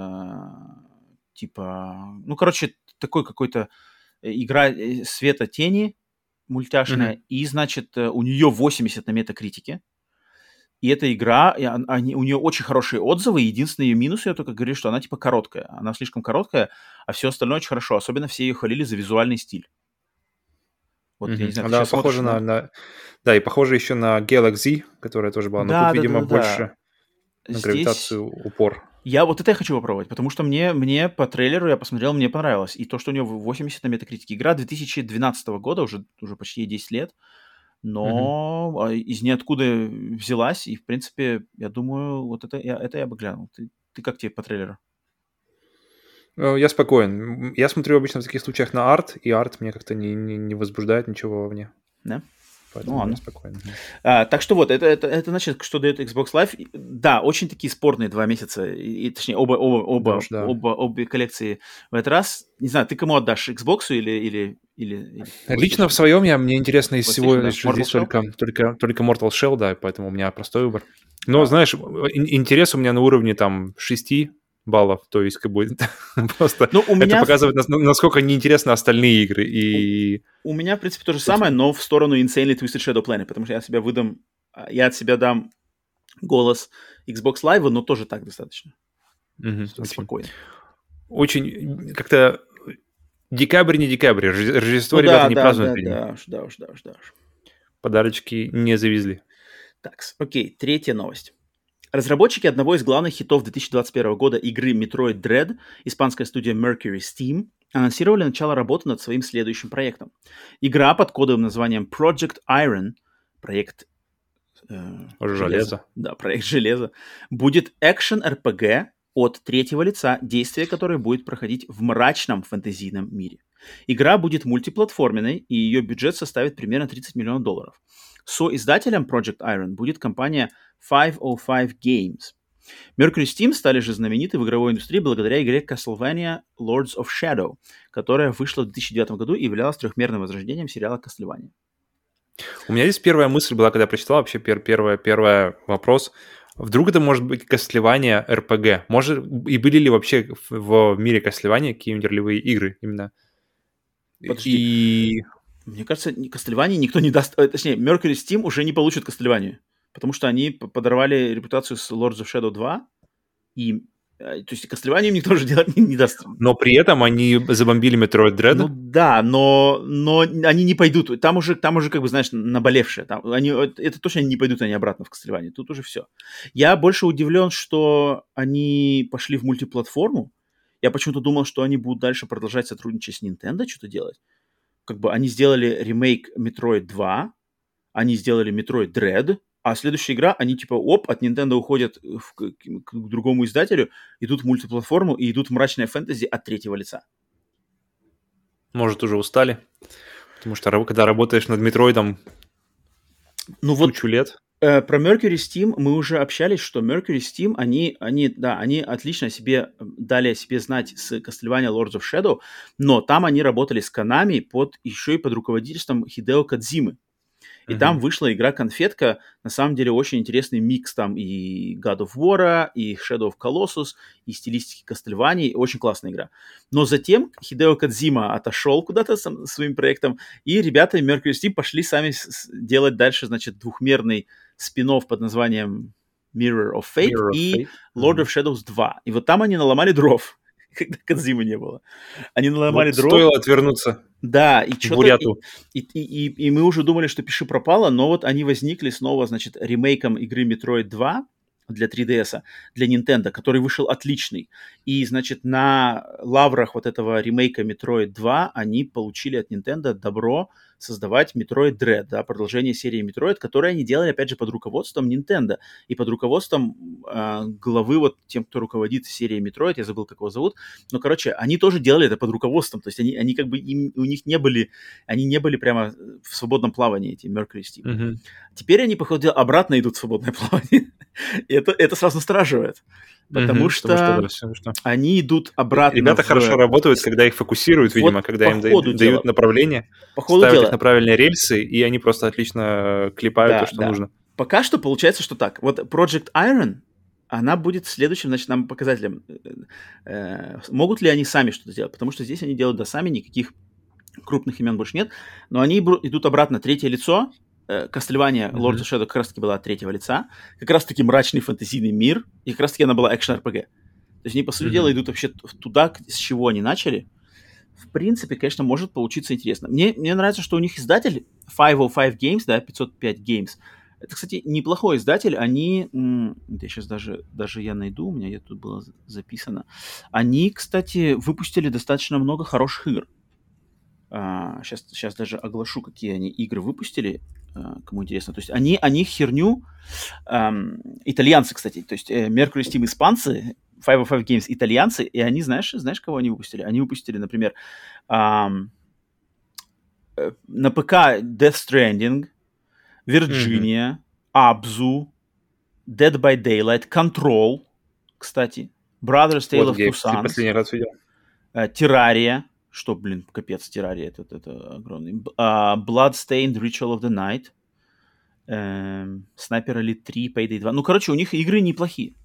типа, ну, короче, такой какой-то игра света тени мультяшная, и, значит, у нее 80 на метакритике. И эта игра, у нее очень хорошие отзывы. Единственный ее минус, я только говорю, что она типа короткая. Она слишком короткая, а все остальное очень хорошо. Особенно все ее хвалили за визуальный стиль. Вот, я не знаю, она похожа на... Да, и похожа еще на Galaxy, которая тоже была. Но тут, видимо, больше на гравитацию упор. Я хочу попробовать, потому что мне по трейлеру я посмотрел, мне понравилось. И то, что у нее 80 на метакритике. Игра 2012 года, уже почти 10 лет. Но из ниоткуда взялась, и, в принципе, я думаю, вот это я бы глянул. Ты как тебе по трейлеру? Я спокоен. Я смотрю обычно в таких случаях на арт, и арт мне как-то не возбуждает ничего вовне. Да? Поэтому ладно. Я спокоен. Так что вот, это значит, что дает Xbox Live. Да, очень такие спорные 2 месяца, и точнее, обе коллекции в этот раз. Не знаю, ты кому отдашь, Xbox или Лично в своем мне интересно из всего лишь здесь только Mortal Shell, да, поэтому у меня простой выбор. Но, знаешь, интерес у меня на уровне там 6 баллов, то есть как бы просто это показывает, насколько неинтересны остальные игры. И... У меня, в принципе, то же самое, но в сторону Insanely Twisted Shadow Planet, потому что я от себя дам голос Xbox Live, но тоже так достаточно. Спокойно. Очень как-то декабрь не декабрь, Рождество ребята не празднуют. Да уж. Подарочки не завезли. Так, окей, третья новость. Разработчики одного из главных хитов 2021 года игры Metroid Dread, испанская студия Mercury Steam, анонсировали начало работы над своим следующим проектом. Игра под кодовым названием Project Iron, проект Железо. Да, проект Железо, будет экшен-РПГ от третьего лица, действие которое будет проходить в мрачном фэнтезийном мире. Игра будет мультиплатформенной, и ее бюджет составит примерно $30 миллионов. Соиздателем Project Iron будет компания 505 Games. Mercury Steam стали же знамениты в игровой индустрии благодаря игре Castlevania Lords of Shadow, которая вышла в 2009 году и являлась трехмерным возрождением сериала Castlevania. У меня здесь первая мысль была, когда я прочитал, вообще первый вопрос. Вдруг это может быть Castlevania RPG? Может, и были ли вообще в мире Castlevania какие-нибудь ролевые игры именно? Подожди. Мне кажется, Castlevania никто не даст... Точнее, Mercury Steam уже не получит Castlevania, потому что они подорвали репутацию с Lords of Shadow 2, и... То есть Castlevania им никто же делать не даст. Но при этом они забомбили Metroid Dread. Ну да, но они не пойдут. Там уже как бы, знаешь, наболевшие. Это точно не пойдут они обратно в Castlevania. Тут уже все. Я больше удивлен, что они пошли в мультиплатформу. Я почему-то думал, что они будут дальше продолжать сотрудничать с Nintendo, что-то делать. Как бы они сделали ремейк Metroid 2, они сделали Metroid Dread, а следующая игра, они типа, от Nintendo уходят к другому издателю, идут в мультиплатформу и идут в мрачное фэнтези от третьего лица. Может, уже устали? Потому что когда работаешь над Метроидом кучу лет... Про Mercury Steam мы уже общались, что Mercury Steam, они отлично дали о себе знать с Castlevania Lords of Shadow, но там они работали с Konami еще и под руководительством Хидео Кодзимы. И там вышла игра «Конфетка», на самом деле очень интересный микс, там и God of War, и Shadow of Colossus, и стилистики Castlevania, очень классная игра. Но затем Хидео Кодзима отошел куда-то своим проектом, и ребята Mercury Steam пошли сами делать дальше, значит, двухмерный спин-офф под названием Mirror of Fate и Lord of Shadows 2. И вот там они наломали дров, когда Кодзимы не было. Они наломали дров. Стоило отвернуться. Да, и что-то... И мы уже думали, что пиши пропало, но вот они возникли снова, значит, ремейком игры Metroid 2 для 3DS, для Nintendo, который вышел отличный. И, значит, на лаврах вот этого ремейка Metroid 2 они получили от Nintendo добро создавать Metroid Dread, да, продолжение серии Metroid, которое они делали, опять же, под руководством Nintendo и под руководством главы, вот тем, кто руководит серией Metroid, я забыл, как его зовут, но, короче, они тоже делали это под руководством, то есть они как бы, у них не были прямо в свободном плавании, эти Mercury Steam. Теперь они, походу, обратно идут в свободное плавание, и это сразу настораживает. Потому что они идут обратно. Ребята хорошо работают, когда их фокусируют, видимо, когда им дают направление, ставят их на правильные рельсы, и они просто отлично клепают то, что нужно. Пока что получается, что так. Вот Project Iron, она будет следующим, значит, нам показателем. Могут ли они сами что-то сделать? Потому что здесь они делают сами, никаких крупных имен больше нет. Но они идут обратно. Третье лицо. Castlevania Lords of Shadow как раз-таки была от третьего лица, как раз-таки мрачный фэнтезийный мир, и как раз-таки она была экшен-РПГ. То есть они, по сути дела, идут вообще туда, с чего они начали. В принципе, конечно, может получиться интересно. Мне нравится, что у них издатель 505 Games, да, 505 Games. Это, кстати, неплохой издатель. Они... Я сейчас даже я найду, у меня тут было записано. Они, кстати, выпустили достаточно много хороших игр. Сейчас даже оглашу, какие они игры выпустили, кому интересно. То есть они херню... итальянцы, кстати. То есть Mercury Steam испанцы, 505 Games итальянцы, и они, знаешь, кого они выпустили? Они выпустили, например, на ПК Death Stranding, Virginia, Abzu, Dead by Daylight, Control, кстати, Brothers Tale of Two Sons, последний раз видел. Terraria, что, капец, Террария, это огромный. Bloodstained Ritual of the Night, Sniper Elite 3, Payday 2. Ну, короче, у них игры неплохие.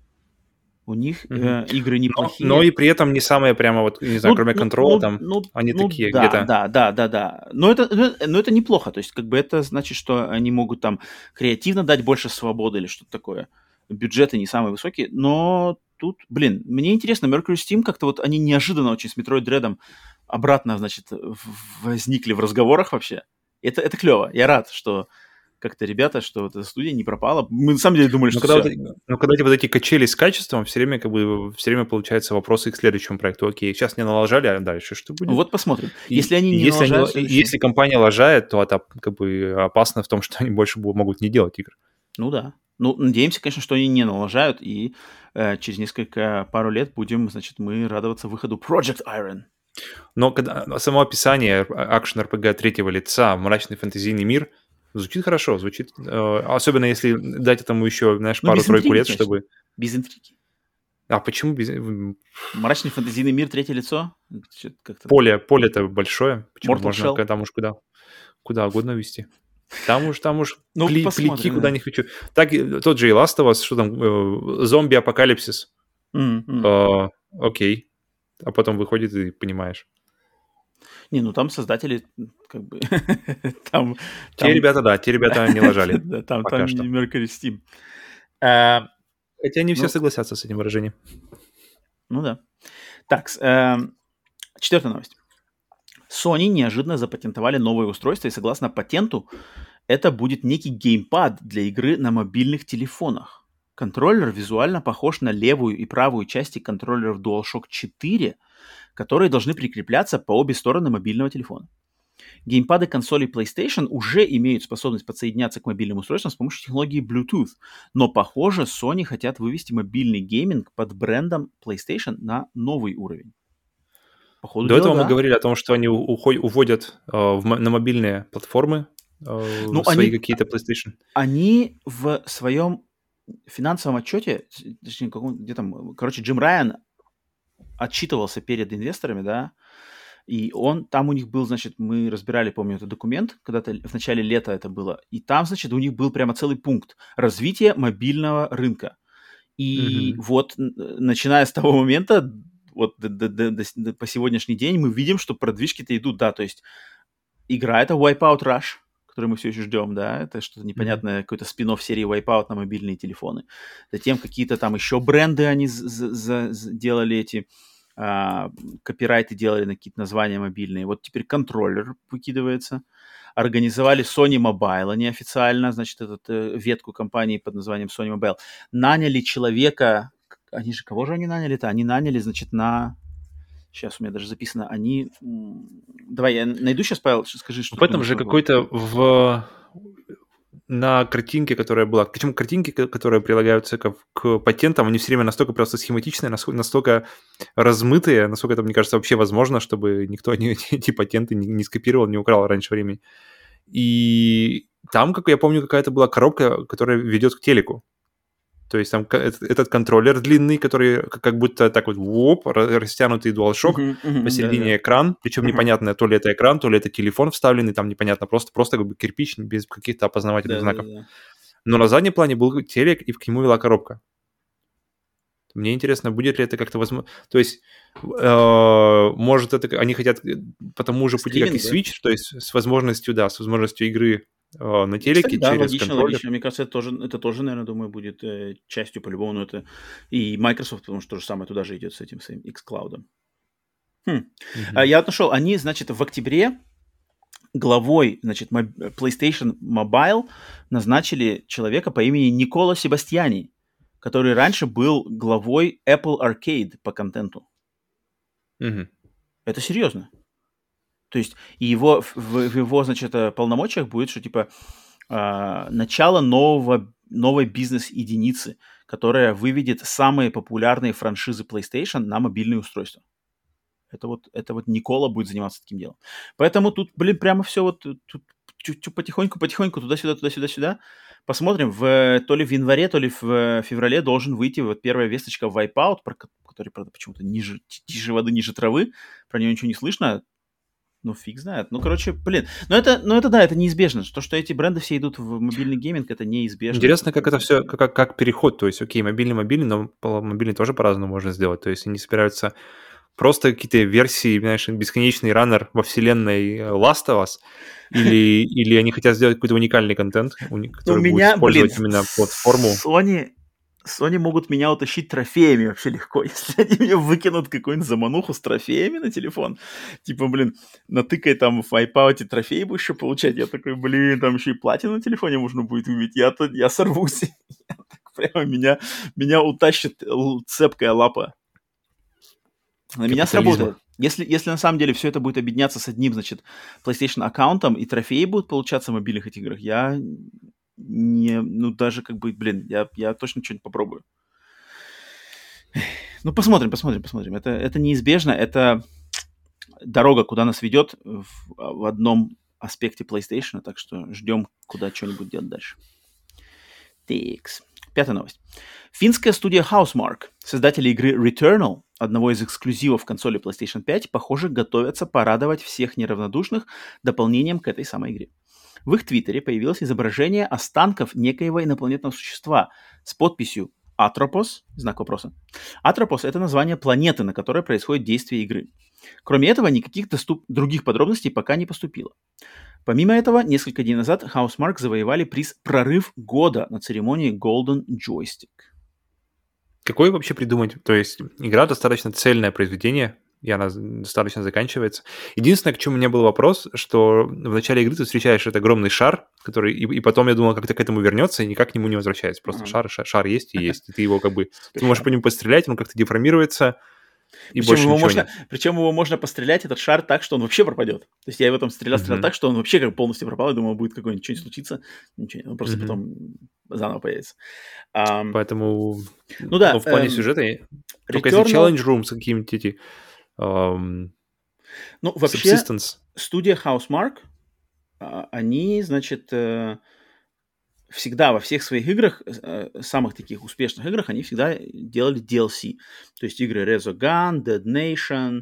Игры неплохие. Но и при этом не самые прямо, вот, не знаю, кроме Control, там, они такие да, где-то... Да. Но это неплохо. То есть, как бы это значит, что они могут там креативно дать больше свободы или что-то такое. Бюджеты не самые высокие, но... Тут, мне интересно, Mercury Steam как-то вот они неожиданно очень с Metroid Dread'ом обратно, значит, возникли в разговорах вообще. Это клево. Я рад, что как-то ребята, что вот эта студия не пропала. Мы на самом деле думали, что когда вот эти качели с качеством, все время получаются вопросы к следующему проекту. Окей, сейчас не налажали, а дальше что будет? Вот посмотрим. Если они не налажают... Если компания лажает, то это как бы опасно в том, что они больше могут не делать игр. Ну да. Ну, надеемся, конечно, что они не налажают, и через пару лет будем, значит, мы радоваться выходу Project Iron. Но само описание акшн-РПГ третьего лица, мрачный фэнтезийный мир, звучит хорошо, особенно если дать этому еще, знаешь, пару-тройку лет, чтобы... Без интриги. А почему без... Мрачный фэнтезийный мир, третье лицо? Что-то как-то... Поле-то большое. Почему? Mortal Можно Shell? там уж куда угодно вести. Там уж Ну, пляки посмотрим, куда да. не хочу. Так, тот же и Last of Us, что там, зомби-апокалипсис. Окей. А потом выходит и понимаешь. Не, ну там создатели, как бы, там... Те ребята не лажали. Да, там Пока не что. Mercury Steam. Хотя не все Ну, согласятся с этим выражением. ну да. Так, четвертая новость. Sony неожиданно запатентовали новое устройство, и согласно патенту, это будет некий геймпад для игры на мобильных телефонах. Контроллер визуально похож на левую и правую части контроллеров DualShock 4, которые должны прикрепляться по обе стороны мобильного телефона. Геймпады консолей PlayStation уже имеют способность подсоединяться к мобильным устройствам с помощью технологии Bluetooth, но, похоже, Sony хотят вывести мобильный гейминг под брендом PlayStation на новый уровень. По ходу До дела, этого мы да. говорили о том, что они уводят на мобильные платформы Ну, свои какие-то PlayStation. Они в своем финансовом отчете, точнее, где там, короче, Джим Райан отчитывался перед инвесторами, да, и там у них был, значит, мы разбирали, помню, этот документ, когда-то в начале лета это было, и там, значит, у них был прямо целый пункт развитие мобильного рынка. И вот, начиная с того момента, вот по сегодняшний день мы видим, что продвижки-то идут, да, то есть игра это Wipeout Rush, который мы все еще ждем, да, это что-то непонятное, какой-то спин-офф серии Wipeout на мобильные телефоны. Затем какие-то там еще бренды они делали эти, копирайты делали на какие-то названия мобильные. Вот теперь контроллер выкидывается. Организовали Sony Mobile, они официально, значит, ветку компании под названием Sony Mobile. Наняли человека, кого же они наняли-то? Они наняли, значит, Сейчас у меня даже записано, Давай, я найду сейчас, Павел, скажи, что В ты этом думаешь же по этому поводу. какой-то на картинке, которая была... Причем картинки, которые прилагаются к патентам, они все время настолько просто схематичные, настолько размытые, насколько это, мне кажется, вообще возможно, чтобы никто эти патенты не скопировал, не украл раньше времени. И там, как я помню, какая-то была коробка, которая ведет к телеку. То есть там этот контроллер длинный, который как будто так вот растянутый DualShock, посередине экран, причем непонятно, то ли это экран, то ли это телефон вставленный, там непонятно, просто как бы кирпич без каких-то опознавательных знаков. Но на заднем плане был телек, и к нему вела коробка. Мне интересно, будет ли это как-то возможно... То есть, может, это они хотят по тому же пути, как и Switch, то есть с возможностью игры на телеке, кстати, да, через логично. контроллер. Мне кажется, это тоже, наверное, думаю, будет частью по-любому. Но это и Microsoft, потому что то же самое туда же идет с этим своим xCloud. Я нашел, они, значит, в октябре главой, значит, PlayStation Mobile назначили человека по имени Никола Себастьяни, который раньше был главой Apple Arcade по контенту. Это серьезно. То есть в его, значит, полномочиях будет, что типа начало новой бизнес-единицы, которая выведет самые популярные франшизы PlayStation на мобильные устройства. Это вот Никола будет заниматься таким делом. Поэтому тут, прямо все вот тут потихоньку, туда-сюда. Посмотрим, то ли в январе, то ли в феврале должен выйти вот первая весточка Wipeout, который, правда, почему-то тише воды, ниже травы, про нее ничего не слышно. Ну, фиг знает. Ну, короче, Но это да, это неизбежно. То, что эти бренды все идут в мобильный гейминг, это неизбежно. Интересно, как это все, как переход. То есть, окей, мобильный, но мобильный тоже по-разному можно сделать. То есть они собираются просто какие-то версии, знаешь, бесконечный раннер во вселенной Last of Us, или они хотят сделать какой-то уникальный контент, который будет использовать именно платформу. Sony могут меня утащить трофеями вообще легко, если они мне выкинут какую-нибудь замануху с трофеями на телефон. Типа, натыкай там в Wipeout трофеи будешь еще получать. Я такой, там еще и платину на телефоне можно будет увидеть. Я сорвусь. Прямо меня утащит цепкая лапа. На меня сработает. Если на самом деле все это будет объединяться с одним, значит, PlayStation аккаунтом, и трофеи будут получаться в мобильных этих играх, я даже я точно что-нибудь попробую. Ну, посмотрим. Это неизбежно, это дорога, куда нас ведет в одном аспекте PlayStation, так что ждем, куда что-нибудь делать дальше. Тикс. Пятая новость. Финская студия Housemarque, создатели игры Returnal, одного из эксклюзивов консоли PlayStation 5, похоже, готовятся порадовать всех неравнодушных дополнением к этой самой игре. В их твиттере появилось изображение останков некоего инопланетного существа с подписью Atropos, знак вопроса. Atropos — это название планеты, на которой происходит действие игры. Кроме этого, никаких других подробностей пока не поступило. Помимо этого, несколько дней назад Housemarque завоевали приз «Прорыв года» на церемонии Golden Joystick. Какой вообще придумать? То есть игра достаточно цельное произведение, и она достаточно заканчивается. Единственное, к чему у меня был вопрос, что в начале игры ты встречаешь этот огромный шар, который... И потом я думал, как-то к этому вернется, и никак к нему не возвращается. Просто шар есть и есть. И ты его как бы... Ты можешь по нему пострелять, он как-то деформируется, и больше ничего нет. Причем его можно пострелять, этот шар, так, что он вообще пропадет. То есть я его там стрелял так, что он вообще как полностью пропал. Я думал, будет какое-нибудь что-нибудь случиться. Ничего, он просто потом заново появится. Поэтому... Ну да. В плане сюжета... Только если Challenge Room с какими-то эти... Ну, вообще, Subsistence. студия Housemarque, они, значит, всегда во всех своих играх, самых таких успешных играх, они всегда делали DLC. То есть игры Resogun, Dead Nation,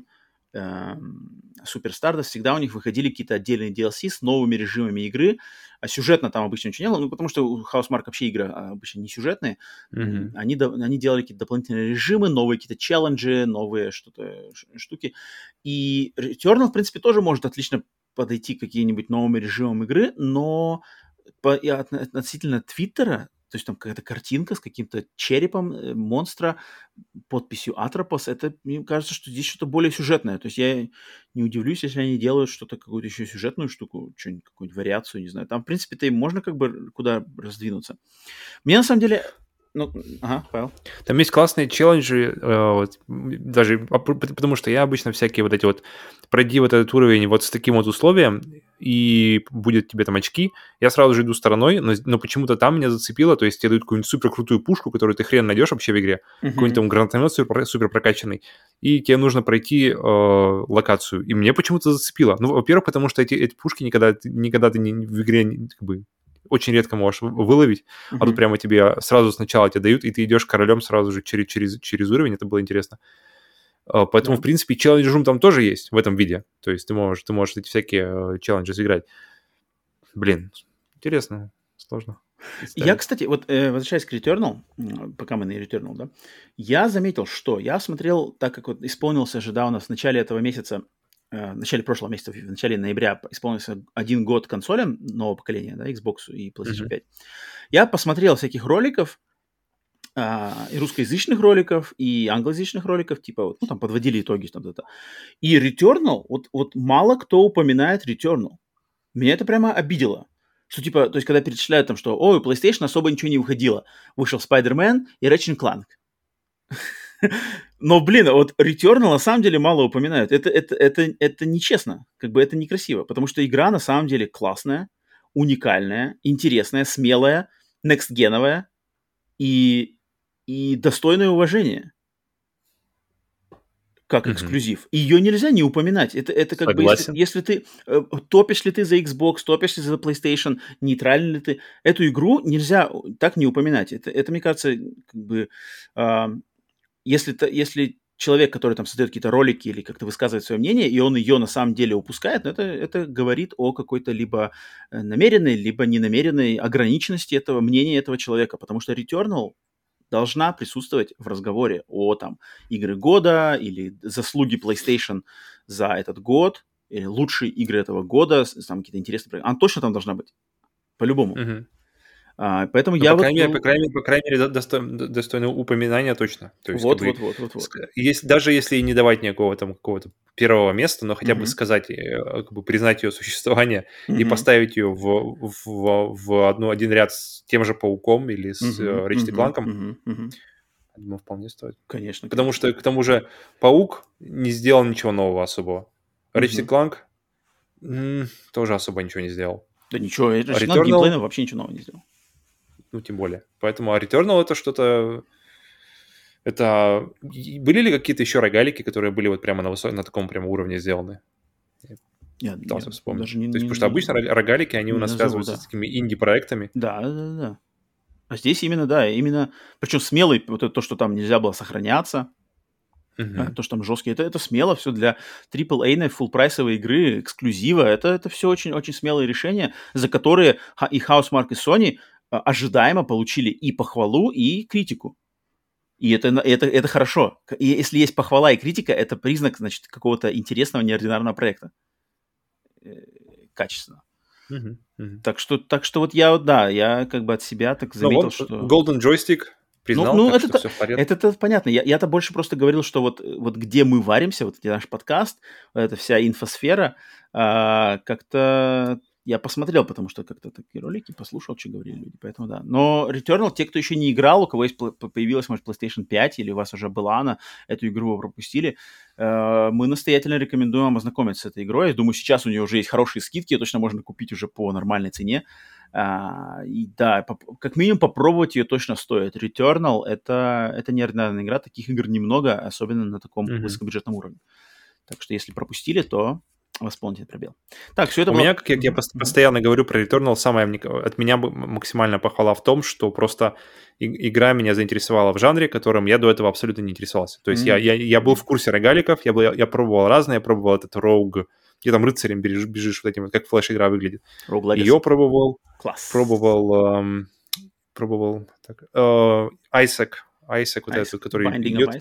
Super Stardust, всегда у них выходили какие-то отдельные DLC с новыми режимами игры, а сюжетно там обычно ничего не было, ну, потому что у Housemarque вообще игры обычно не сюжетные. Они делали какие-то дополнительные режимы, новые какие-то челленджи, новые штуки. И Returnal, в принципе, тоже может отлично подойти к каким-нибудь новым режимам игры, но относительно Твиттера, то есть там какая-то картинка с каким-то черепом монстра, подписью Atropos, это, мне кажется, что здесь что-то более сюжетное. То есть я не удивлюсь, если они делают что-то, какую-то еще сюжетную штуку, что-нибудь, какую-нибудь вариацию, не знаю. Там, в принципе-то им можно как бы куда раздвинуться. Мне на самом деле... Ну, Павел. Там есть классные челленджи, даже потому что я обычно всякие вот эти вот пройди вот этот уровень вот с таким вот условием, и будет тебе там очки, я сразу же иду стороной, но почему-то там меня зацепило, то есть тебе дают какую-нибудь супер крутую пушку, которую ты хрен найдешь вообще в игре, какой-нибудь там гранатомет супер прокачанный, и тебе нужно пройти локацию, и мне почему-то зацепило. Ну, во-первых, потому что эти пушки никогда ты в игре как бы очень редко можешь выловить, а тут прямо тебе сразу сначала тебе дают, и ты идешь королем сразу же через уровень, это было интересно. Поэтому, в принципе, челлендж рум там тоже есть в этом виде, то есть ты можешь эти всякие челленджи сыграть. Блин, интересно, сложно. Я, кстати, вот возвращаясь к Returnal, пока мы на Returnal, да, я заметил, что я смотрел, так как вот исполнился же, да, у нас в начале этого месяца, в начале прошлого месяца, в начале ноября исполнился 1 год консолям нового поколения, да, Xbox и PlayStation 5. Я посмотрел всяких роликов, и русскоязычных роликов, и англоязычных роликов, типа, вот, ну, там, подводили итоги. Там, и Returnal, вот мало кто упоминает Returnal. Меня это прямо обидело. Что, типа, то есть, когда перечисляют там, что, ой, у PlayStation особо ничего не выходило. Вышел Spider-Man и Ratchet Clank. Но, блин, вот Returnal на самом деле мало упоминают. Это нечестно, как бы это некрасиво, потому что игра на самом деле классная, уникальная, интересная, смелая, некстгеновая и достойное уважения как эксклюзив. Ее нельзя не упоминать. Это как Согласен. бы, если ты топишь ли ты за Xbox, топишь ли за PlayStation, нейтральный ли ты, эту игру нельзя так не упоминать. Это мне кажется, как бы, если человек, который там создает какие-то ролики или как-то высказывает свое мнение, и он ее на самом деле упускает, это говорит о какой-то либо намеренной, либо ненамеренной ограниченности этого мнения этого человека, потому что Returnal должна присутствовать в разговоре о там игры года или заслуги PlayStation за этот год, или лучшие игры этого года, там какие-то интересные проекты. Она точно там должна быть. По-любому. Поэтому я по крайней мере, достойного упоминания точно. То есть, вот. Даже если не давать никакого там какого-то первого места, но хотя бы сказать, как бы признать ее существование и поставить ее в один ряд с тем же Пауком или с Ratchet Clank'ом, думаю, вполне стоит. Конечно. Потому что, к тому же, Паук не сделал ничего нового особого. Ratchet Clank тоже особо ничего не сделал. Да ничего, геймплейно вообще ничего нового не сделал. Ну, тем более. Поэтому Returnal это что-то... Это... Были ли какие-то еще рогалики, которые были вот прямо на таком прямо уровне сделаны? Я пытался вспомнить. Даже То есть, потому что обычно рогалики, они у нас связываются с такими инди-проектами. Да. А здесь именно, да, именно, причем смелый, вот это то, что там нельзя было сохраняться, то, что там жесткий, это смело все для AAA фулл-прайсовой игры, эксклюзива, это все очень-очень смелые решения, за которые и Housemarque, и Sony ожидаемо получили и похвалу, и критику. И это хорошо. И если есть похвала и критика, это признак, значит, какого-то интересного, неординарного проекта. Качественно. Так что вот я как бы от себя так заметил, что... Golden Joystick признал, так что все в порядке. Это понятно. Я-то больше просто говорил, что вот где мы варимся, вот где наш подкаст, эта вся инфосфера, как-то я посмотрел, потому что как-то такие ролики послушал, что говорили люди, поэтому да. Но Returnal, те, кто еще не играл, у кого есть появилась, может, PlayStation 5, или у вас уже была она, эту игру вы пропустили, мы настоятельно рекомендуем вам ознакомиться с этой игрой. Я думаю, сейчас у нее уже есть хорошие скидки, ее точно можно купить уже по нормальной цене. И да, как минимум попробовать ее точно стоит. Returnal — это неординарная игра, таких игр немного, особенно на таком высокобюджетном уровне. Так что если пропустили, то восполните пробел. Так, все это у меня, как я постоянно говорю про Returnal, самая от меня максимальная похвала в том, что просто игра меня заинтересовала в жанре, которым я до этого абсолютно не интересовался. То есть я был в курсе рогаликов, я пробовал разные, я пробовал этот Rogue, где там рыцарем бежишь вот этим, вот как флеш-игра выглядит. Ее пробовал. Класс. Пробовал так, Isaac, вот этот, который идет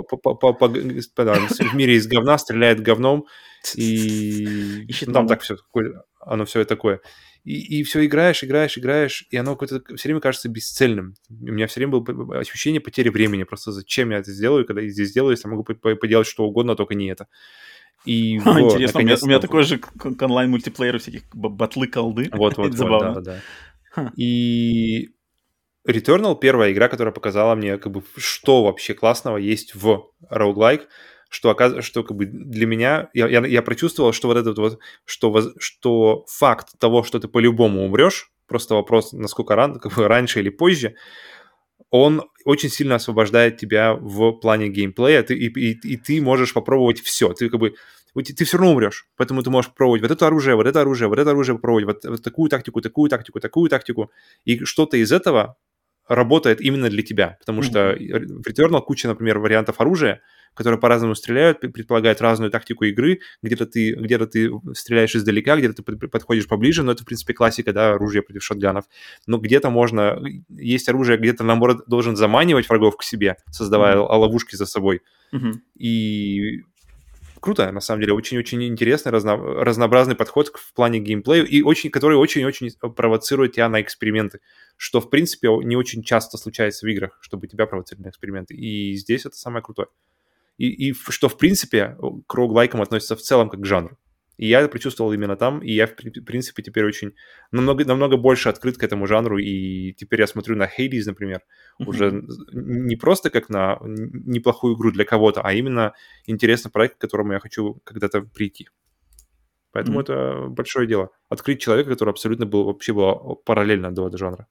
в мире из говна, стреляет говном, и там так все, оно все такое. И все играешь, и оно какое-то все время кажется бесцельным. У меня все время было ощущение потери времени. Просто зачем я это сделаю, когда я здесь сделаю, если я могу поделать что угодно, только не это. И интересно, у меня такой же к онлайн-мультиплееру всяких батлы-колды. Вот, да. И Returnal — первая игра, которая показала мне, как бы, что вообще классного есть в roguelike, что как бы для меня, я прочувствовал, что вот этот вот, что факт того, что ты по-любому умрешь, просто вопрос, насколько раньше или позже, он очень сильно освобождает тебя в плане геймплея, и ты можешь попробовать все. Ты как бы ты все равно умрешь, поэтому ты можешь пробовать вот это оружие попробовать, вот такую тактику, и что-то из этого работает именно для тебя, потому что в Returnal куча, например, вариантов оружия, которые по-разному стреляют, предполагают разную тактику игры, где-то ты стреляешь издалека, где-то ты подходишь поближе, но это, в принципе, классика, да, оружие против шотганов, но где-то есть оружие, где-то, наоборот, должен заманивать врагов к себе, создавая ловушки за собой, и круто, на самом деле, очень-очень интересный, разнообразный подход в плане геймплея, и который очень-очень провоцирует тебя на эксперименты, что, в принципе, не очень часто случается в играх, чтобы тебя провоцировали на эксперименты. И здесь это самое крутое. И что, в принципе, к роуглайкам относится в целом как к жанру. И я это почувствовал именно там, и я, в принципе, теперь очень намного больше открыт к этому жанру, и теперь я смотрю на Hades, например, уже не просто как на неплохую игру для кого-то, а именно интересный проект, к которому я хочу когда-то прийти. Поэтому это большое дело. Открыть человека, который абсолютно был параллельно до этого жанра.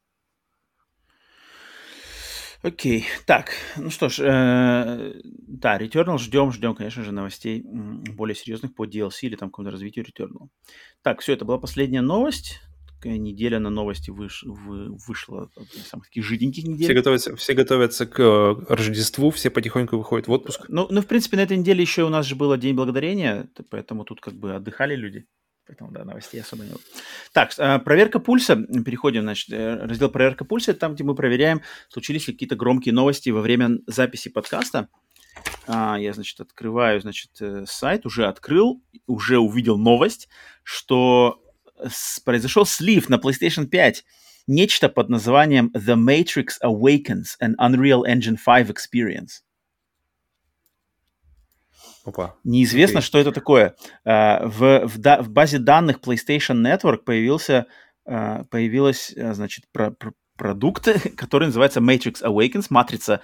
Окей. Так, ну что ж, да, Returnal ждем, конечно же, новостей более серьезных по DLC или там какому-то развитию Returnal. Так, все, это была последняя новость. Такая неделя на новости вышла, самых таких жиденьких недель. Все готовятся к Рождеству, все потихоньку выходят в отпуск. Ну, в принципе, на этой неделе еще у нас же был День Благодарения, поэтому тут как бы отдыхали люди. Поэтому, да, новостей особо не было. Так, проверка пульса. Переходим, значит, раздел проверка пульса. Там, где мы проверяем, случились ли какие-то громкие новости во время записи подкаста. Я, значит, открываю, значит, сайт, уже открыл, уже увидел новость, что произошел слив на PlayStation 5. Нечто под названием The Matrix Awakens, an Unreal Engine 5 Experience. Опа. Неизвестно, что это такое. В базе данных PlayStation Network появилась, значит, продукт, который называется Matrix Awakens. Матрица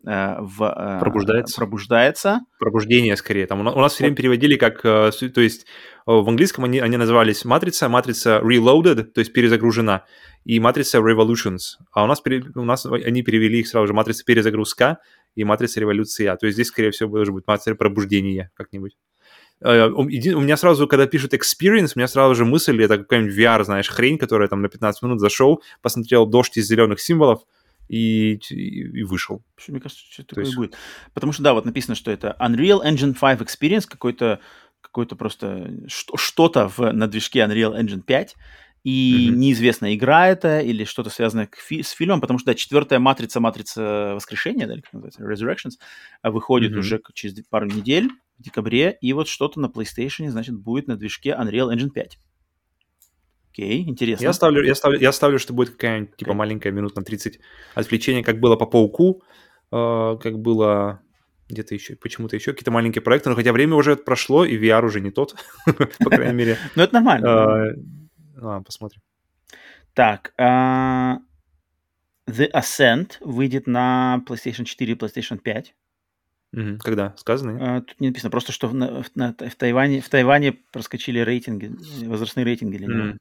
пробуждается. Пробуждение, скорее. Там у нас все время переводили как... То есть в английском они назывались матрица Reloaded, то есть перезагружена, и матрица Revolutions. А у нас они перевели их сразу же матрица перезагрузка и матрица революция. То есть здесь, скорее всего, должен быть матрица пробуждения как-нибудь. У меня сразу, когда пишут experience, у меня сразу же мысль, это какая-нибудь VR, знаешь, хрень, которая там на 15 минут зашел, посмотрел дождь из зеленых символов, и вышел. Мне кажется, что То такое есть... будет. Потому что, да, вот написано, что это Unreal Engine 5 Experience, какой-то просто что-то на движке Unreal Engine 5, и неизвестно, игра это или что-то связанное с фильмом, потому что, да, четвертая матрица воскрешения, да, или как называется, Resurrections, выходит уже через пару недель, в декабре, и вот что-то на PlayStation, значит, будет на движке Unreal Engine 5. Окей, интересно. Я ставлю, что будет какая-нибудь типа маленькая минут на 30 отвлечение, как было по Пауку, как было где-то еще, почему-то еще какие-то маленькие проекты, но хотя время уже прошло, и VR уже не тот, по крайней мере. Ну, это нормально. Посмотрим. Так, The Ascent выйдет на PlayStation 4 и PlayStation 5. Когда? Сказано? Тут не написано, просто что в Тайване проскочили рейтинги, возрастные рейтинги для него.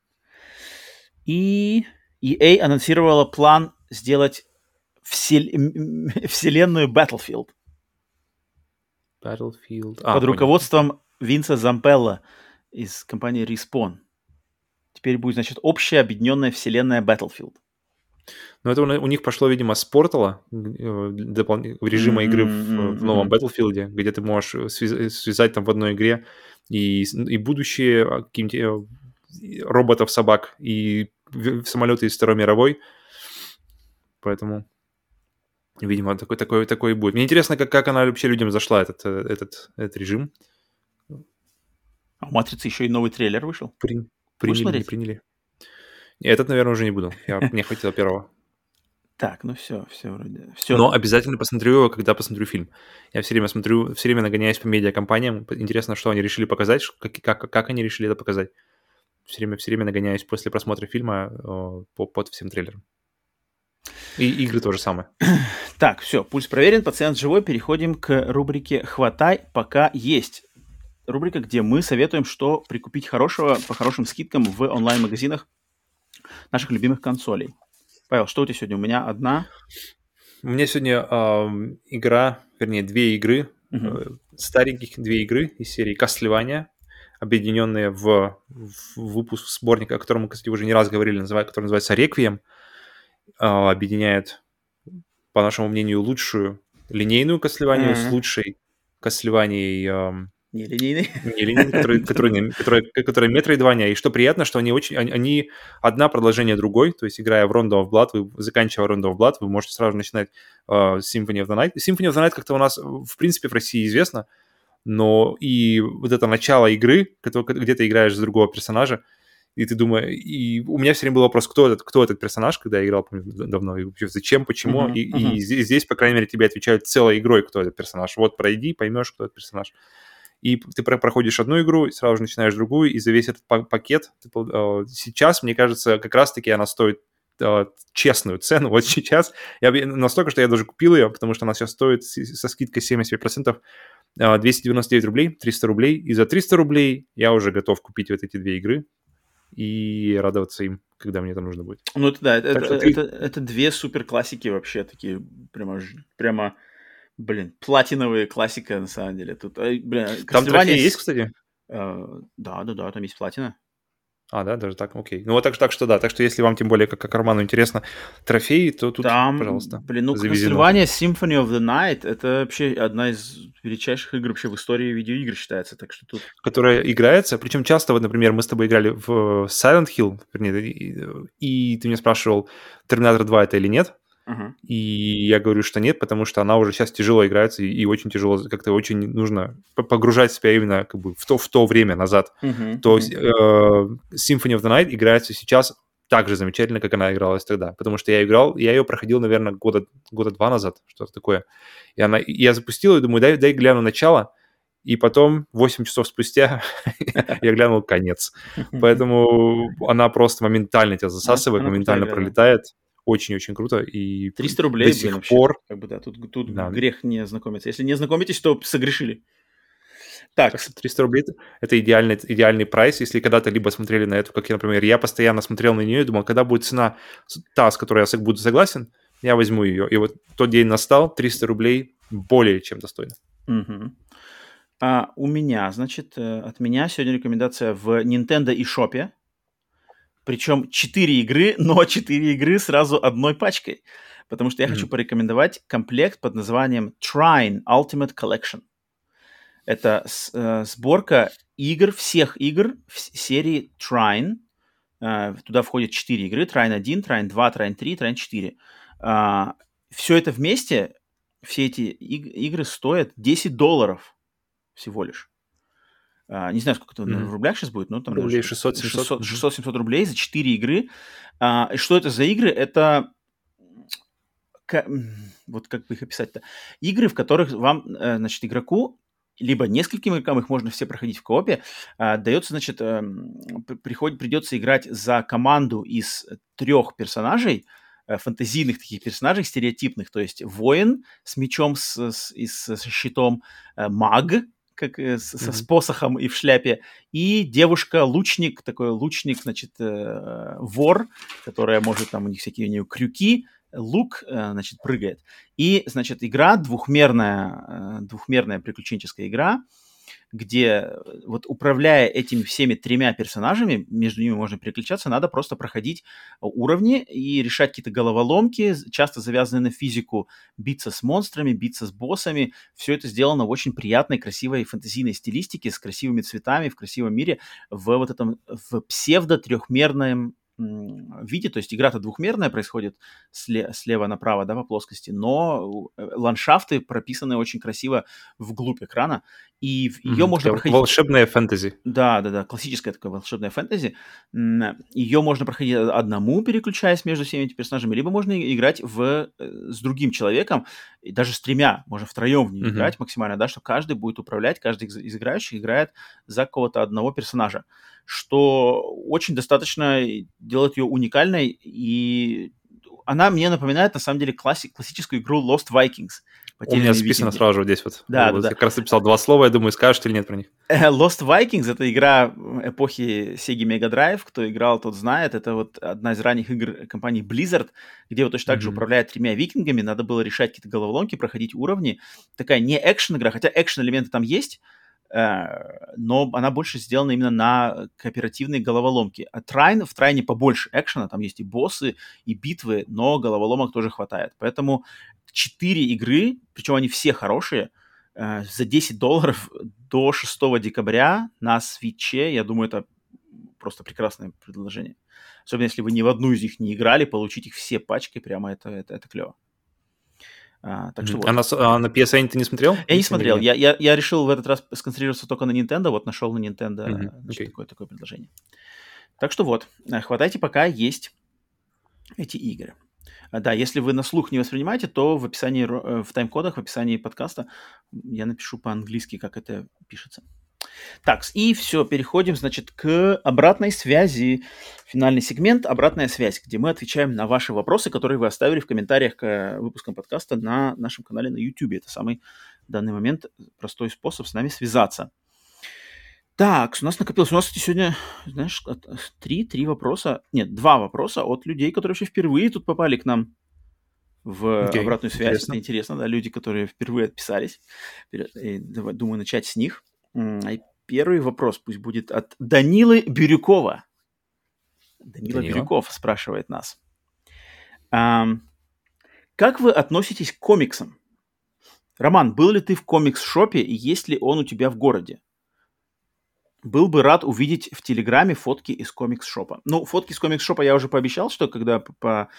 И EA анонсировала план сделать вселенную Battlefield. Под руководством Винса Зампелла из компании Respawn. Теперь будет, значит, общая объединенная вселенная Battlefield. Ну, это у них пошло, видимо, с портала, режима игры в новом Battlefield, где ты можешь связать там в одной игре и будущее каких-нибудь роботов, собак, и самолеты из Второй мировой. Поэтому, видимо, такой и будет. Мне интересно, как она вообще людям зашла, этот режим. А у «Матрицы» еще и новый трейлер вышел. Приняли, не приняли. Этот, наверное, уже не буду. Мне хватило первого. Так, ну все вроде. Все. Но обязательно посмотрю его, когда посмотрю фильм. Я все время нагоняюсь по медиакомпаниям. Интересно, что они решили показать, как они решили это показать. Все время нагоняюсь после просмотра фильма под всем трейлером. И игры то же самое. Так, все, пульс проверен, пациент живой. Переходим к рубрике «Хватай, пока есть». Рубрика, где мы советуем, что прикупить хорошего по хорошим скидкам в онлайн-магазинах наших любимых консолей. Павел, что у тебя сегодня? У меня одна. У меня сегодня две игры, стареньких две игры из серии Castlevania, объединенные в выпуск сборника, о котором мы, кстати, уже не раз говорили, который называется «Реквием», объединяет, по нашему мнению, лучшую линейную Castlevania с лучшей Castlevania нелинейный, которая Metroidvania. И что приятно, что они одна продолжение другой. То есть, играя в Rondo of Blood, заканчивая Rondo of Blood, вы можете сразу начинать Symphony of the Night. Symphony of the Night как-то у нас, в принципе, в России известно, но и вот это начало игры, где ты играешь за другого персонажа, и ты думаешь... И у меня все время был вопрос, кто этот персонаж, когда я играл, помню, давно, и вообще зачем, почему. И здесь, по крайней мере, тебе отвечают целой игрой, кто этот персонаж. Вот пройди, поймешь, кто этот персонаж. И ты проходишь одну игру, и сразу же начинаешь другую, и за весь этот пакет сейчас, мне кажется, как раз-таки она стоит честную цену. Вот сейчас настолько, что я даже купил ее, потому что она сейчас стоит со скидкой 75%, 299 рублей, 300 рублей. И за 300 рублей я уже готов купить вот эти две игры и радоваться им, когда мне это нужно будет. Ну, это да, это две супер классики вообще, такие прямо платиновые классика, на самом деле. Тут, там трофеи есть, кстати? Да, там есть платина. Да, даже так, окей. Ну, вот так что если вам, тем более, как Арману интересно, трофеи, то тут, пожалуйста, завезено. Castlevania Symphony of the Night — это вообще одна из величайших игр вообще в истории видеоигр считается, так что тут... Которая играется, причем часто, вот, например, мы с тобой играли в Silent Hill, и ты меня спрашивал, Terminator 2 это или нет? И я говорю, что нет, потому что она уже сейчас тяжело играется, и очень тяжело, как-то очень нужно погружать себя именно как бы в то время назад. То есть Symphony of the Night играется сейчас так же замечательно, как она игралась тогда. Потому что я ее проходил, наверное, года 2 назад, что-то такое. И я запустил и думаю, дай гляну начало, и потом 8 часов спустя я глянул конец. Поэтому она просто моментально тебя засасывает, моментально пролетает. Очень-очень круто. И 300 рублей, до сих пор... Как бы, да, тут грех не знакомиться. Если не знакомитесь, то согрешили. Так, 300 рублей – это идеальный прайс. Если когда-то либо смотрели на эту, как я, например, я постоянно смотрел на нее и думал, когда будет цена та, с которой я буду согласен, я возьму ее. И вот тот день настал, 300 рублей более чем достойно. У меня, значит, от меня сегодня рекомендация в Nintendo eShop. Причем 4 игры, но 4 игры сразу одной пачкой. потому что я хочу порекомендовать комплект под названием Trine Ultimate Collection. Это сборка игр, всех игр в серии Trine. Туда входят 4 игры. Trine 1, Trine 2, Trine 3, Trine 4. Все это вместе, все эти игры стоят $10 всего лишь. Не знаю, сколько это в рублях сейчас будет, но там рублей 600-700 рублей за 4 игры. И что это за игры? Это... Вот как бы их описать-то? Игры, в которых вам, значит, игроку либо нескольким игрокам, их можно все проходить в коопе, дается, значит, придется играть за команду из 3 персонажей, фэнтезийных таких персонажей, стереотипных, то есть воин с мечом со щитом, маг, с посохом и в шляпе, и девушка-лучник, такой лучник, значит, вор, которая может, там у них всякие у нее крюки, лук, значит, прыгает. И, значит, игра двухмерная приключенческая игра, где вот управляя этими всеми 3 персонажами, между ними можно переключаться, надо просто проходить уровни и решать какие-то головоломки, часто завязанные на физику, биться с монстрами, биться с боссами. Все это сделано в очень приятной, красивой фэнтезийной стилистике, с красивыми цветами, в красивом мире, в вот этом в псевдо-трехмерном виде, то есть игра-то двухмерная происходит слева направо, да, по плоскости, но ландшафты прописаны очень красиво вглубь экрана, и ее можно проходить... Волшебная фэнтези. Да, классическая такая волшебная фэнтези. Ее можно проходить одному, переключаясь между всеми этими персонажами, либо можно играть с другим человеком, и даже с 3, можно втроем в нее играть максимально, да, что каждый будет управлять, каждый из играющих играет за какого-то одного персонажа, что очень достаточно делает ее уникальной, и она мне напоминает, на самом деле, классическую игру Lost Vikings. У меня списано сразу же здесь вот. Да. Я как раз написал 2 слова, я думаю, скажешь или нет про них. Lost Vikings — это игра эпохи Sega Mega Drive. Кто играл, тот знает. Это вот одна из ранних игр компании Blizzard, где вот точно так же управляют 3 викингами. Надо было решать какие-то головоломки, проходить уровни. Такая не экшен-игра, хотя экшен-элементы там есть, но она больше сделана именно на кооперативные головоломки. А в Trine побольше экшена, там есть и боссы, и битвы, но головоломок тоже хватает. Поэтому 4 игры, причем они все хорошие, за $10 до 6 декабря на Свитче. Я думаю, это просто прекрасное предложение. Особенно, если вы ни в одну из них не играли, получить их все пачкой, прямо это клево. Так что вот. А на PSN ты не смотрел? Я не смотрел. Я решил в этот раз сконцентрироваться только на Nintendo. Вот нашел на Nintendo такое предложение. Так что вот, хватайте, пока есть эти игры. Да, если вы на слух не воспринимаете, то в описании, в тайм-кодах, в описании подкаста я напишу по-английски, как это пишется. Так, и все, переходим, значит, к обратной связи. Финальный сегмент «Обратная связь», где мы отвечаем на ваши вопросы, которые вы оставили в комментариях к выпускам подкаста на нашем канале на YouTube. Это самый в данный момент простой способ с нами связаться. Так, у нас накопилось, у нас сегодня, знаешь, 3 вопроса, нет, 2 вопроса от людей, которые вообще впервые тут попали к нам в обратную связь. Интересно. Это интересно, да, люди, которые впервые отписались. Думаю, начать с них. Первый вопрос пусть будет от Данилы Бирюкова. Данила Бирюков спрашивает нас. Как вы относитесь к комиксам? Роман, был ли ты в комикс-шопе и есть ли он у тебя в городе? Был бы рад увидеть в Телеграме фотки из комикс-шопа. Ну, фотки из комикс-шопа я уже пообещал, что когда по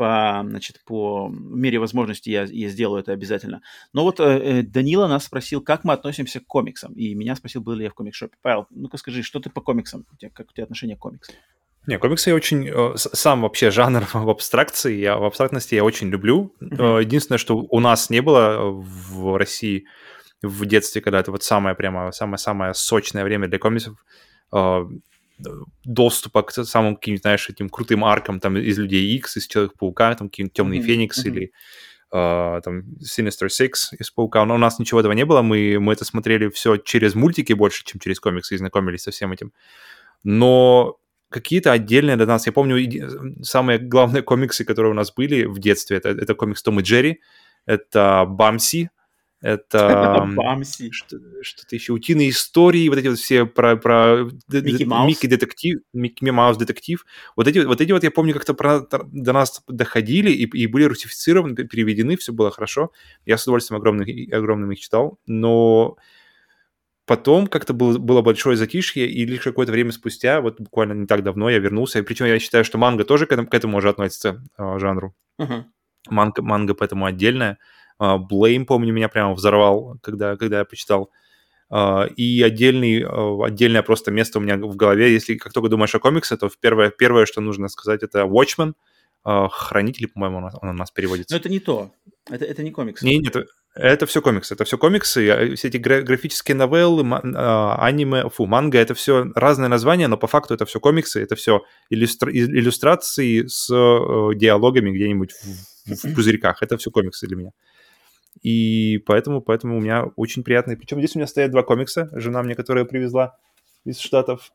мере возможности я сделаю это обязательно. Но вот Данила нас спросил, как мы относимся к комиксам. И меня спросил, был ли я в комикс-шопе. Павел, ну-ка скажи, что ты по комиксам? Как у тебя отношение к комиксам? Не, комиксы я очень... Сам вообще жанр в абстракции, в абстрактности я очень люблю. Единственное, что у нас не было в России в детстве, когда это вот самое сочное время для комиксов, доступа к самым каким-то, знаешь, этим крутым аркам там из Людей Икс, из Человека-паука, там какие-нибудь Темный Феникс или там Sinister Six из Паука. Но у нас ничего этого не было, мы это смотрели все через мультики больше, чем через комиксы, и знакомились со всем этим. Но какие-то отдельные для нас, я помню, самые главные комиксы, которые у нас были в детстве, это комикс Том и Джерри, это Бамси, Это Бамси. что-то еще, утиные истории, вот эти вот все про Микки Маус. Микки Маус детектив. Вот эти вот я помню, как-то до нас доходили и были русифицированы, переведены, все было хорошо. Я с удовольствием огромным их читал, но потом как-то было большое затишье, и лишь какое-то время спустя, вот буквально не так давно я вернулся, и причем я считаю, что манга тоже к этому уже относится, жанру. Ага. Манга поэтому отдельная. Blame, помню, меня прямо взорвал, когда я почитал. И отдельное просто место у меня в голове. Если как только думаешь о комиксе, то первое, что нужно сказать, это Watchmen. Хранители, по-моему, он у нас переводится. Но это не то. Это не комиксы. Нет, это все комиксы. Это все комиксы. Все эти графические новеллы, аниме, манга, это все разные названия, но по факту это все комиксы, это все иллюстрации с диалогами где-нибудь в пузырьках. Это все комиксы для меня. И поэтому у меня очень приятно. Причем здесь у меня стоят 2 комикса. Жена мне, которая привезла из Штатов,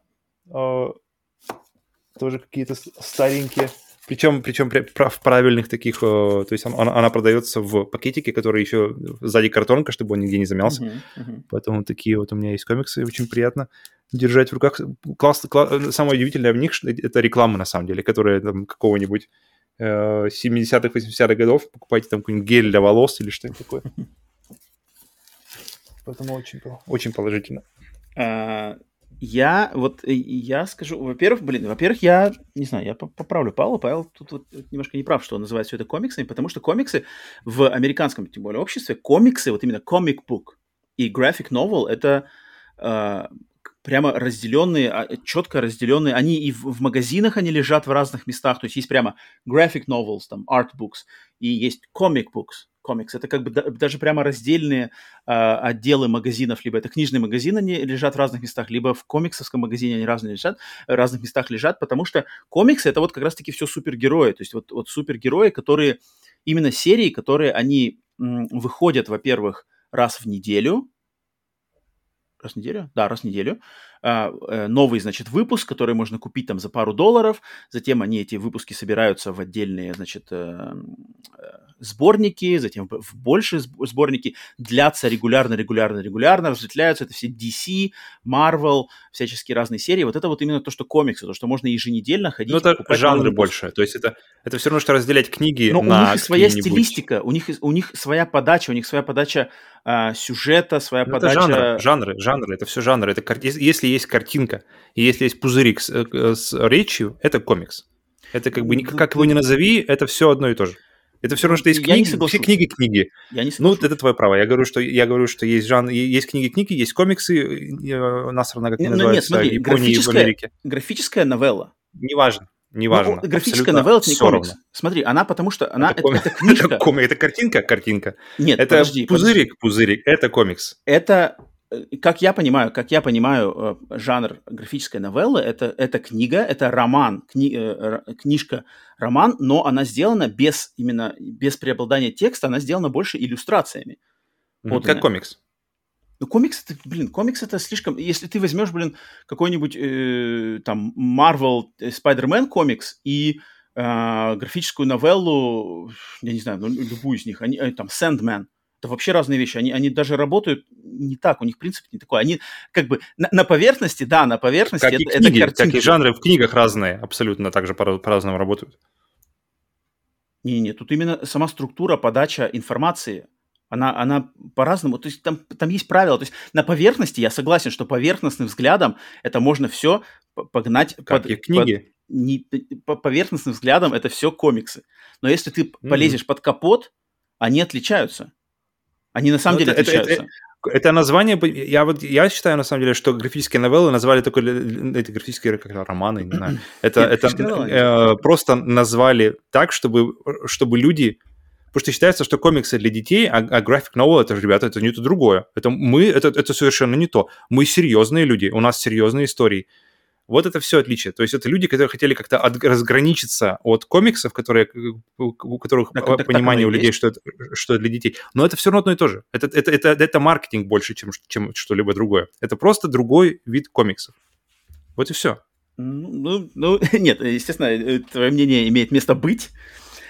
тоже какие-то старенькие. Причем в правильных таких, то есть она продается в пакетике, который еще сзади картонка, чтобы он нигде не замялся. Поэтому такие вот у меня есть комиксы, очень приятно держать в руках. Самое удивительное в них, это реклама, на самом деле, которая там какого-нибудь 70-х, 80-х годов, покупайте там какой-нибудь гель для волос или что-нибудь такое. Поэтому очень положительно. Я скажу, во-первых, я не знаю, я поправлю Павла. Павел тут вот немножко не прав, что он называет все это комиксами, потому что комиксы в американском, тем более, обществе, комиксы, вот именно comic book и graphic novel, это прямо разделенные, четко разделенные, они и в магазинах они лежат в разных местах, то есть есть прямо graphic novels, там, art books, и есть comic books. Комикс. Это как бы даже прямо раздельные отделы магазинов, либо это книжные магазины, они лежат в разных местах, либо в комиксовском магазине они в разных местах лежат, потому что комиксы — это вот как раз-таки все супергерои, то есть вот супергерои, которые, именно серии, которые они выходят, во-первых, раз в неделю. Раз в неделю? Да, раз в неделю. Новый, значит, выпуск, который можно купить там за пару $. Затем эти выпуски собираются в отдельные, значит, сборники, затем в большие сборники, длятся регулярно, разветвляются. Это все DC, Marvel, всяческие разные серии. Вот это вот именно то, что комиксы, то, что можно еженедельно ходить. Ну, это жанры больше. То есть это все равно, что разделять книги но на у них и своя стилистика, у них своя подача, сюжета, своя подача. Это жанры, это все жанры. Если есть картинка, и если есть пузырик с речью, это комикс. Это как бы, как его ни назови, это все одно и то же. Это все равно, что есть книги, все книги. Я не соглашусь. Это твое право. Я говорю, что есть жанр, есть книги, есть комиксы, нас равно как не называются, нет, смотри, в Японии и в Америке. Графическая новелла. Неважно. Графическая новелла — это не комикс. Смотри, она потому что это книжка. Это картинка. Нет, это пузырик, это комикс. Это, как я понимаю, жанр графической новеллы — это книга, это роман, книжка, роман, но она сделана без преобладания текста, она сделана больше иллюстрациями. Вот как комикс. Ну, комикс это слишком... Если ты возьмешь, какой-нибудь там Marvel Spider-Man комикс и графическую новеллу, я не знаю, любую из них, они там Sandman, это вообще разные вещи. Они даже работают не так, у них принцип не такой. Они как бы на поверхности, да, на поверхности как это книги, картинки. Как и жанры в книгах разные, абсолютно так же по-разному работают. Не, тут именно сама структура, подача информации, она по-разному, то есть там есть правила, то есть на поверхности я согласен, что поверхностным взглядом это можно все погнать как и книги. Поверхностным взглядом это все комиксы, но если ты полезешь под капот, они отличаются, они на самом деле отличаются. Это название, я считаю на самом деле, что графические новеллы назвали только эти графические романы, не знаю. Это просто назвали так, чтобы люди. Потому что считается, что комиксы для детей, а graphic novel, это же, ребята, это не то другое. Это совершенно не то. Мы серьезные люди, у нас серьезные истории. Вот это все отличие. То есть это люди, которые хотели как-то разграничиться от комиксов, у которых понимание у людей, что это для детей. Но это все равно одно и то же. Это маркетинг больше, чем что-либо другое. Это просто другой вид комиксов. Вот и все. Нет, естественно, твое мнение имеет место быть.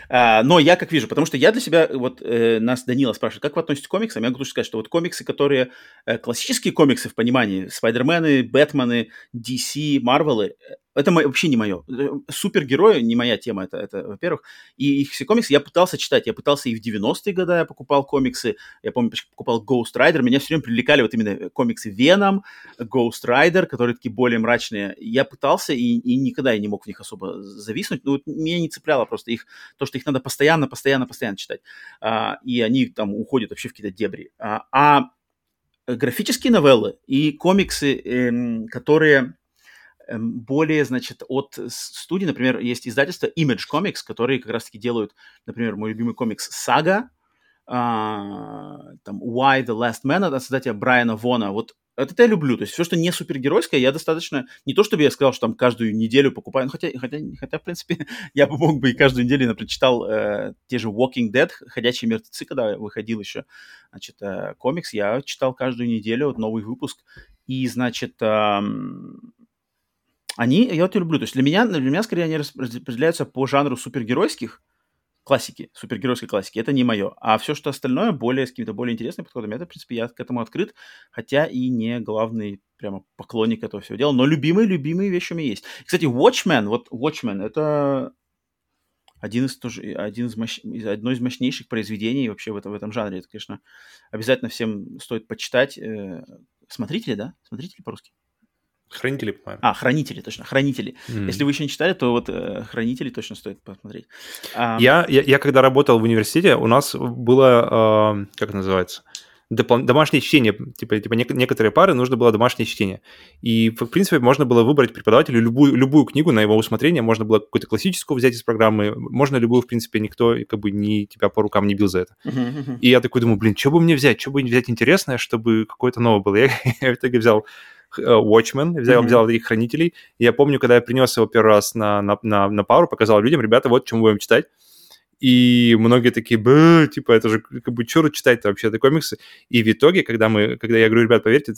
Но я как вижу, потому что я для себя, вот нас Данила спрашивает, как вы относитесь к комиксам? Я могу сказать, что вот комиксы, которые классические комиксы в понимании, Спайдермены, Бэтмены, DC, Марвелы, это вообще не мое. Супергерои не моя тема, это во-первых. И их все комиксы я пытался читать. Я пытался и в 90-е годы я покупал комиксы. Я помню, покупал Ghost Rider. Меня все время привлекали вот именно комиксы Venom, Ghost Rider, которые такие более мрачные. Я пытался и никогда я не мог в них особо зависнуть. Ну, вот меня не цепляло просто их, то, что их надо постоянно читать. И они там уходят вообще в какие-то дебри. Графические новеллы и комиксы, которые более, значит, от студии, например, есть издательство Image Comics, которые как раз-таки делают, например, мой любимый комикс «Сага», там «Why the Last Man» от создателя Брайана Вона. Вот это я люблю. То есть все, что не супергеройское, я достаточно... Не то, чтобы я сказал, что там каждую неделю покупаю, ну, хотя в принципе, я бы мог бы и каждую неделю, например, читал те же Walking Dead, «Ходячие мертвецы», когда выходил еще, значит, комикс, я читал каждую неделю вот, новый выпуск. И, значит, я вот и люблю. То есть для меня скорее они распределяются по жанру супергеройских, супергеройской классики, это не мое. А все, что остальное, с какими-то более интересными подходами, это, в принципе, я к этому открыт, хотя и не главный прямо поклонник этого всего дела, но любимые вещи у меня есть. Кстати, Watchmen, это одно из мощнейших произведений вообще в этом жанре. Это, конечно, обязательно всем стоит почитать. Смотрители, да? Смотрители по-русски? Хранители, по-моему. Хранители, точно, хранители. Если вы еще не читали, то вот хранители точно стоит посмотреть. Я когда работал в университете, у нас было, как это называется, домашнее чтение. Типа некоторые пары нужно было домашнее чтение. И, в принципе, можно было выбрать преподавателю любую книгу на его усмотрение. Можно было какую-то классическую взять из программы. Можно любую, в принципе, никто как бы тебя по рукам не бил за это. И я такой думаю, что бы мне взять? Что бы взять интересное, чтобы какое-то новое было? Я в итоге взял Watchmen, взял их хранителей. И я помню, когда я принес его первый раз на пару, показал людям, ребята, вот чем будем читать. И многие такие, типа, это же как бы чё читать-то вообще, это комиксы. И в итоге, когда я говорю, ребят, поверьте,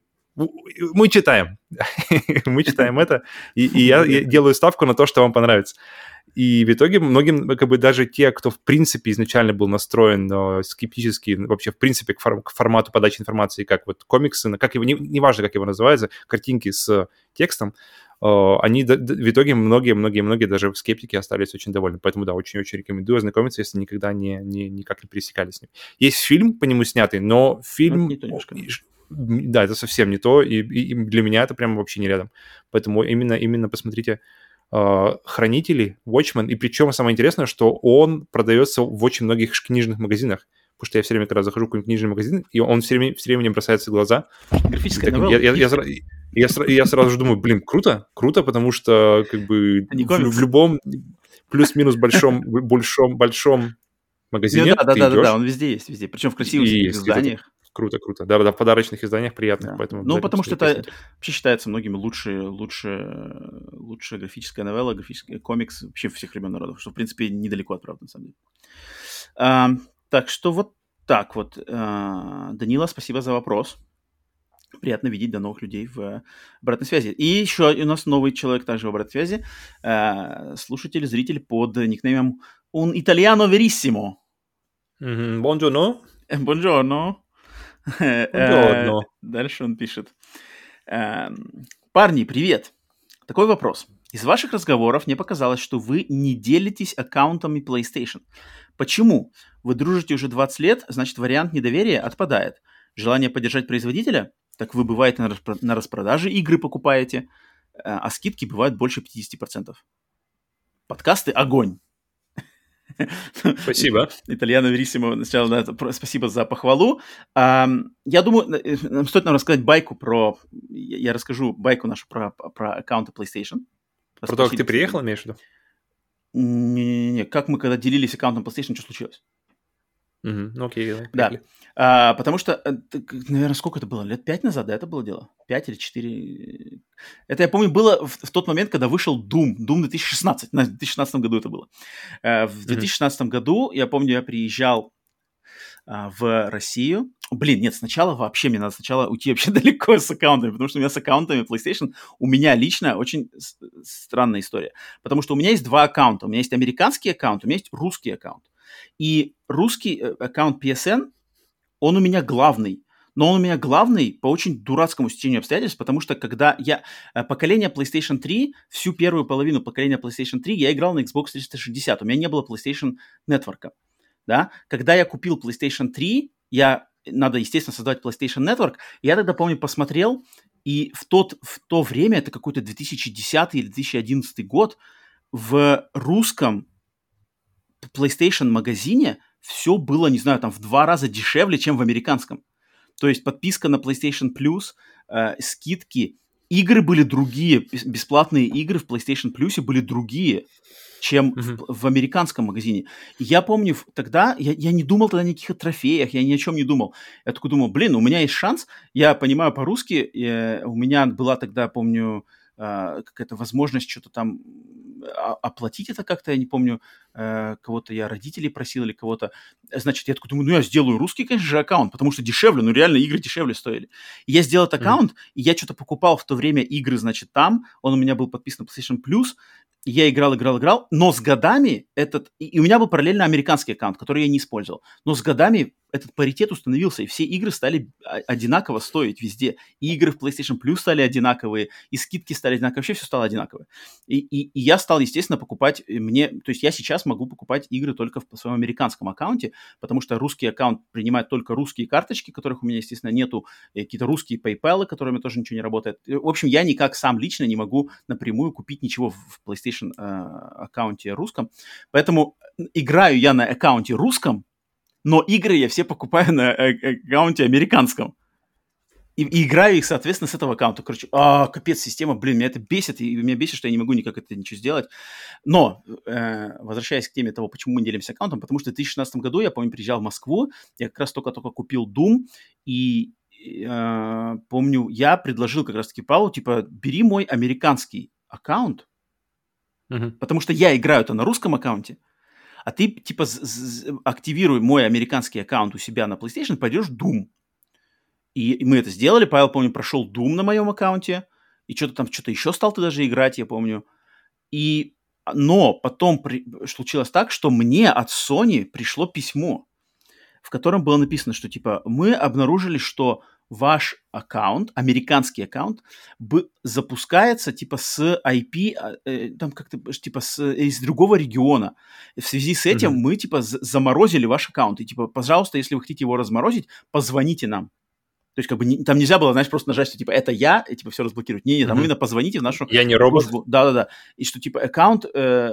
мы читаем. Мы читаем это, и я делаю ставку на то, что вам понравится. И в итоге многим, как бы даже те, кто в принципе изначально был настроен скептически вообще в принципе к формату подачи информации, как вот комиксы, неважно, как его называется, картинки с текстом, они в итоге многие даже скептики остались очень довольны. Поэтому, да, очень-очень рекомендую ознакомиться, если никогда никак не пересекались с ним. Есть фильм по нему снятый, но фильм... Да, это совсем не то, и для меня это прям вообще не рядом. Поэтому именно посмотрите «Хранители», Watchmen, и причем самое интересное, что он продается в очень многих книжных магазинах, потому что я все время, когда захожу в какой-нибудь книжный магазин, и он все время мне бросается в глаза. Графическая новелла. Я сразу же думаю, круто, потому что как бы в любом плюс-минус большом магазине ты идешь. Да, он везде есть, причем в красивых изданиях. Круто. Да, в подарочных изданиях приятных, да. Поэтому... Ну, потому что это вообще считается многими лучшая графическая новелла, графический комикс вообще всех времен народов, что, в принципе, недалеко от правды, на самом деле. Так что вот так вот. Данила, спасибо за вопрос. Приятно видеть до новых людей в обратной связи. И еще у нас новый человек также в обратной связи. Слушатель, зритель под никнеймом Un Italiano Verissimo. Buongiorno. Buongiorno. Дальше он пишет. Парни, привет. Такой вопрос. Из ваших разговоров мне показалось, что вы не делитесь аккаунтами PlayStation. Почему? Вы дружите уже 20 лет, значит, вариант недоверия отпадает. Желание поддержать производителя? Так вы, бывает, на распродаже игры покупаете, а скидки бывают больше 50%. Подкасты – огонь. Спасибо. Итальяно Вериссимо, сначала спасибо за похвалу. Я думаю, стоит нам рассказать байку Я расскажу байку нашу про аккаунты PlayStation. Про то, как ты приехал, имеешь в виду? Не-не-не. Как мы когда делились аккаунтом PlayStation, что случилось? Окей, да. Потому что, наверное, сколько это было? Лет 5 назад, да, это было дело? 5 или 4? Это, я помню, было в тот момент, когда вышел Doom 2016. В 2016 году это было. В 2016 году, я помню, я приезжал в Россию. Сначала мне надо уйти вообще далеко с аккаунтами, потому что у меня с аккаунтами PlayStation, у меня лично очень странная история. Потому что у меня есть два аккаунта. У меня есть американский аккаунт, у меня есть русский аккаунт. И русский аккаунт PSN, он у меня главный. Но он у меня главный по очень дурацкому стечению обстоятельств, потому что когда я... Поколение PlayStation 3, всю первую половину поколения PlayStation 3 я играл на Xbox 360. У меня не было PlayStation Network. Да? Когда я купил PlayStation 3, надо, естественно, создавать PlayStation Network. Я тогда, помню, посмотрел, и в то время, это какой-то 2010 или 2011 год, в русском PlayStation магазине все было, не знаю, там в 2 раза дешевле, чем в американском. То есть подписка на PlayStation Plus, скидки, игры были другие, бесплатные игры в PlayStation Plus были другие, чем в американском магазине. И я помню, тогда я не думал тогда о никаких трофеях, я ни о чем не думал. Я такой думал, блин, у меня есть шанс, я понимаю по-русски, у меня была тогда, помню, какая-то возможность что-то там оплатить это как-то, я не помню, кого-то я родителей просил или кого-то. Значит, я такой думаю, ну я сделаю русский, конечно же, аккаунт, потому что дешевле, ну реально игры дешевле стоили. И я сделал этот аккаунт, и я что-то покупал в то время игры, значит, там, он у меня был подписан на PlayStation Plus, я играл, но с годами и у меня был параллельно американский аккаунт, который я не использовал, но с годами этот паритет установился, и все игры стали одинаково стоить везде. И игры в PlayStation Plus стали одинаковые, и скидки стали одинаковые, вообще все стало одинаковое. И я стал, естественно, покупать то есть я сейчас могу покупать игры только в своем американском аккаунте, потому что русский аккаунт принимает только русские карточки, которых у меня, естественно, нету, какие-то русские PayPal, которыми тоже ничего не работает. В общем, я никак сам лично не могу напрямую купить ничего в PlayStation аккаунте русском, поэтому играю я на аккаунте русском, но игры я все покупаю на аккаунте американском. И играю их, соответственно, с этого аккаунта. Короче, капец, система, блин, меня это бесит, и меня бесит, что я не могу никак это ничего сделать. Но, возвращаясь к теме того, почему мы делимся аккаунтом, потому что в 2016 году, я помню, приезжал в Москву, я как раз только-только купил Doom, и помню, я предложил как раз-таки Павлу, типа, бери мой американский аккаунт, потому что я играю-то на русском аккаунте, а ты, типа, активируй мой американский аккаунт у себя на PlayStation, пойдешь в Doom. И мы это сделали. Павел, помню, прошел Doom на моем аккаунте. И что-то еще стал ты даже играть, я помню. Но потом случилось так, что мне от Sony пришло письмо, в котором было написано, что, типа, мы обнаружили, что ваш аккаунт, американский аккаунт, запускается, типа, с IP, там как-то, типа, из другого региона. В связи с этим мы, типа, заморозили ваш аккаунт. И, типа, пожалуйста, если вы хотите его разморозить, позвоните нам. То есть, как бы, там нельзя было, знаешь, просто нажать, что, типа, это я, и, типа, все разблокировать. Не, там именно позвоните в нашу Я не робот. службу. Да-да-да. И что, типа, аккаунт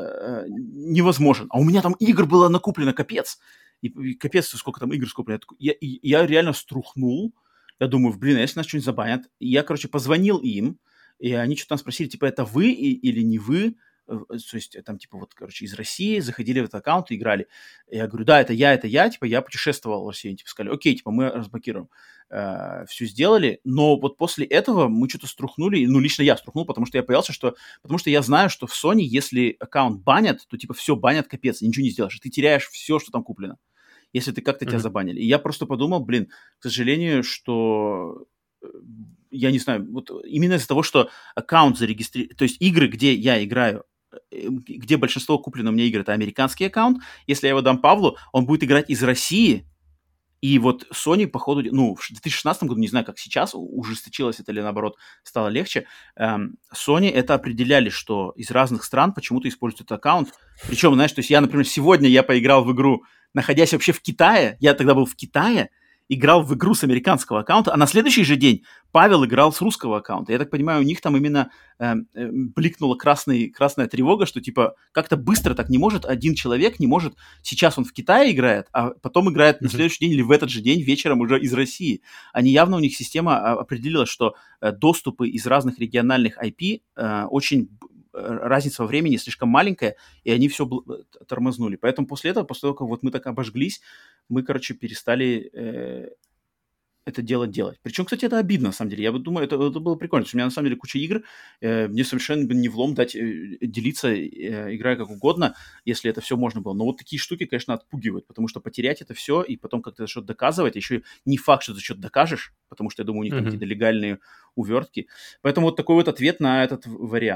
невозможен. А у меня там игр было накуплено, капец. И капец, сколько там игр скуплено. Я реально струхнул. Я думаю, блин, а если нас что-нибудь забанят? И я, короче, позвонил им, и они что-то там спросили, типа, это вы или не вы? То есть там, типа, вот, короче, из России заходили в этот аккаунт и играли. Я говорю, да, это я, типа, я путешествовал в России. Типа, сказали, окей, типа, мы разблокируем. Все сделали, но вот после этого мы что-то струхнули, ну, лично я струхнул, потому что я боялся, потому что я знаю, что в Sony, если аккаунт банят, то, типа, все банят, капец, ничего не сделаешь, ты теряешь все, что там куплено, если ты как-то тебя забанили. И я просто подумал, блин, к сожалению, что я не знаю, вот именно из-за того, что аккаунт зарегистрирован, то есть игры, где я играю, где большинство куплено у меня игр, это американский аккаунт. Если я его дам Павлу, он будет играть из России. И вот Sony, походу, ну, в 2016 году, не знаю, как сейчас, ужесточилось это или, наоборот, стало легче, Sony это определяли, что из разных стран почему-то используют этот аккаунт. Причем, знаешь, то есть я, например, сегодня я поиграл в игру, находясь вообще в Китае, я тогда был в Китае, играл в игру с американского аккаунта, а на следующий же день Павел играл с русского аккаунта. Я так понимаю, у них там именно бликнула красная тревога, что типа как-то быстро так не может, один человек не может, сейчас он в Китае играет, а потом играет на следующий день или в этот же день вечером уже из России. Они явно, у них система определила, что доступы из разных региональных IP очень разница во времени слишком маленькая, и они все тормознули. Поэтому после того, как вот мы так обожглись, мы, короче, перестали это дело делать. Причем, кстати, это обидно, на самом деле. Я думаю, это было прикольно. Потому что у меня, на самом деле, куча игр. Мне совершенно не влом дать делиться, играя как угодно, если это все можно было. Но вот такие штуки, конечно, отпугивают, потому что потерять это все и потом как-то что-то доказывать, еще не факт, что ты что-то докажешь, потому что, я думаю, у них там какие-то легальные увертки. Поэтому вот такой вот ответ на этот вариант.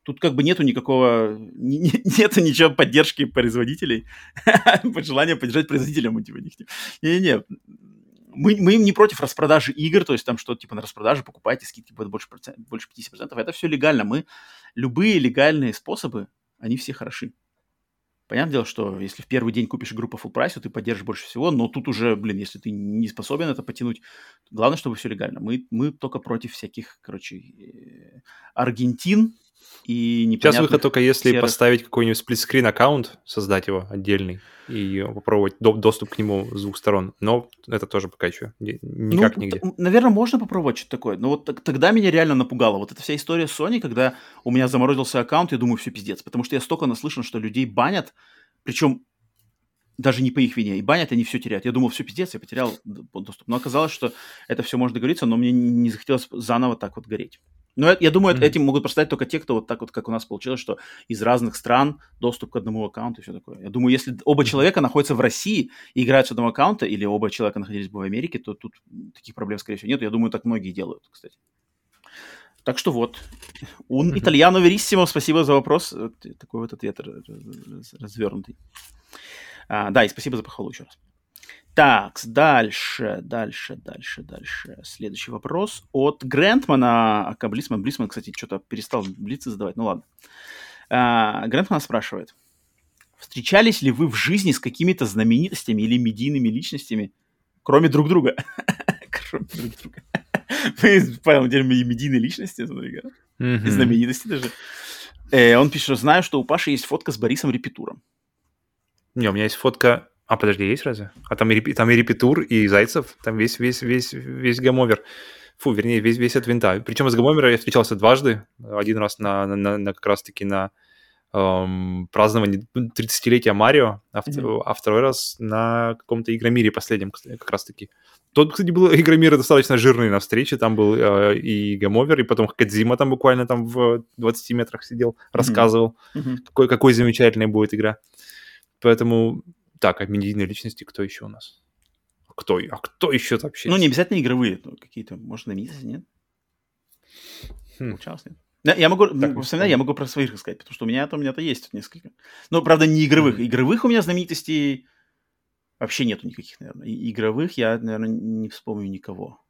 Тут как бы нету никакого, нету ничего поддержки производителей, желания поддержать производителя мы типа них. Не-не-не, мы им не против распродажи игр, то есть там что-то типа на распродаже покупайте, скидки будет больше 50%. Это все легально. Любые легальные способы, они все хороши. Понятное дело, что если в первый день купишь игру по full прайсу, ты поддержишь больше всего, но тут уже, если ты не способен это потянуть, главное, чтобы все легально. Мы только против всяких, Аргентин и непонятных Сейчас выход только если серых... поставить какой-нибудь сплитскрин аккаунт, создать его отдельный и попробовать доступ к нему с двух сторон. Но это тоже пока еще никак нигде. Наверное, можно попробовать что-то такое. Но вот тогда меня реально напугало. Вот эта вся история с Sony, когда у меня заморозился аккаунт, я думаю, все пиздец. Потому что я столько наслышан, что людей банят, причем даже не по их вине. И банят, они все теряют. Я думал, все пиздец, я потерял доступ. Но оказалось, что это все можно договориться, но мне не захотелось заново так вот гореть. Но я думаю, этим могут поставить только те, кто вот так вот, как у нас получилось, что из разных стран доступ к одному аккаунту и все такое. Я думаю, если оба человека находятся в России и играют с одного аккаунта, или оба человека находились бы в Америке, то тут таких проблем, скорее всего, нет. Я думаю, так многие делают, кстати. Так что вот. Un italiano verissimo, спасибо за вопрос. Такой вот ответ развернутый. Да, и спасибо за похвалу еще раз. Так, дальше. Следующий вопрос от Грентмана. Блицман, кстати, что-то перестал блицы задавать. Ну ладно. Грентман спрашивает. Встречались ли вы в жизни с какими-то знаменитостями или медийными личностями, кроме друг друга? Кроме друг друга. Вы, Павел, медийные личности, смотри, и знаменитости даже. Он пишет, знаю, что у Паши есть фотка с Борисом Репетуром. Не, у меня есть фотка... подожди, есть разве? А там и Репетур, и Зайцев, там весь гамовер. Фу, вернее, весь от винта. Причем с гамовера я встречался дважды. Один раз на как раз-таки на праздновании 30-летия Марио, а второй раз на каком-то Игромире последнем как раз-таки. Тот, кстати, был Игромир достаточно жирный на встрече. Там был и гамовер, и потом Кодзима там буквально там в 20 метрах сидел, рассказывал, какой замечательной будет игра. Поэтому... Так, а медийные личности кто еще у нас? Кто еще вообще? Ну, не обязательно игровые, какие-то, может, знаменитости, нет? Получалось, нет? Я могу про своих рассказать, потому что у меня-то есть несколько. Но, правда, не игровых. Игровых у меня знаменитостей вообще нету никаких, наверное. Игровых я, наверное, не вспомню никого.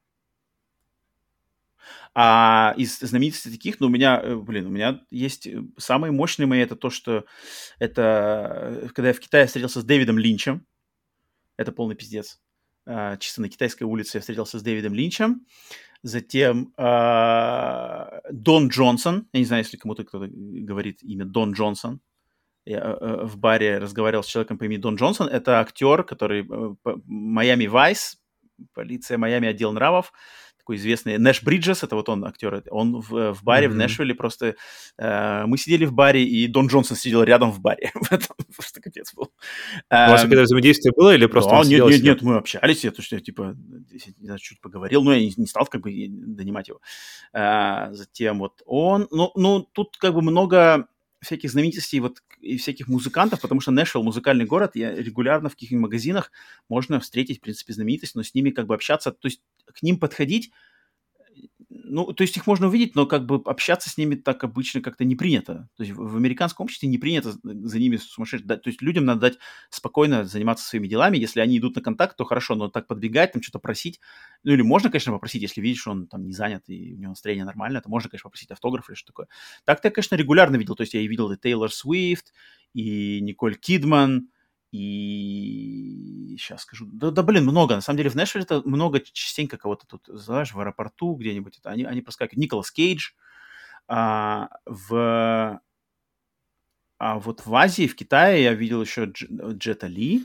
А из знаменитостей таких, у меня есть самые мощные мои, это то, что это когда я в Китае встретился с Дэвидом Линчем, это полный пиздец. Чисто на Китайской улице я встретился с Дэвидом Линчем, затем Дон Джонсон, я не знаю, если кому-то кто-то говорит имя Дон Джонсон, я в баре разговаривал с человеком по имени Дон Джонсон, это актер, который Miami Vice, полиция Майами, отдел нравов, такой известный. Нэш Бриджес, это вот он, актер. Он в баре в Нэшвилле просто... мы сидели в баре, и Дон Джонсон сидел рядом в баре. Просто капец был. У вас какое-то взаимодействие было или просто он сидел? Нет, мы общались. Я чуть поговорил, но я не стал донимать его. Затем вот он... тут много всяких знаменитостей и всяких музыкантов, потому что Нэшвилл — музыкальный город, я регулярно в каких-нибудь магазинах можно встретить, в принципе, знаменитость, но с ними общаться, то есть к ним подходить, то есть их можно увидеть, но общаться с ними так обычно как-то не принято. То есть в американском обществе не принято за ними сумасшедше. То есть людям надо дать спокойно заниматься своими делами. Если они идут на контакт, то хорошо, но так подбегать, там что-то просить. Или можно, конечно, попросить, если видишь, что он там не занят и у него настроение нормальное, то можно, конечно, попросить автограф или что такое. Так-то я, конечно, регулярно видел. То есть я и видел и Тейлор Свифт, и Николь Кидман, и сейчас скажу, много. На самом деле в Нэшвилле это много, частенько кого-то тут, знаешь, в аэропорту где-нибудь, они проскакивают. Николас Кейдж. Вот в Азии, в Китае я видел еще Джета Ли.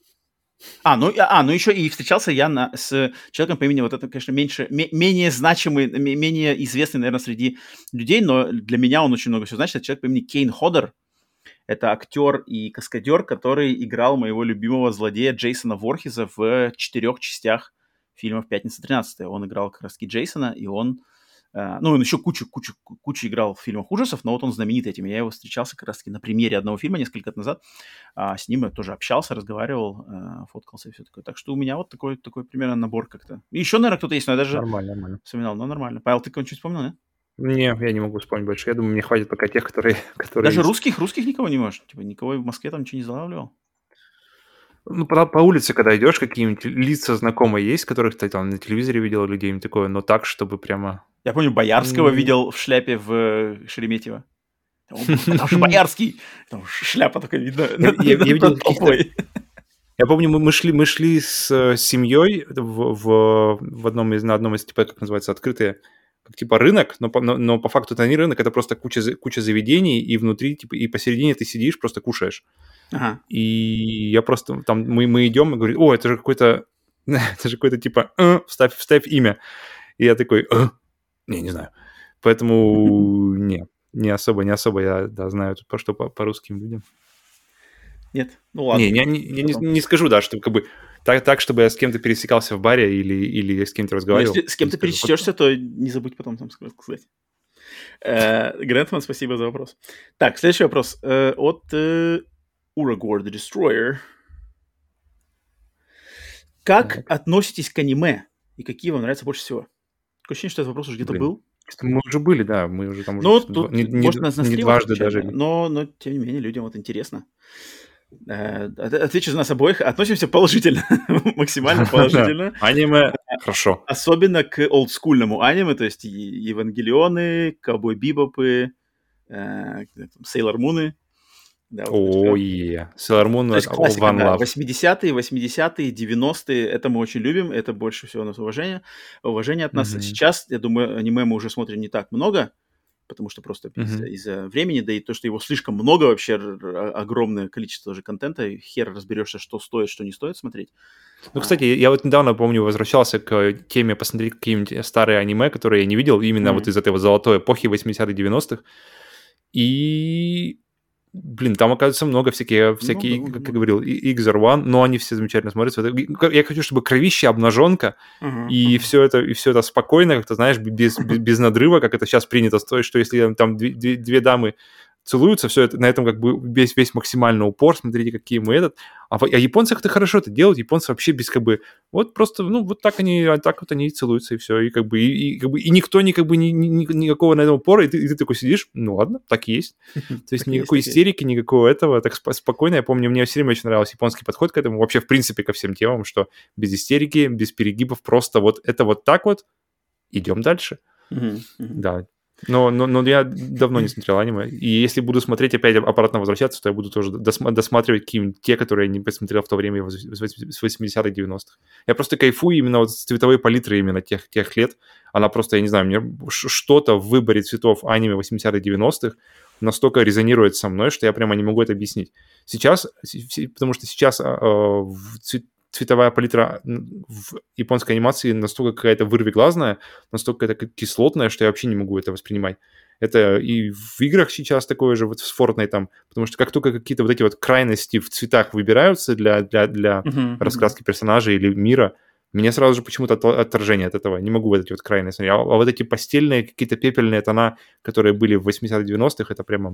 Еще и встречался я с человеком по имени, вот это, конечно, менее значимый, менее известный, наверное, среди людей, но для меня он очень много всего значит. Это человек по имени Кейн Ходер. Это актер и каскадер, который играл моего любимого злодея Джейсона Voorhees в 4 частях фильмов «Пятница 13». Он играл как раз-таки Джейсона, и он... он еще кучу играл в фильмах ужасов, но вот он знаменит этим. Я его встречался как раз-таки на премьере одного фильма несколько лет назад. С ним я тоже общался, разговаривал, фоткался и все такое. Так что у меня вот такой примерно набор как-то. И еще, наверное, кто-то есть, но я даже нормально вспоминал, но нормально. Павел, ты кого-нибудь вспомнил, нет? Не, я не могу вспомнить больше. Я думаю, мне хватит пока тех, которые Даже есть. русских никого не можешь? Типа никого в Москве там ничего не залавливал? Ну, по улице, когда идешь, какие-нибудь лица знакомые есть, которых ты там на телевизоре видел или где-нибудь такое, но так, чтобы прямо... Я помню, Боярского М, видел в шляпе в Шереметьево. Это уже Боярский! Там шляпа такая видно Я видел над каких-то... толпой. Я помню, мы шли с семьей на одном из, типа, как называется, открытые, как типа рынок, но по факту это не рынок, это просто куча заведений, и внутри, типа, и посередине ты сидишь, просто кушаешь. Ага. И я просто, там, мы идем, и говорю, о, это же какой-то, это же какой-то, типа, вставь имя. И я такой, не знаю. Поэтому, не особо я, да, знаю, что по русским людям. Нет? Ну Не, ладно. я не скажу, да, что как бы так, чтобы я с кем-то пересекался в баре или с кем-то Ну, разговаривал. если с Не кем-то скажу. пересечешься, то не забудь потом там сказать. Грентман, спасибо за вопрос. Так, следующий вопрос от Uragor the Destroyer. Как Так. относитесь к аниме? И какие вам нравятся больше всего? Такое ощущение, что этот вопрос уже где-то Блин, был. мы уже были, да, мы уже там Ну, уже тут, не может, на не стримах дважды отвечать, даже. да. Но, тем не менее, людям вот интересно. Отвечу за нас обоих. Относимся положительно. Максимально положительно. Аниме хорошо. Особенно к олдскульному аниме, то есть Евангелионы, Ковбой Бибопы, Сейлор Муны. Да, вот это всё. Ой, Sailor Moon, То есть классика, One да. Love. 80-е, 90-е, это мы очень любим, это больше всего у нас уважение от нас. Мгм. Сейчас, я думаю, аниме мы уже смотрим не так много, потому что просто Мгм. из-за времени, да и то, что его слишком много вообще, огромное количество же контента, и хер разберешься, что стоит, что не стоит смотреть. Ну, кстати, я вот недавно, помню, возвращался к теме посмотреть какие-нибудь старые аниме, которые я не видел, именно вот из этой вот золотой эпохи 80-х, 90-х. И, блин, там, оказывается, много всякие, Много. как я говорил, XR One, но они все замечательно смотрятся. Я хочу, чтобы кровища, обнаженка, и все это спокойно, как-то, знаешь, без надрыва, как это сейчас принято, что если там две дамы целуются, все это на этом как бы весь максимальный упор, смотрите, какие мы А японцы как-то хорошо это делают, японцы вообще без как бы, вот просто, ну, вот так вот они и целуются, и все, и как бы, и никто никакого на этом упора, и ты такой сидишь, ну ладно, так и есть. То есть никакой истерики, никакого этого, так спокойно. Я помню, мне все время очень нравился японский подход к этому, вообще, в принципе, ко всем темам, что без истерики, без перегибов, просто вот это вот так вот, идем дальше. Да. Но я давно не смотрел аниме, и если буду смотреть, опять обратно возвращаться, то я буду тоже досматривать какие-нибудь те, которые я не посмотрел в то время с 80-х, 90-х. Я просто кайфую именно вот с цветовой палитры именно тех лет. Она просто, я не знаю, мне что-то в выборе цветов аниме 80-х, 90-х настолько резонирует со мной, что я прямо не могу это объяснить. Сейчас, потому что сейчас цветовая палитра в японской анимации настолько какая-то вырвиглазная, настолько это кислотная, что я вообще не могу это воспринимать. Это и в играх сейчас такое же, вот с Fortnite там, потому что как только какие-то вот эти вот крайности в цветах выбираются для раскраски персонажей или мира, мне сразу же почему-то отторжение от этого. Не могу вот эти вот крайности. А вот эти постельные, какие-то пепельные тона, которые были в 80-х, 90-х, это прямо...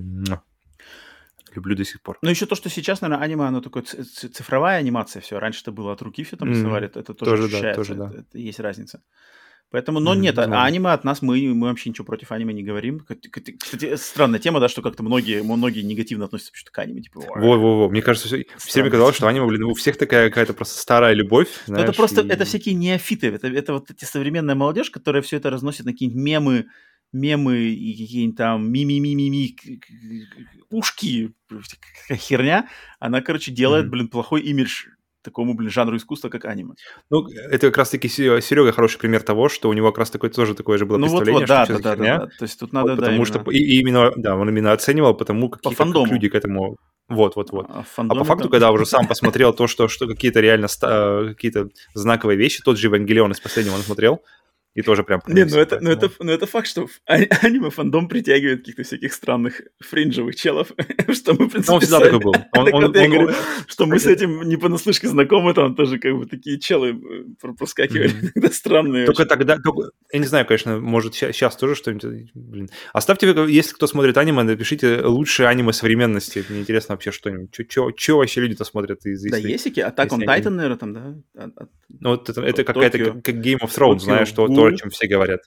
Люблю до сих пор. Ну, еще то, что сейчас, наверное, аниме, оно такое цифровая анимация все. Раньше это было от руки все там рисовали, это тоже ощущается, да. это есть разница. Поэтому, но нет, а аниме от нас, мы вообще ничего против аниме не говорим. Кстати, странная тема, да, что как-то многие негативно относятся почему-то к аниме. Типа, во. Мне кажется, все время казалось, что аниме, блин, у всех такая какая-то просто старая любовь. Но это просто, это всякие неофиты. Это вот эти современная молодежь, которая все это разносит на какие-нибудь мемы и какие-нибудь там ми-ми-ми-ми-ми ушки, какая херня, она, короче, делает, блин, плохой имидж такому, блин, жанру искусства, как аниме. Ну, это как раз-таки Серега хороший пример того, что у него как раз тоже такое же было представление, что что за херня. Да. То есть тут надо, потому что именно, да, он именно оценивал, потому как люди к этому... Вот. А по факту, когда уже сам посмотрел то, что какие-то реально какие-то знаковые вещи, тот же Евангелион из последнего он смотрел, и тоже прям... Не, это факт, что аниме-фандом притягивает каких-то всяких странных фринжевых челов, что мы, в принципе... Он всегда такой был. Что мы с этим не понаслышке знакомы, там тоже как бы такие челы проскакивали, иногда странные. Только тогда, я не знаю, конечно, может сейчас тоже что-нибудь... Блин. Оставьте, если кто смотрит аниме, напишите лучшие аниме современности. Мне интересно вообще что-нибудь. Что вообще люди-то смотрят из... Да, есть какие? Attack on Titan, наверное, там, да? Ну, вот это какая-то как Game of Thrones, знаешь, что о чем все говорят.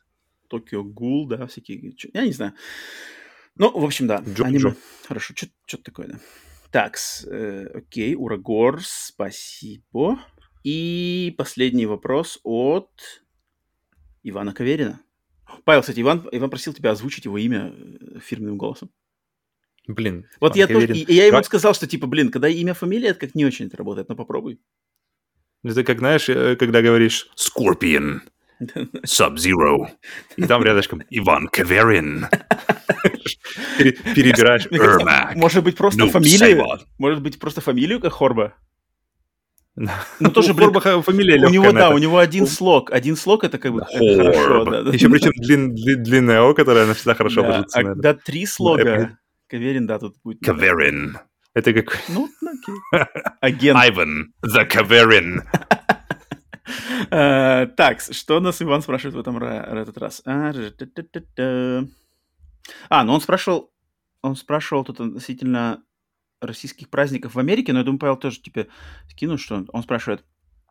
Токио Гул, да, всякие, я не знаю. Ну, в общем, да, аниме. Хорошо, что-то такое, да. Так, окей, Урагор, спасибо. И последний вопрос от Ивана Каверина. Павел, кстати, Иван просил тебя озвучить его имя фирменным голосом. Блин, вот я тоже, и я ему сказал, что типа, когда имя, фамилия, это как не очень это работает, но попробуй. Это как, знаешь, когда говоришь Scorpion, Sub-Zero, и там рядышком Иван Каверин. Перебираешь Эрмак. Может быть, просто фамилию? Может быть, просто фамилию, как Хорба? Ну, тоже, Хорба фамилия легкая. У него один слог. Один слог — это как бы хорошо. Еще причем длинное О, которое всегда хорошо ложится. А когда 3 слога, Каверин, да, тут будет... Каверин. Это как... Ну, окей. Агент. Ivan the Каверин. Так, что нас Иван спрашивает в этот раз? Ну он спрашивал тут относительно российских праздников в Америке, но я думаю, Павел тоже тебе скинул, что он спрашивает.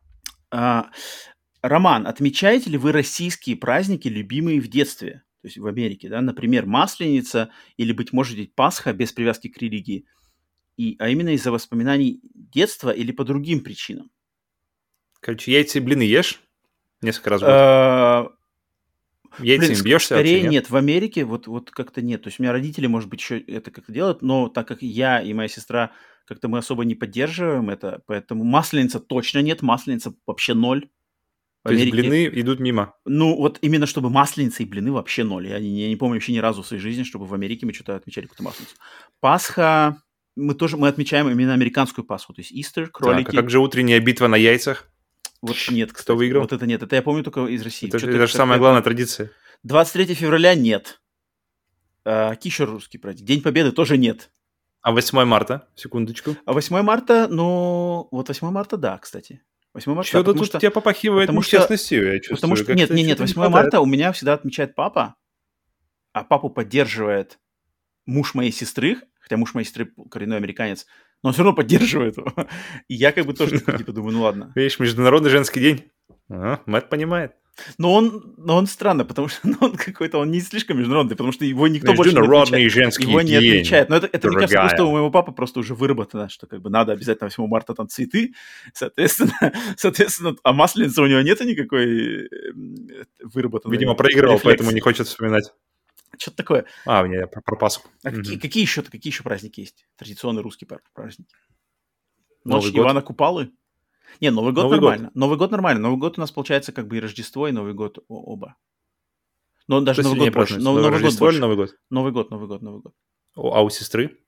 Роман, отмечаете ли вы российские праздники, любимые в детстве? То есть в Америке, да? Например, Масленица или, быть может, Пасха без привязки к религии. А именно из-за воспоминаний детства или по другим причинам? Короче, яйца и блины ешь несколько раз в год? Яйцами бьешься? Скорее нет. В Америке вот как-то нет. То есть у меня родители, может быть, еще это как-то делают, но так как я и моя сестра как-то мы особо не поддерживаем это, поэтому Масленица точно нет, Масленица вообще 0. То есть блины идут мимо? Ну, вот именно чтобы Масленица и блины вообще 0. Я не помню вообще ни разу в своей жизни, чтобы в Америке мы что-то отмечали какую-то Масленицу. Пасха, мы отмечаем именно американскую Пасху, то есть Истер, кролики. Так, а как же утренняя битва на яйцах? Вот нет, кстати. Кто выиграл? Вот это нет. Это я помню только из России. Это же самая главная традиция. 23 февраля нет. Какие еще русские праздники? День Победы тоже нет. А 8 марта? Секундочку. А 8 марта, ну... Вот 8 марта, да, кстати. 8 марта. Что-то тут тебя попахивает нечестностью, я чувствую. Потому что... Нет, 8 марта у меня всегда отмечает папа, а папу поддерживает муж моей сестры, хотя муж моей сестры коренной американец, но он все равно поддерживает его. И я как бы тоже типа думаю, ну ладно. Видишь, Международный женский день. Мэтт понимает. Но он странно, потому что он какой-то, он не слишком международный, потому что его никто больше не отмечает. Его не отмечает. Но это мне кажется, просто у моего папы просто уже выработано, что как бы надо обязательно 8 марта там цветы, соответственно, а Масленицы у него нету никакой выработанной. Видимо, проигрывал, поэтому не хочет вспоминать. Что-то такое. Я про Пасху. А какие еще праздники есть? Традиционные русские праздники. Ночь Ивана Купалы? Не, Новый год нормально. Новый год нормально. Новый год у нас получается как бы и Рождество, и Новый год оба. Но даже Новый год больше. Рождество или Новый год? Новый год. А у сестры?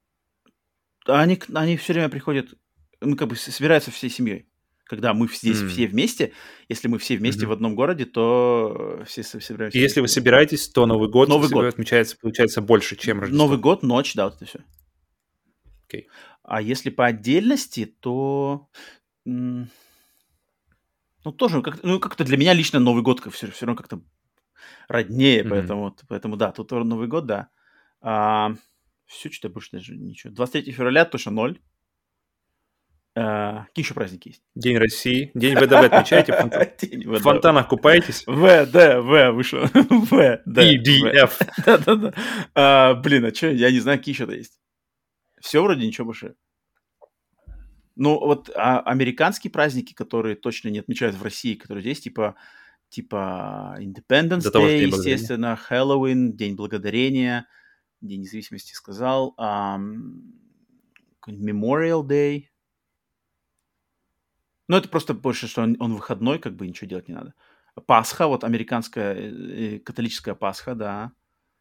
Они все время приходят, ну, как бы собираются всей семьей. Когда мы здесь все вместе, если мы все вместе в одном городе, то все собираемся. И если вы собираетесь, то Новый год отмечается, получается, больше, чем Рождество. Новый год, ночь, да, вот это все. Окей. А если по отдельности, то... Ну, тоже, как-то для меня лично Новый год все равно как-то роднее, поэтому да, тут Новый год, да. Все, что-то больше даже ничего. 23 февраля точно 0. Какие еще праздники есть? День России. День ВДВ отмечаете? В фонтанах купаетесь? ВДВ вышло. EDF. Да. Блин, а что? Я не знаю, какие еще-то есть. Все вроде ничего больше. Ну, вот американские праздники, которые точно не отмечают в России, которые здесь, типа Independence Day, естественно, Хэллоуин, День Благодарения, День Независимости сказал, Memorial Day. Ну, это просто больше, что он выходной, как бы ничего делать не надо. Пасха, вот американская католическая Пасха, да.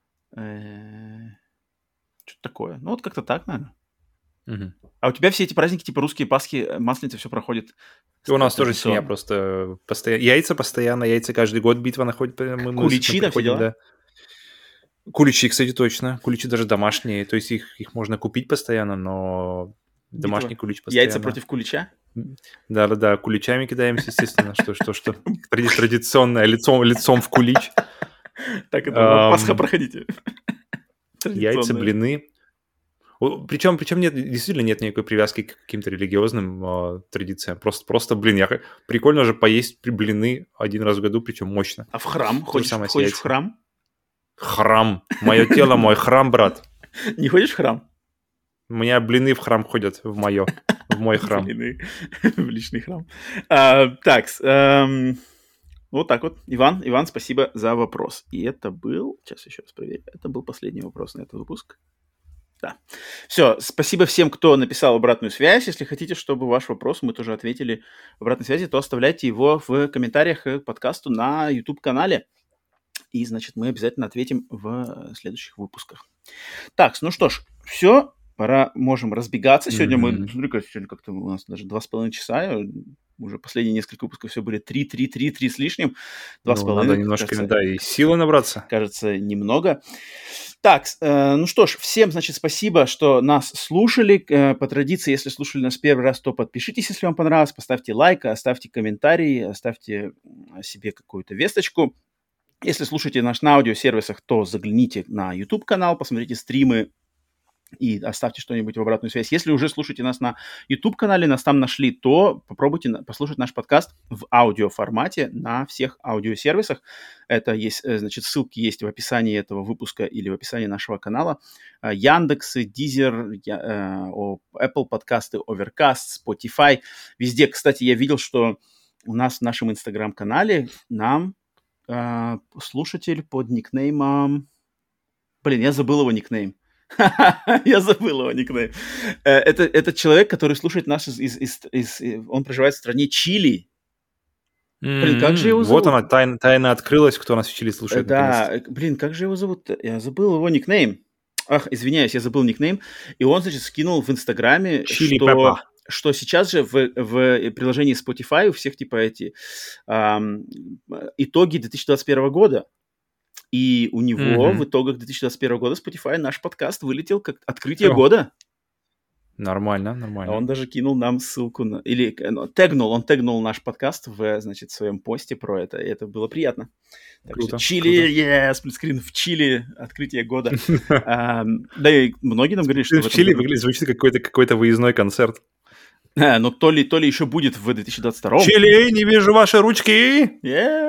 Что-то такое. Ну, вот как-то так, наверное. А у тебя все эти праздники, типа русские Пасхи, Масленица, все проходит? У нас тоже семья просто постоянно. Яйца постоянно, яйца каждый год битва находит. Куличи, да, все дела? Да. Куличи, кстати, точно. Куличи даже домашние. То есть их можно купить постоянно, но домашний кулич постоянно. Яйца против кулича? Да, куличами кидаемся, естественно. Что? Традиционное, лицом в кулич. Так, это Пасха проходите. Яйца, блины. Причем действительно нет никакой привязки к каким-то религиозным традициям. Просто, блин, прикольно же поесть блины один раз в году, причем мощно. А в храм? Ходишь в храм? Храм. Мое тело, мой храм, брат. Не ходишь в храм? У меня блины в храм ходят, в мой храм. Блины в личный храм. Так, вот так вот. Иван, спасибо за вопрос. И это был... Сейчас еще раз проверю. Это был последний вопрос на этот выпуск. Да. Все, спасибо всем, кто написал обратную связь. Если хотите, чтобы ваш вопрос мы тоже ответили в обратной связи, то оставляйте его в комментариях к подкасту на YouTube-канале. И, значит, мы обязательно ответим в следующих выпусках. Так, ну что ж, все, можем разбегаться. Сегодня сегодня как-то у нас даже 2,5 часа. Уже последние несколько выпусков все были 3 с лишним. 2,5. Надо немножко, кажется, и силы набраться. Кажется, немного. Так, ну что ж, всем, значит, спасибо, что нас слушали. По традиции, если слушали нас первый раз, то подпишитесь, если вам понравилось, поставьте лайк, оставьте комментарий, оставьте себе какую-то весточку. Если слушаете нас на аудиосервисах, то загляните на YouTube-канал, посмотрите стримы и оставьте что-нибудь в обратную связь. Если уже слушаете нас на YouTube-канале, нас там нашли, то попробуйте послушать наш подкаст в аудиоформате на всех аудиосервисах. Это есть, значит, ссылки есть в описании этого выпуска или в описании нашего канала. Яндекс, Deezer, Apple подкасты, Overcast, Spotify. Везде, кстати, я видел, что у нас в нашем Instagram-канале нам слушатель под никнеймом... Блин, я забыл его никнейм. Я забыл его никнейм. Это человек, который слушает нас он проживает в стране Чили. Блин, как же его зовут? Вот она, тайна открылась, кто нас в Чили слушает. Да, блин, как же его зовут? Я забыл его никнейм. Ах, извиняюсь, я забыл никнейм. И он, значит, скинул в Инстаграме, что сейчас же в приложении Spotify у всех типа эти итоги 2021 года. И у него в итогах 2021 года Spotify наш подкаст вылетел как открытие года. Нормально. А он даже кинул нам ссылку он тегнул наш подкаст в, значит, своем посте про это, и это было приятно. Так круто, что Чили, сплитскрин в Чили, открытие года. Да и многие нам говорили, что в Чили звучит какой-то выездной концерт. Но то ли еще будет в 2022. Чили, не вижу ваши ручки!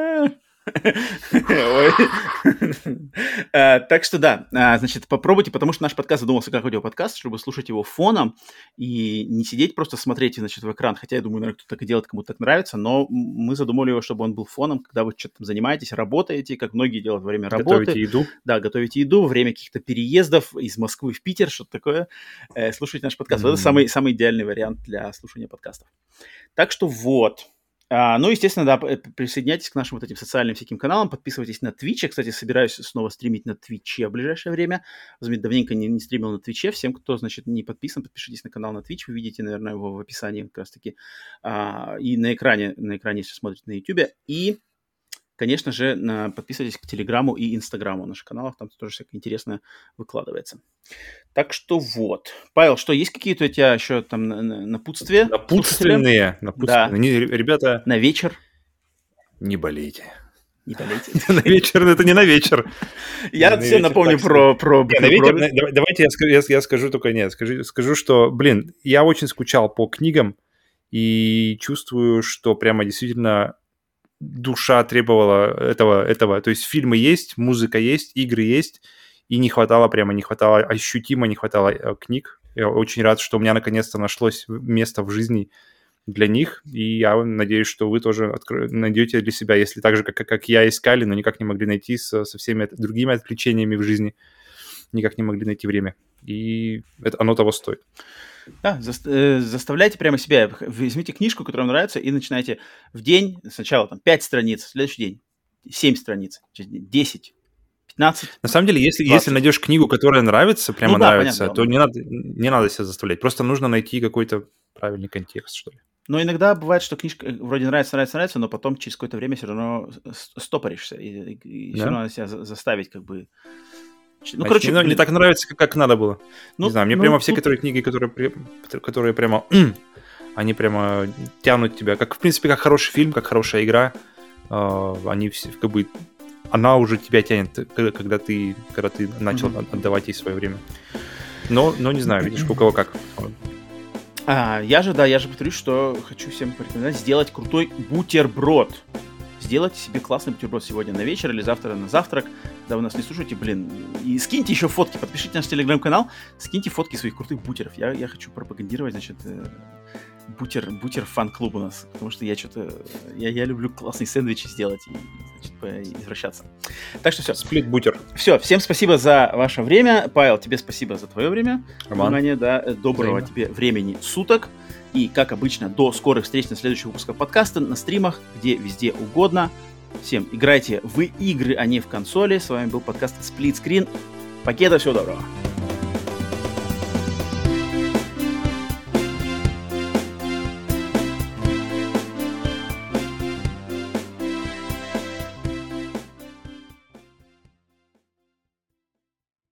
Так что да, значит, попробуйте, потому что наш подкаст задумался как аудиоподкаст, чтобы слушать его фоном и не сидеть просто смотреть, значит, в экран. Хотя я думаю, наверное, кто-то так и делает, кому так нравится, но мы задумали его, чтобы он был фоном, когда вы что-то там занимаетесь, работаете, как многие делают во время работы. Готовите еду. Да, готовите еду во время каких-то переездов из Москвы в Питер, что-то такое. Слушайте наш подкаст. Это самый идеальный вариант для слушания подкастов. Так что вот. Ну, естественно, да, присоединяйтесь к нашим вот этим социальным всяким каналам, подписывайтесь на Twitch. Я, кстати, собираюсь снова стримить на Twitch в ближайшее время. Давненько не стримил на Twitch. Всем, кто, значит, не подписан, подпишитесь на канал на Twitch. Вы видите, наверное, его в описании как раз-таки. И на экране, если смотрите на YouTube. И, конечно же, подписывайтесь к Телеграму и Инстаграму наших каналов. Там тоже всякое интересное выкладывается. Так что вот. Павел, что, есть какие-то у тебя еще там напутствия? Напутственные. Да. Ребята... На вечер? Не болейте. Не болейте. На вечер, это не на вечер. Я все напомню про... Давайте я скажу только нет. Скажу, что, блин, я очень скучал по книгам и чувствую, что прямо действительно душа требовала этого. То есть фильмы есть, музыка есть, игры есть, и ощутимо не хватало книг. Я очень рад, что у меня наконец-то нашлось место в жизни для них, и я надеюсь, что вы тоже найдете для себя, если так же, как я искали, но никак не могли найти со всеми другими отвлечениями в жизни, никак не могли найти время. И оно того стоит. Да, заставляйте прямо себя, возьмите книжку, которая вам нравится, и начинайте в день, сначала там 5 страниц, в следующий день 7 страниц, 10, 15. На самом деле, если найдешь книгу, которая нравится, прямо нравится, понятно, то не надо себя заставлять. Просто нужно найти какой-то правильный контекст, что ли. Но иногда бывает, что книжка вроде нравится, но потом через какое-то время все равно стопоришься, и все равно надо себя заставить как бы... Ну, короче, не так нравится, как надо было. Не знаю, мне прямо все книги, которые прямо... они прямо тянут тебя. Как, в принципе, как хороший фильм, как хорошая игра. Они все как бы... Она уже тебя тянет, когда ты начал отдавать ей свое время. Но не знаю, видишь, у кого как. Я же повторюсь, что хочу всем порекомендовать сделать крутой бутерброд. Сделайте себе классный бутерброд сегодня на вечер или завтра на завтрак, когда вы нас не слушаете, и скиньте еще фотки, подпишите наш телеграм-канал, скиньте фотки своих крутых бутеров. Я хочу пропагандировать, значит, бутер фан-клуб у нас, потому что я люблю классные сэндвичи сделать и, значит, извращаться. Так что все. Сплит-бутер. Все, всем спасибо за ваше время. Павел, тебе спасибо за твое время. Роман. Внимание, да, доброго тебе времени суток. И, как обычно, до скорых встреч на следующих выпусках подкаста, на стримах, где везде угодно. Всем играйте в игры, а не в консоли. С вами был подкаст Split Screen. Покеда, всего доброго.